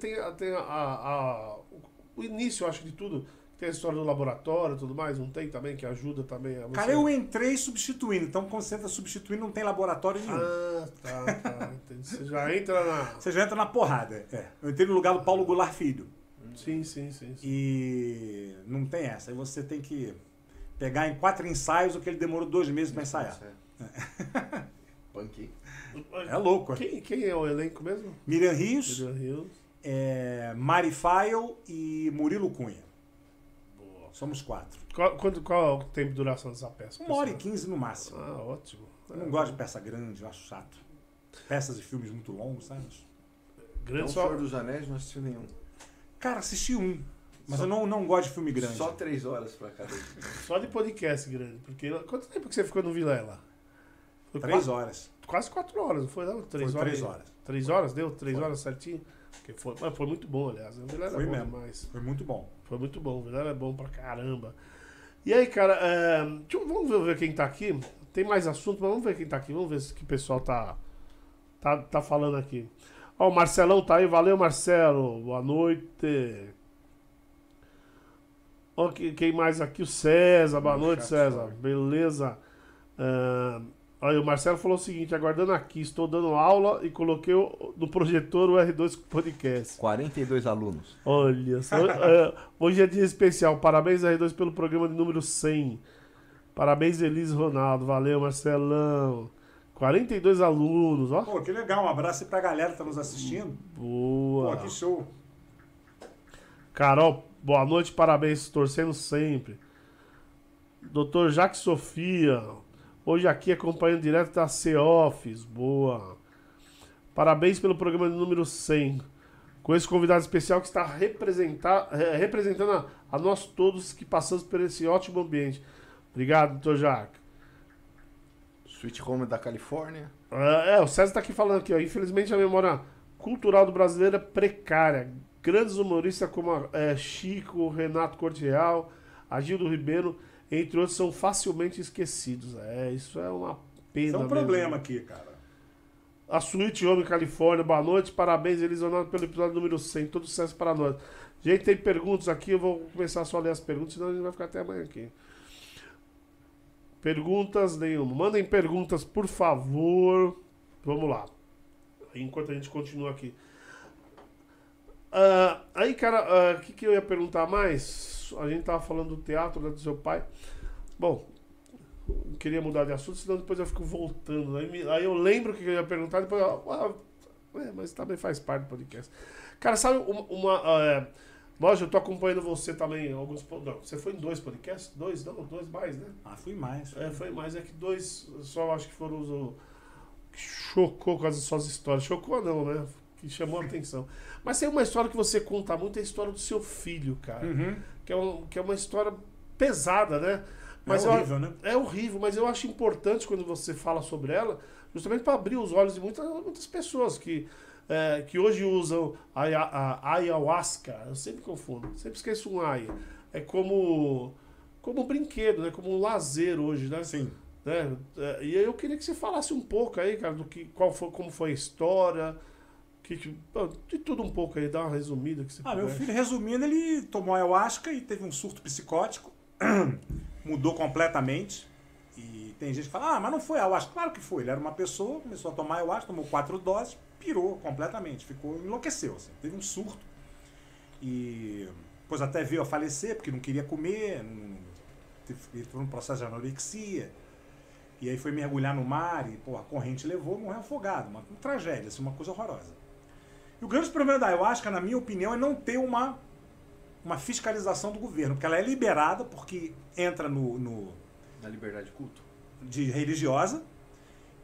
o início, eu acho, de tudo. Tem a história do laboratório e tudo mais, não tem também, que ajuda também a você... Cara, eu entrei substituindo. Então, quando você entra substituindo, não tem laboratório nenhum. Ah, tá. Entendi. Você já entra na... Você já entra na porrada. É. Eu entrei no lugar do Paulo Goulart Filho. Sim. E não tem essa. Aí você tem que pegar em 4 ensaios o que ele demorou 2 meses pra ensaiar. Punk. É louco. Quem é o elenco mesmo? Miriam Rios, Miriam Rios. Mari Fael e Murilo Cunha. Boa. Somos 4. Qual é o tempo de duração dessa peça? 1h15 no máximo. Ah, ótimo. Eu não gosto de peça grande, eu acho chato. Peças e filmes muito longos, sabe? Grande Então, só... Senhor dos Anéis não assistiu nenhum. Cara, assisti um. Mas Só- eu não gosto de filme grande. Só 3 horas pra cada. Só de podcast grande. Porque quanto tempo que você ficou no Vilela? Foi 3 horas. Quase 4 horas, não foi não? 3 Foi horas. 3 horas. 3 horas? Deu? 3 Foi. horas certinho? Mas foi muito bom, aliás. O Vilela Foi é bom mesmo. demais. Foi muito bom. Foi muito bom. O Vilela é bom pra caramba. E aí, cara, vamos ver quem tá aqui. Tem mais assunto, mas vamos ver quem tá aqui. Vamos ver se que o pessoal tá falando aqui. Ó, o Marcelão tá aí. Valeu, Marcelo. Boa noite. Ó, quem mais aqui? O César. Boa noite, César. Beleza. Olha, o Marcelo falou o seguinte: aguardando aqui, estou dando aula e coloquei no projetor o R2 Podcast. 42 alunos. Olha só, hoje é dia especial. Parabéns, R2, pelo programa de número 100. Parabéns, Elise Ronaldo. Valeu, Marcelão. 42 alunos, ó. Pô, que legal. Um abraço aí pra galera que tá nos assistindo. Boa. Pô, que show. Carol, boa noite, parabéns, torcendo sempre. Doutor Jacques Sofia, hoje aqui acompanhando direto da C-Office, boa. Parabéns pelo programa de número 100, com esse convidado especial que está representando a nós todos que passamos por esse ótimo ambiente. Obrigado, doutor Jacques. Sweet Home da Califórnia. O César está aqui falando aqui, ó. Infelizmente a memória cultural do brasileiro é precária. Grandes humoristas como Chico, Renato Corte Real, Agildo Ribeiro, entre outros, são facilmente esquecidos. Isso é uma pena. Isso é um mesmo. problema aqui, cara. A Sweet Home Califórnia, boa noite, parabéns, Elisa Ronaldo, pelo episódio número 100. Todo sucesso para nós. Gente, tem perguntas aqui, eu vou começar só a ler as perguntas, senão a gente vai ficar até amanhã aqui. Perguntas nenhuma. Mandem perguntas, por favor. Vamos lá. Enquanto a gente continua aqui. Aí, cara, o que eu ia perguntar mais? A gente tava falando do teatro, né, do seu pai. Bom, não queria mudar de assunto, senão depois eu fico voltando. Aí eu lembro o que eu ia perguntar, depois mas também faz parte do podcast. Cara, sabe Lógico, eu tô acompanhando você também em alguns... Não, você foi em 2 podcasts? 2? Não, 2 mais, né? Fui mais. Foi mais. É que 2 só acho que foram os... que chocou com as suas histórias. Chocou não, né? Que chamou a atenção. Mas tem uma história que você conta muito, é a história do seu filho, cara. Uhum. Que é uma história pesada, né? Mas é horrível, né? É horrível, mas eu acho importante quando você fala sobre ela, justamente para abrir os olhos de muitas pessoas que hoje usam a ayahuasca. Eu sempre confundo, sempre esqueço um aia. É como um brinquedo, né? Como um lazer hoje, né? Sim. Né? E eu queria que você falasse um pouco aí, cara, como foi a história, de tudo um pouco aí, dá uma resumida que você Meu puder. filho, resumindo, ele tomou ayahuasca e teve um surto psicótico, mudou completamente. E tem gente que fala, mas não foi ayahuasca. Claro que foi, ele era uma pessoa, começou a tomar ayahuasca, tomou 4 doses, pirou completamente, enlouqueceu, assim, teve um surto. E depois até veio a falecer, porque não queria comer, ele foi num processo de anorexia. E aí foi mergulhar no mar e, a corrente levou, morreu afogado. Uma tragédia, assim, uma coisa horrorosa. E o grande problema da ayahuasca, na minha opinião, é não ter uma fiscalização do governo, porque ela é liberada, porque entra Na liberdade de culto. de religiosa,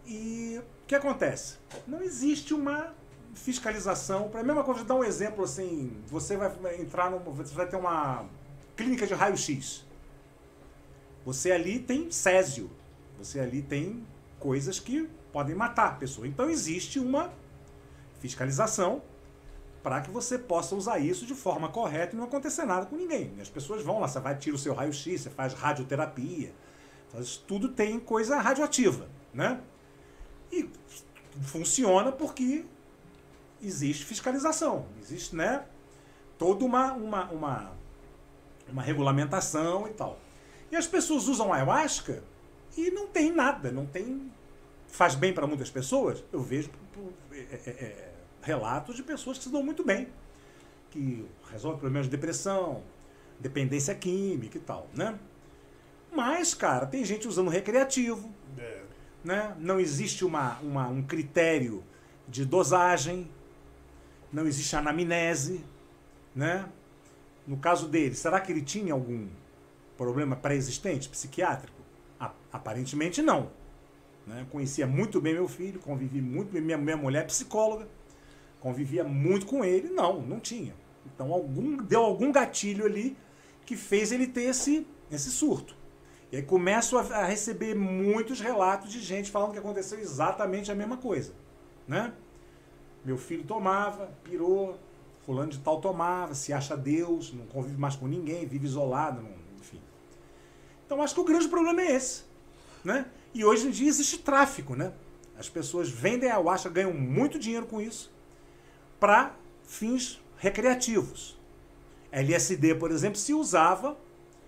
E o que acontece? Não existe uma fiscalização. Para a mesma coisa, dar um exemplo assim, você vai ter uma clínica de raio-x. Você ali tem césio. Você ali tem coisas que podem matar a pessoa. Então existe uma fiscalização para que você possa usar isso de forma correta e não acontecer nada com ninguém. As pessoas vão lá, você vai tirar o seu raio-x, você faz radioterapia, tudo tem coisa radioativa, né? E funciona porque existe fiscalização, existe, né, toda uma regulamentação e tal. E as pessoas usam ayahuasca e não tem nada, faz bem para muitas pessoas. Eu vejo relatos de pessoas que se dão muito bem, que resolvem problemas de depressão, dependência química e tal, né? Mas, cara, tem gente usando recreativo, né? Não existe um critério de dosagem, não existe anamnese, né? No caso dele, será que ele tinha algum problema pré-existente, psiquiátrico? Aparentemente não. Né? Conhecia muito bem meu filho, convivi muito bem, minha mulher é psicóloga, convivia muito com ele, não tinha. Então deu algum gatilho ali que fez ele ter esse surto. E aí começo a receber muitos relatos de gente falando que aconteceu exatamente a mesma coisa, né? Meu filho tomava, pirou, fulano de tal tomava, se acha Deus, não convive mais com ninguém, vive isolado, enfim. Então acho que o grande problema é esse, né? E hoje em dia existe tráfico, né? As pessoas vendem a ayahuasca, ganham muito dinheiro com isso para fins recreativos. LSD, por exemplo, se usava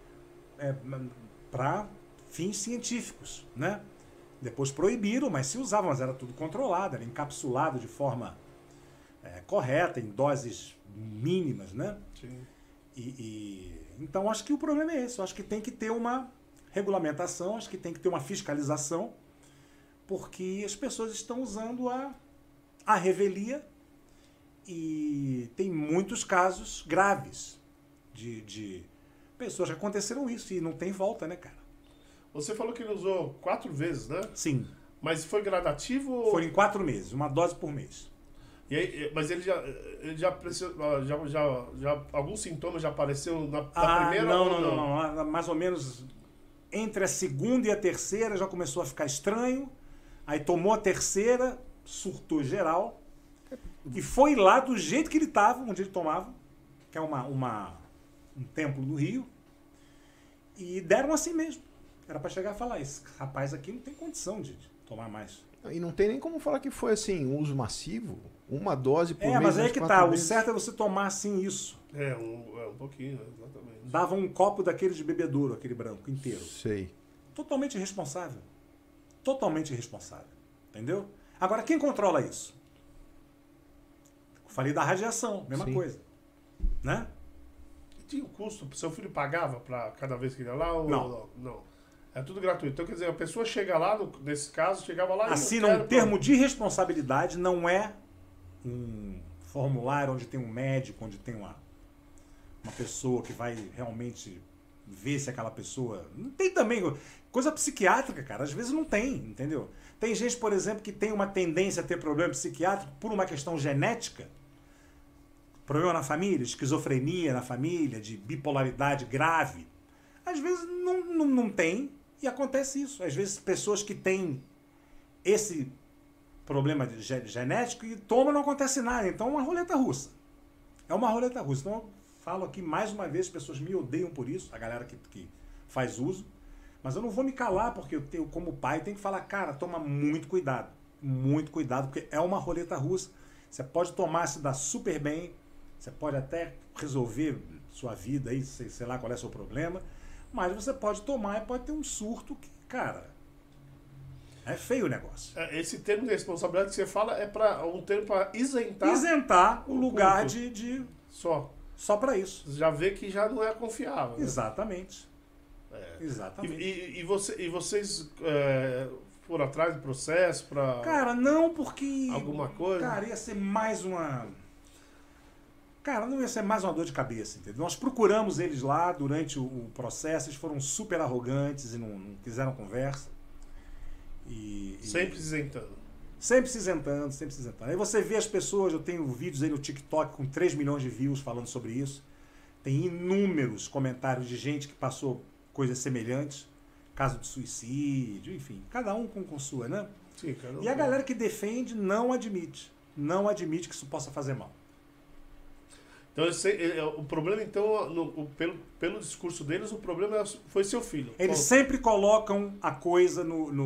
para fins científicos, né? Depois proibiram, mas se usava, mas era tudo controlado, era encapsulado de forma correta, em doses mínimas, né? Sim. Então acho que o problema é esse. Eu acho que tem que ter uma regulamentação, acho que tem que ter uma fiscalização, porque as pessoas estão usando a revelia e tem muitos casos graves de pessoas que aconteceram isso e não tem volta, né, cara? Você falou que ele usou 4 vezes, né? Sim. Mas foi gradativo ou... Foram em 4 meses, uma dose por mês. E aí, mas ele já alguns sintomas já apareceu na primeira? Não. Mais ou menos entre a segunda e a terceira já começou a ficar estranho. Aí tomou a terceira, surtou geral. E foi lá do jeito que ele estava, onde ele tomava, que é um templo do Rio. E deram assim mesmo. Era para chegar e falar, esse rapaz aqui não tem condição de tomar mais. E não tem nem como falar que foi assim, um uso massivo, uma dose por mês. Mas aí que tá, o certo é você tomar assim isso. Um pouquinho, exatamente. Dava um copo daquele de bebedouro, aquele branco inteiro. Sei. Totalmente irresponsável. Totalmente irresponsável. Entendeu? Agora, quem controla isso? Eu falei da radiação, mesma Sim. coisa. Né? E tinha o custo? Seu filho pagava para cada vez que ele ia lá? Ou não. É tudo gratuito. Então, quer dizer, a pessoa chega lá, nesse caso, chegava lá e assina um termo de responsabilidade, não é um formulário onde tem um médico, onde tem uma pessoa que vai realmente ver se aquela pessoa... Não tem também... Coisa psiquiátrica, cara, às vezes não tem, entendeu? Tem gente, por exemplo, que tem uma tendência a ter problema psiquiátrico por uma questão genética, problema na família, esquizofrenia na família, de bipolaridade grave. Às vezes não tem e acontece isso. Às vezes pessoas que têm esse problema genético e tomam não acontece nada. Então é uma roleta russa. É uma roleta russa. Então eu falo aqui mais uma vez, as pessoas me odeiam por isso, a galera que faz uso. Mas eu não vou me calar, porque eu como pai, tenho que falar, cara, toma muito cuidado, porque é uma roleta russa. Você pode tomar, se dá super bem, você pode até resolver sua vida aí, sei lá qual é o seu problema, mas você pode tomar e pode ter um surto que, cara, é feio o negócio. Esse termo de responsabilidade que você fala é para um termo para isentar... Isentar o lugar de... Só para isso. Você já vê que já não é confiável. Né? Exatamente. Exatamente. E vocês foram atrás do processo para... Cara, não, porque... Alguma coisa? Cara, ia ser mais uma... Cara, não ia ser mais uma dor de cabeça, entendeu? Nós procuramos eles lá durante o processo, eles foram super arrogantes e não quiseram conversa. Sempre se isentando. Sempre se isentando, sempre se isentando. Aí você vê as pessoas, eu tenho vídeos aí no TikTok com 3 milhões de views falando sobre isso. Tem inúmeros comentários de gente que passou coisas semelhantes, caso de suicídio, enfim, cada um com sua, né? Sim, cada um E a tem. galera que defende não admite que isso possa fazer mal. Então, o problema, então, pelo discurso deles, o problema foi seu filho. Eles Ponto. sempre colocam a coisa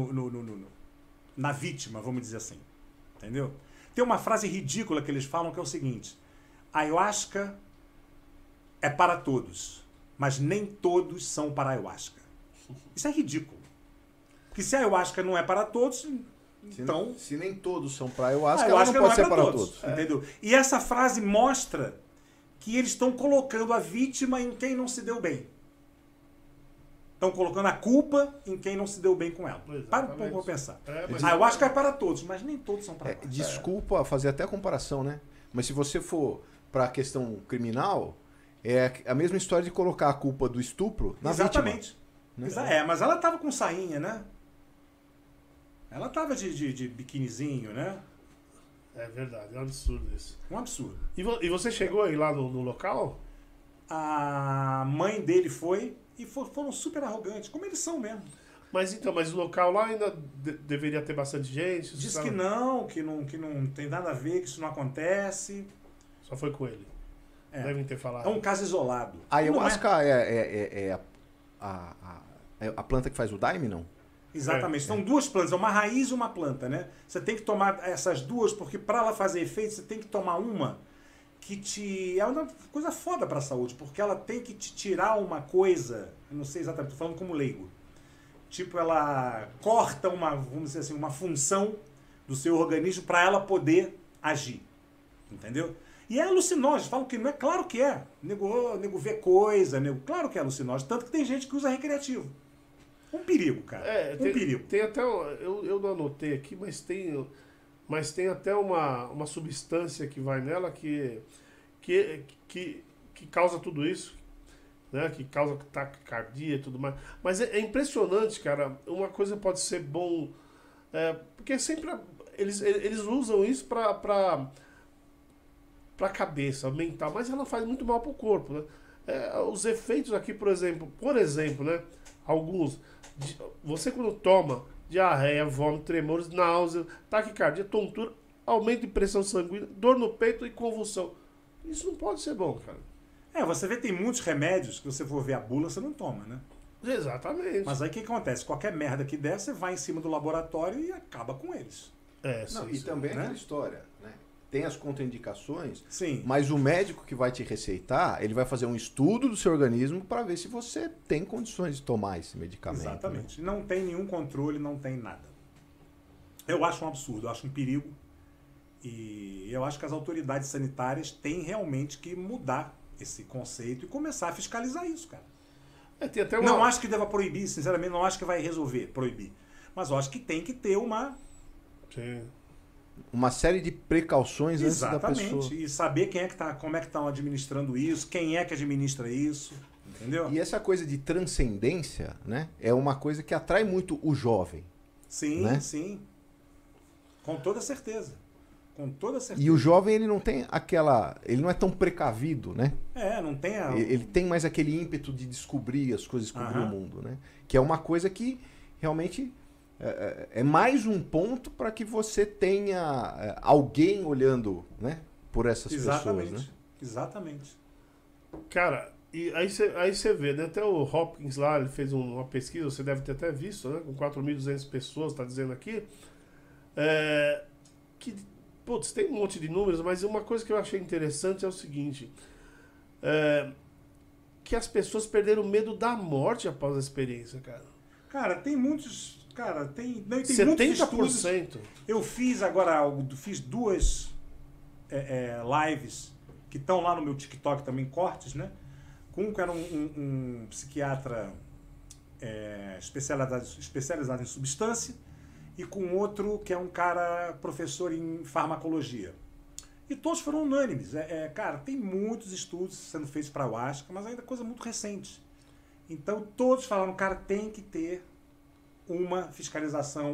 na vítima, vamos dizer assim. Entendeu? Tem uma frase ridícula que eles falam que é o seguinte: a ayahuasca é para todos, mas nem todos são para a ayahuasca. Isso é ridículo. Porque se a ayahuasca não é para todos, então Se nem todos são pra a ayahuasca, ela ayahuasca não pode ser para todos. todos. Entendeu? E essa frase mostra que eles estão colocando a vítima em quem não se deu bem. Estão colocando a culpa em quem não se deu bem com ela. Para um pouco pra pensar. Mas A ayahuasca é para todos, mas nem todos são para ayahuasca. Desculpa fazer até a comparação, né? Mas se você for pra questão criminal, é a mesma história de colocar a culpa do estupro na Exatamente. vítima. Mas ela tava com sainha, né? Ela tava de biquinizinho, né? É verdade, é um absurdo isso. Um absurdo. E você chegou aí lá no local? A mãe dele foi e foram super arrogantes, como eles são mesmo. Mas o local lá ainda deveria ter bastante gente? Diz sabe? que não tem nada a ver, que isso não acontece. Só foi com ele. É. Devem ter falado. É um caso isolado. A E não ayahuasca é a planta que faz o daime, não? Exatamente. São duas plantas, é uma raiz e uma planta, né? Você tem que tomar essas duas, porque para ela fazer efeito, você tem que tomar uma que é uma coisa foda para a saúde, porque ela tem que te tirar uma coisa, eu não sei exatamente, tô falando como leigo. Tipo, ela corta vamos dizer assim, uma função do seu organismo para ela poder agir. Entendeu? E é alucinógeno, falam que não é, claro que é. Nego vê coisa, claro que é alucinógeno, tanto que tem gente que usa recreativo. Um perigo, cara. Perigo. Tem até, eu não anotei aqui, mas tem até uma substância que vai nela que causa tudo isso, né? Que causa taquicardia e tudo mais. Mas é impressionante, cara. Uma coisa pode ser bom, porque sempre eles usam isso para cabeça, mental, mas ela faz muito mal pro corpo, né? Os efeitos aqui, por exemplo, né? Alguns. Você quando toma diarreia, vômito, tremores, náusea, taquicardia, tontura, aumento de pressão sanguínea, dor no peito e convulsão. Isso não pode ser bom, cara. Você vê que tem muitos remédios que você for ver a bula, você não toma, né? Exatamente. Mas aí o que acontece? Qualquer merda que der, você vai em cima do laboratório e acaba com eles. E também aquela história, né? Tem as contraindicações, Sim. mas o médico que vai te receitar, ele vai fazer um estudo do seu organismo para ver se você tem condições de tomar esse medicamento. Exatamente. Né? Não tem nenhum controle, não tem nada. Eu acho um absurdo, eu acho um perigo. E eu acho que as autoridades sanitárias têm realmente que mudar esse conceito e começar a fiscalizar isso, cara. Tem até Não acho que deva proibir, sinceramente, não acho que vai resolver proibir. Mas eu acho que tem que ter uma série de precauções antes da pessoa. Exatamente. E saber como é que estão administrando isso, quem é que administra isso, entendeu? E essa coisa de transcendência, né? É uma coisa que atrai muito o jovem. Sim, né? sim. Com toda certeza. Com toda certeza. E o jovem, ele não tem ele não é tão precavido, né? Não tem Ele tem mais aquele ímpeto de descobrir as coisas, descobrir o mundo, né? Que é uma coisa que realmente é mais um ponto para que você tenha alguém olhando, né, por essas pessoas, né? Exatamente. Cara, e aí você vê, né? Até o Hopkins lá, ele fez uma pesquisa, você deve ter até visto, né? Com 4.200 pessoas, tá dizendo aqui. Que, putz, tem um monte de números, mas uma coisa que eu achei interessante é o seguinte. Que as pessoas perderam medo da morte após a experiência, cara. Cara, tem muitos... Cara, tem 70%. Muitos estudos. Eu fiz duas lives que estão lá no meu TikTok também, cortes, né? Com um que era um psiquiatra especializado em substância e com outro que é um cara professor em farmacologia. E todos foram unânimes. Cara, tem muitos estudos sendo feitos para ayahuasca, mas ainda é coisa muito recente. Então todos falaram, cara, tem que ter uma fiscalização,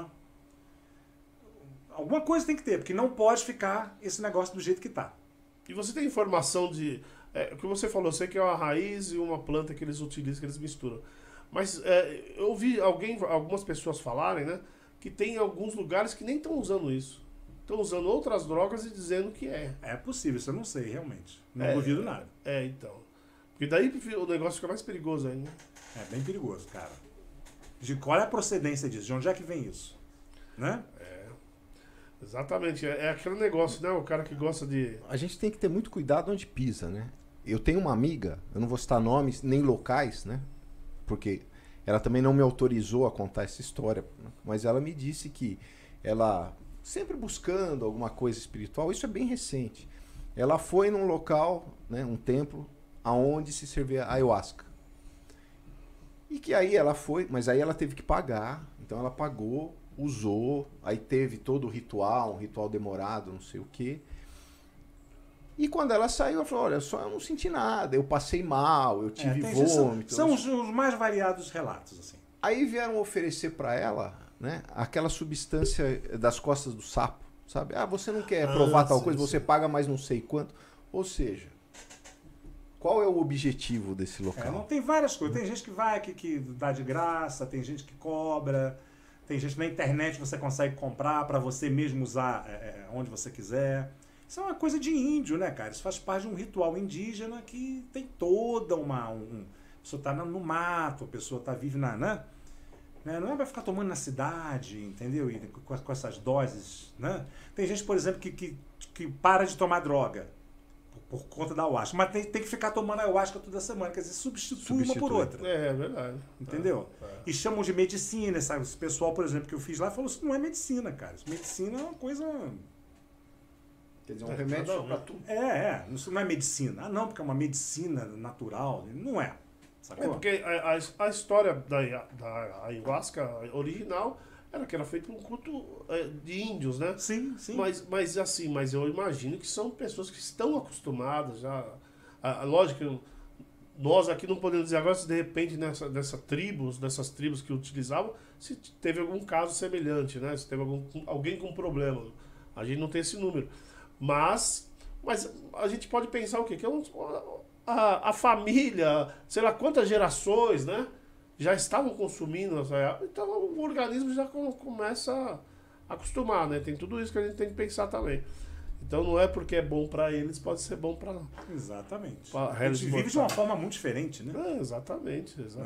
alguma coisa tem que ter, porque não pode ficar esse negócio do jeito que tá. E você tem informação de... o que você falou, eu sei que é uma raiz e uma planta que eles utilizam, que eles misturam. Mas eu ouvi algumas pessoas falarem, né, que tem alguns lugares que nem estão usando isso. Estão usando outras drogas e dizendo que é. É possível, isso eu não sei, realmente. Não duvido nada. Então. Porque daí o negócio fica mais perigoso ainda. É bem perigoso, cara. Qual é a procedência disso? De onde é que vem isso? Né? Exatamente. É aquele negócio, né? O cara que gosta de... A gente tem que ter muito cuidado onde pisa, né? Eu tenho uma amiga, eu não vou citar nomes nem locais, né? Porque ela também não me autorizou a contar essa história, né? Mas ela me disse que ela, sempre buscando alguma coisa espiritual, isso é bem recente. Ela foi num local, né, um templo, aonde se servia ayahuasca. E que aí ela foi, mas aí ela teve que pagar, então ela pagou, usou, aí teve todo o ritual, um ritual demorado, não sei o quê. E quando ela saiu, ela falou, olha só, eu não senti nada, eu passei mal, eu tive vômito. São os mais variados relatos, assim. Aí vieram oferecer para ela, né, aquela substância das costas do sapo, sabe? Ah, você não quer provar tal coisa, você paga mais não sei quanto. Ou seja, qual é o objetivo desse local? Não, tem várias coisas. Tem gente que vai, que dá de graça, tem gente que cobra, tem gente na internet você consegue comprar para você mesmo usar onde você quiser. Isso é uma coisa de índio, né, cara? Isso faz parte de um ritual indígena que tem toda a pessoa tá no mato, a pessoa tá vive né? Não é pra ficar tomando na cidade, entendeu? E com essas doses, né? Tem gente, por exemplo, que para de tomar droga por conta da ayahuasca, mas tem que ficar tomando ayahuasca toda semana, quer dizer, substitui uma por outra. É verdade. Entendeu? E chamam de medicina, sabe? Esse pessoal, por exemplo, que eu fiz lá, falou isso não é medicina, cara. Isso medicina é uma coisa... Quer dizer, um remédio só pra tudo. Isso não é medicina. Ah, não, porque é uma medicina natural. Não é. Sacou? Porque a história da ayahuasca original era que era feito por um culto de índios, né? Sim. Mas eu imagino que são pessoas que estão acostumadas já. Lógico que nós aqui não podemos dizer agora se de repente dessas tribos que utilizavam, se teve algum caso semelhante, né? Se teve alguém com problema. A gente não tem esse número. Mas a gente pode pensar o quê? Que a família, sei lá quantas gerações, né? Já estavam consumindo, então o organismo já começa a acostumar, né? Tem tudo isso que a gente tem que pensar também. Então não é porque é bom para eles, pode ser bom para... Exatamente. A gente vive de uma forma muito diferente, né? Exatamente. Deixa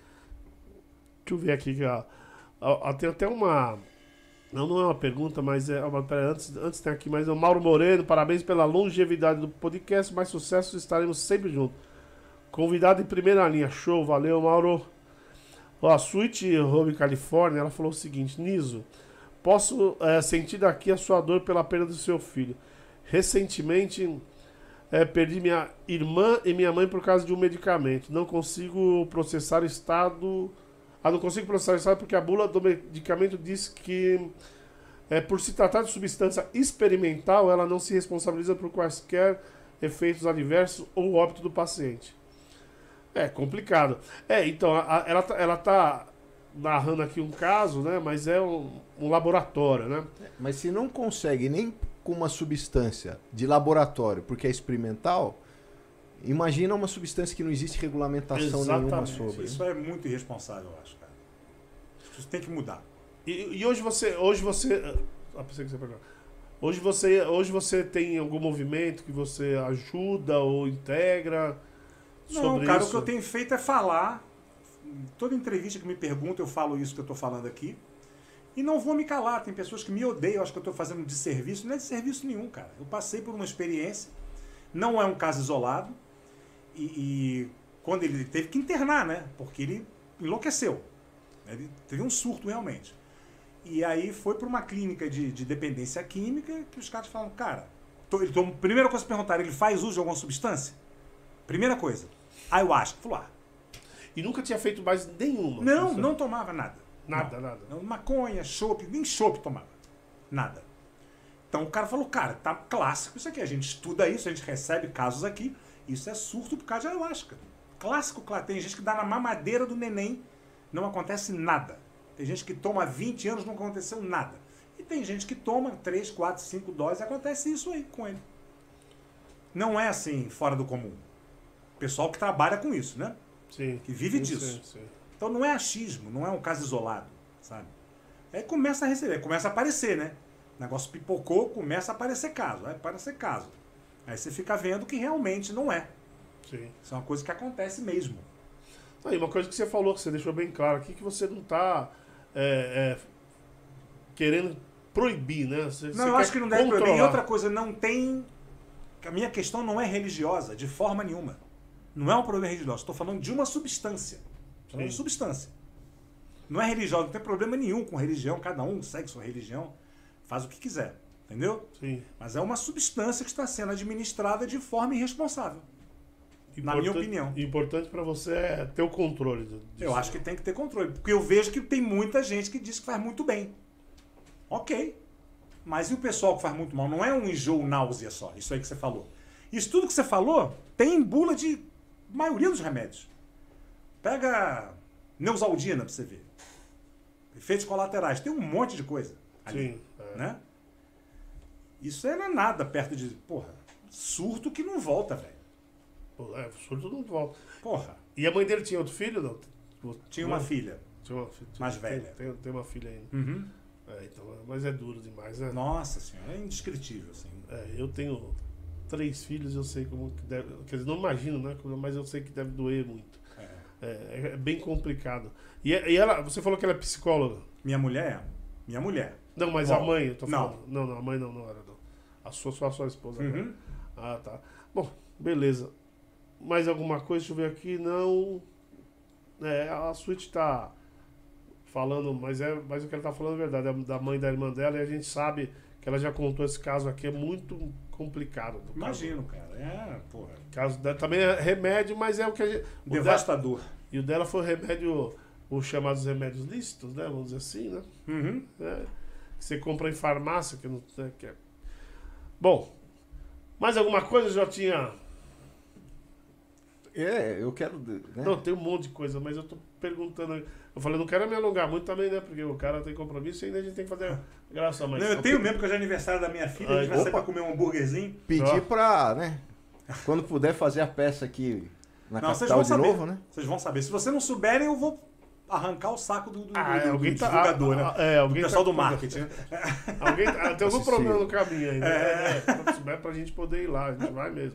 eu ver aqui que tem até uma... Não é uma pergunta, mas antes tem aqui mais o Mauro Moreno, parabéns pela longevidade do podcast, mais sucesso, estaremos sempre juntos. Convidado em primeira linha, show, valeu Mauro. A Sweet Home Califórnia, ela falou o seguinte, Niso, posso sentir daqui a sua dor pela perda do seu filho. Recentemente perdi minha irmã e minha mãe por causa de um medicamento. Não consigo processar o estado... não consigo processar o estado porque a bula do medicamento diz que por se tratar de substância experimental, ela não se responsabiliza por quaisquer efeitos adversos ou óbito do paciente. É complicado. Então, ela tá narrando aqui um caso, né? Mas é um laboratório, né? Mas se não consegue nem com uma substância de laboratório, porque é experimental, imagina uma substância que não existe regulamentação nenhuma sobre. Isso é muito irresponsável, eu acho, cara. Isso tem que mudar. E hoje você pensei que você perguntou. Hoje você tem algum movimento que você ajuda ou integra? Não, cara, o que eu tenho feito é falar. Toda entrevista que me pergunta, eu falo isso que eu estou falando aqui. E não vou me calar. Tem pessoas que me odeiam, acho que eu estou fazendo desserviço. Não é desserviço nenhum, cara. Eu passei por uma experiência. Não é um caso isolado. E quando ele teve que internar, né? Porque ele enlouqueceu. Ele teve um surto realmente. E aí foi para uma clínica de dependência química que os caras falam, cara... primeira coisa que perguntaram, ele faz uso de alguma substância? Primeira coisa. Ayahuasca. Falou, E nunca tinha feito mais nenhuma? Não tomava nada. Nada. Maconha, chopp, nem chopp tomava. Nada. Então o cara falou, cara, tá clássico isso aqui. A gente estuda isso, a gente recebe casos aqui. Isso é surto por causa de ayahuasca. Clássico, claro. Tem gente que dá na mamadeira do neném, não acontece nada. Tem gente que toma há 20 anos e não aconteceu nada. E tem gente que toma 3, 4, 5 doses e acontece isso aí com ele. Não é assim, fora do comum. Pessoal que trabalha com isso, né? Sim. Que vive disso. Sim. Então não é achismo, não é um caso isolado, sabe? Aí começa a receber, começa a aparecer, né? O negócio pipocou, começa a aparecer caso, vai aparecer caso. Aí você fica vendo que realmente não é. Sim. Isso é uma coisa que acontece mesmo. Aí, uma coisa que você falou, que você deixou bem claro aqui, que você não está querendo proibir, né? Não, eu acho que não deve proibir. E outra coisa, não tem... A minha questão não é religiosa, de forma nenhuma. Não é um problema religioso. Estou falando de uma substância. Estou falando de substância. Não é religioso, não tem problema nenhum com religião. Cada um segue sua religião, faz o que quiser. Entendeu? Sim. Mas é uma substância que está sendo administrada de forma irresponsável. Na minha opinião. Importante para você é ter o controle disso. Eu acho que tem que ter controle. Porque eu vejo que tem muita gente que diz que faz muito bem. Ok. Mas e o pessoal que faz muito mal? Não é um enjoo, náusea só. Isso aí que você falou. Isso tudo que você falou tem em bula de maioria dos remédios. Pega Neosaldina pra você ver. Efeitos colaterais. Tem um monte de coisa ali. Sim. Né? Isso não é nada perto de... Porra, surto que não volta, velho. Surto não volta. Porra. E a mãe dele tinha outro filho, não? Tinha uma filha. Tinha uma filha. Mais velha. Tem uma filha ainda. Uhum. Então, mas é duro demais, né? Nossa senhora, é indescritível, assim. Eu tenho 3 filhos, eu sei como que deve... Quer dizer, não imagino, né? Mas eu sei que deve doer muito. É bem complicado. E ela, você falou que ela é psicóloga? Minha mulher? Minha mulher. Não, mas a mãe, eu tô falando. Não. Não, a mãe não era. Não. Só a sua esposa. Uhum. Ah, tá. Bom, beleza. Mais alguma coisa? Deixa eu ver aqui. Não. A Switch tá falando, mas o que ela tá falando é verdade. É da mãe da irmã dela, e a gente sabe que ela já contou esse caso aqui. É muito complicado. Imagino, cara. Porra. O caso dela também é remédio, mas é o que a gente... Devastador. E o dela foi remédio, os chamados remédios lícitos, né? Vamos dizer assim, né? Uhum. Que você compra em farmácia, que não... Bom, mais alguma coisa, Jotinha? Eu quero... Né? Não, tem um monte de coisa, mas eu tô perguntando... Eu falei, não quero me alongar muito também, né? Porque o cara tem compromisso e ainda a gente tem que fazer graça mais. Não, eu tenho mesmo, porque hoje é aniversário da minha filha, a gente vai sair pra comer um hambúrguerzinho. Pedir pra, né? Quando puder fazer a peça aqui na capital de novo, né? Vocês vão saber. Se vocês não souberem, eu vou arrancar o saco do divulgador, né? Alguém o pessoal do marketing. Alguém tem algum problema no caminho ainda. Quando souber, pra gente poder ir lá, a gente vai mesmo.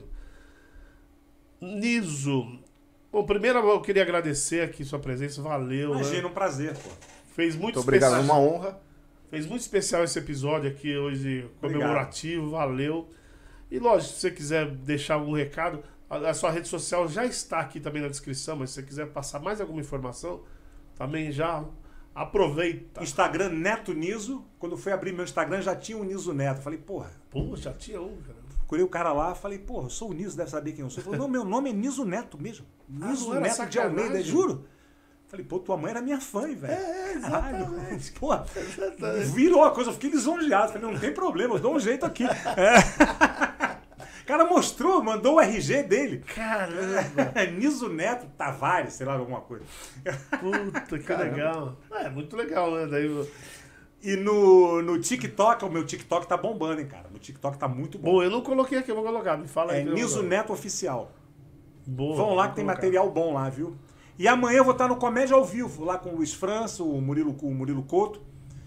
Niso. Bom, primeiro eu queria agradecer aqui sua presença, valeu. Imagina, né? um prazer, pô. Fez muito obrigado, é uma honra. Fez muito especial esse episódio aqui hoje, comemorativo, valeu. E lógico, se você quiser deixar algum recado, a sua rede social já está aqui também na descrição, mas se você quiser passar mais alguma informação, também já aproveita. Instagram Neto Niso. Quando eu fui abrir meu Instagram, já tinha um Niso Neto. Falei, porra. Pô, já tinha um, cara. Procurei o cara lá, falei, porra, eu sou o Niso, deve saber quem eu sou. Ele falou, não, meu nome é Niso Neto mesmo. Niso Neto de Almeida, juro. Falei, pô, tua mãe era minha fã, velho. Exatamente. Porra, virou a coisa, eu fiquei lisonjeado. Falei, não tem problema, eu dou um jeito aqui. O cara mostrou, mandou o RG dele. Caramba! Niso Neto Tavares, sei lá, alguma coisa. Puta, que legal. Muito legal, né? Daí... E no TikTok, o meu TikTok tá bombando, hein, cara. Meu TikTok tá muito bom. Bom, eu não coloquei aqui, eu vou colocar. Me fala aí. Niso Neto Oficial. Boa. Vão lá que tem material bom lá, viu? E amanhã eu vou estar no Comédia ao Vivo, lá com o Luiz França, o Murilo Couto.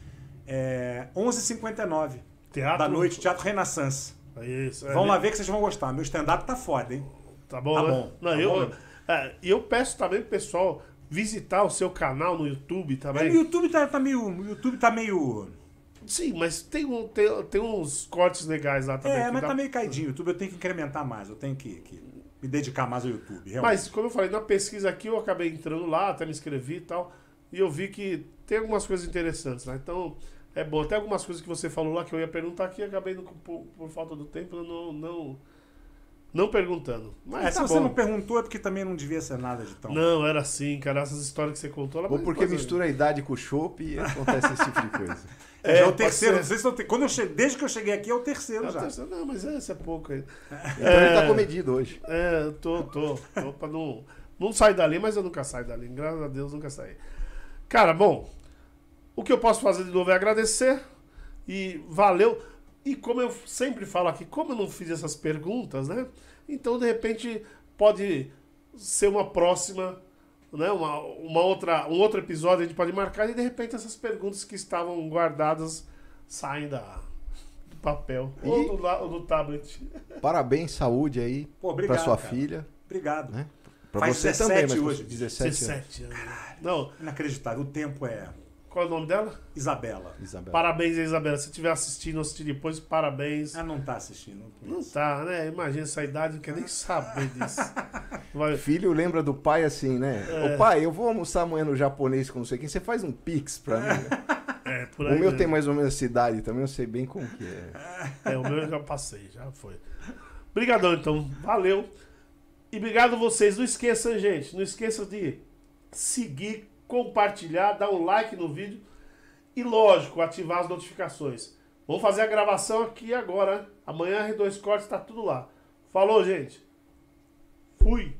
11h59 da noite, Teatro Renaissance. Isso, vão lá ver que vocês vão gostar. Meu stand-up tá foda, hein? Tá bom, tá né? bom. Não, e eu peço também pro pessoal visitar o seu canal no YouTube também. O YouTube tá meio... Sim, mas tem uns cortes legais lá também. Mas tá meio caidinho. O YouTube eu tenho que incrementar mais. Eu tenho que me dedicar mais ao YouTube, realmente. Mas, como eu falei, na pesquisa aqui eu acabei entrando lá, até me inscrevi e tal, e eu vi que tem algumas coisas interessantes, né? Então, é bom. Até algumas coisas que você falou lá que eu ia perguntar aqui, acabei, por falta do tempo, não perguntando. Mas se você não perguntou é porque também não devia ser nada de tão... Não, era assim, cara. Essas histórias que você contou... Ou porque mistura a idade com o chopp e acontece esse tipo de coisa. É o terceiro. Não sei se desde que eu cheguei aqui é o terceiro já. Não, mas esse é pouco aí. Então ele tá comedido hoje. Tô pra não sair dali, mas eu nunca saio dali. Graças a Deus, nunca saí. Cara, bom, O que eu posso fazer de novo é agradecer. E valeu. E como eu sempre falo aqui, como eu não fiz essas perguntas, né? Então, de repente, pode ser uma próxima, né? Um outro episódio a gente pode marcar e, de repente, essas perguntas que estavam guardadas saem do papel ou do tablet. Parabéns, saúde aí Pô, obrigado, pra sua cara. filha. Obrigado. Né? Pra Faz você 17 também, mas hoje. 17 anos. Não, Inacreditável. O tempo é... qual é o nome dela? Isabela. Isabela. Parabéns, Isabela. Se estiver assistindo ou assistir depois, parabéns. Ah, não tá assistindo. Não tá, né? Imagina essa idade, não quer nem saber disso. Vai... Filho lembra do pai assim, né? Ô pai, eu vou almoçar amanhã no japonês com não sei quem. Você faz um pix pra mim. Né? Por aí O meu mesmo. tem mais ou menos essa idade também, eu sei bem como que é. O meu eu já passei, já foi. Obrigadão, então. Valeu. E obrigado a vocês. Não esqueçam, gente. Não esqueçam de seguir, compartilhar, dar um like no vídeo. E, lógico, ativar as notificações. Vamos fazer a gravação aqui agora. Amanhã R2 Cortes tá tudo lá. Falou, gente. Fui.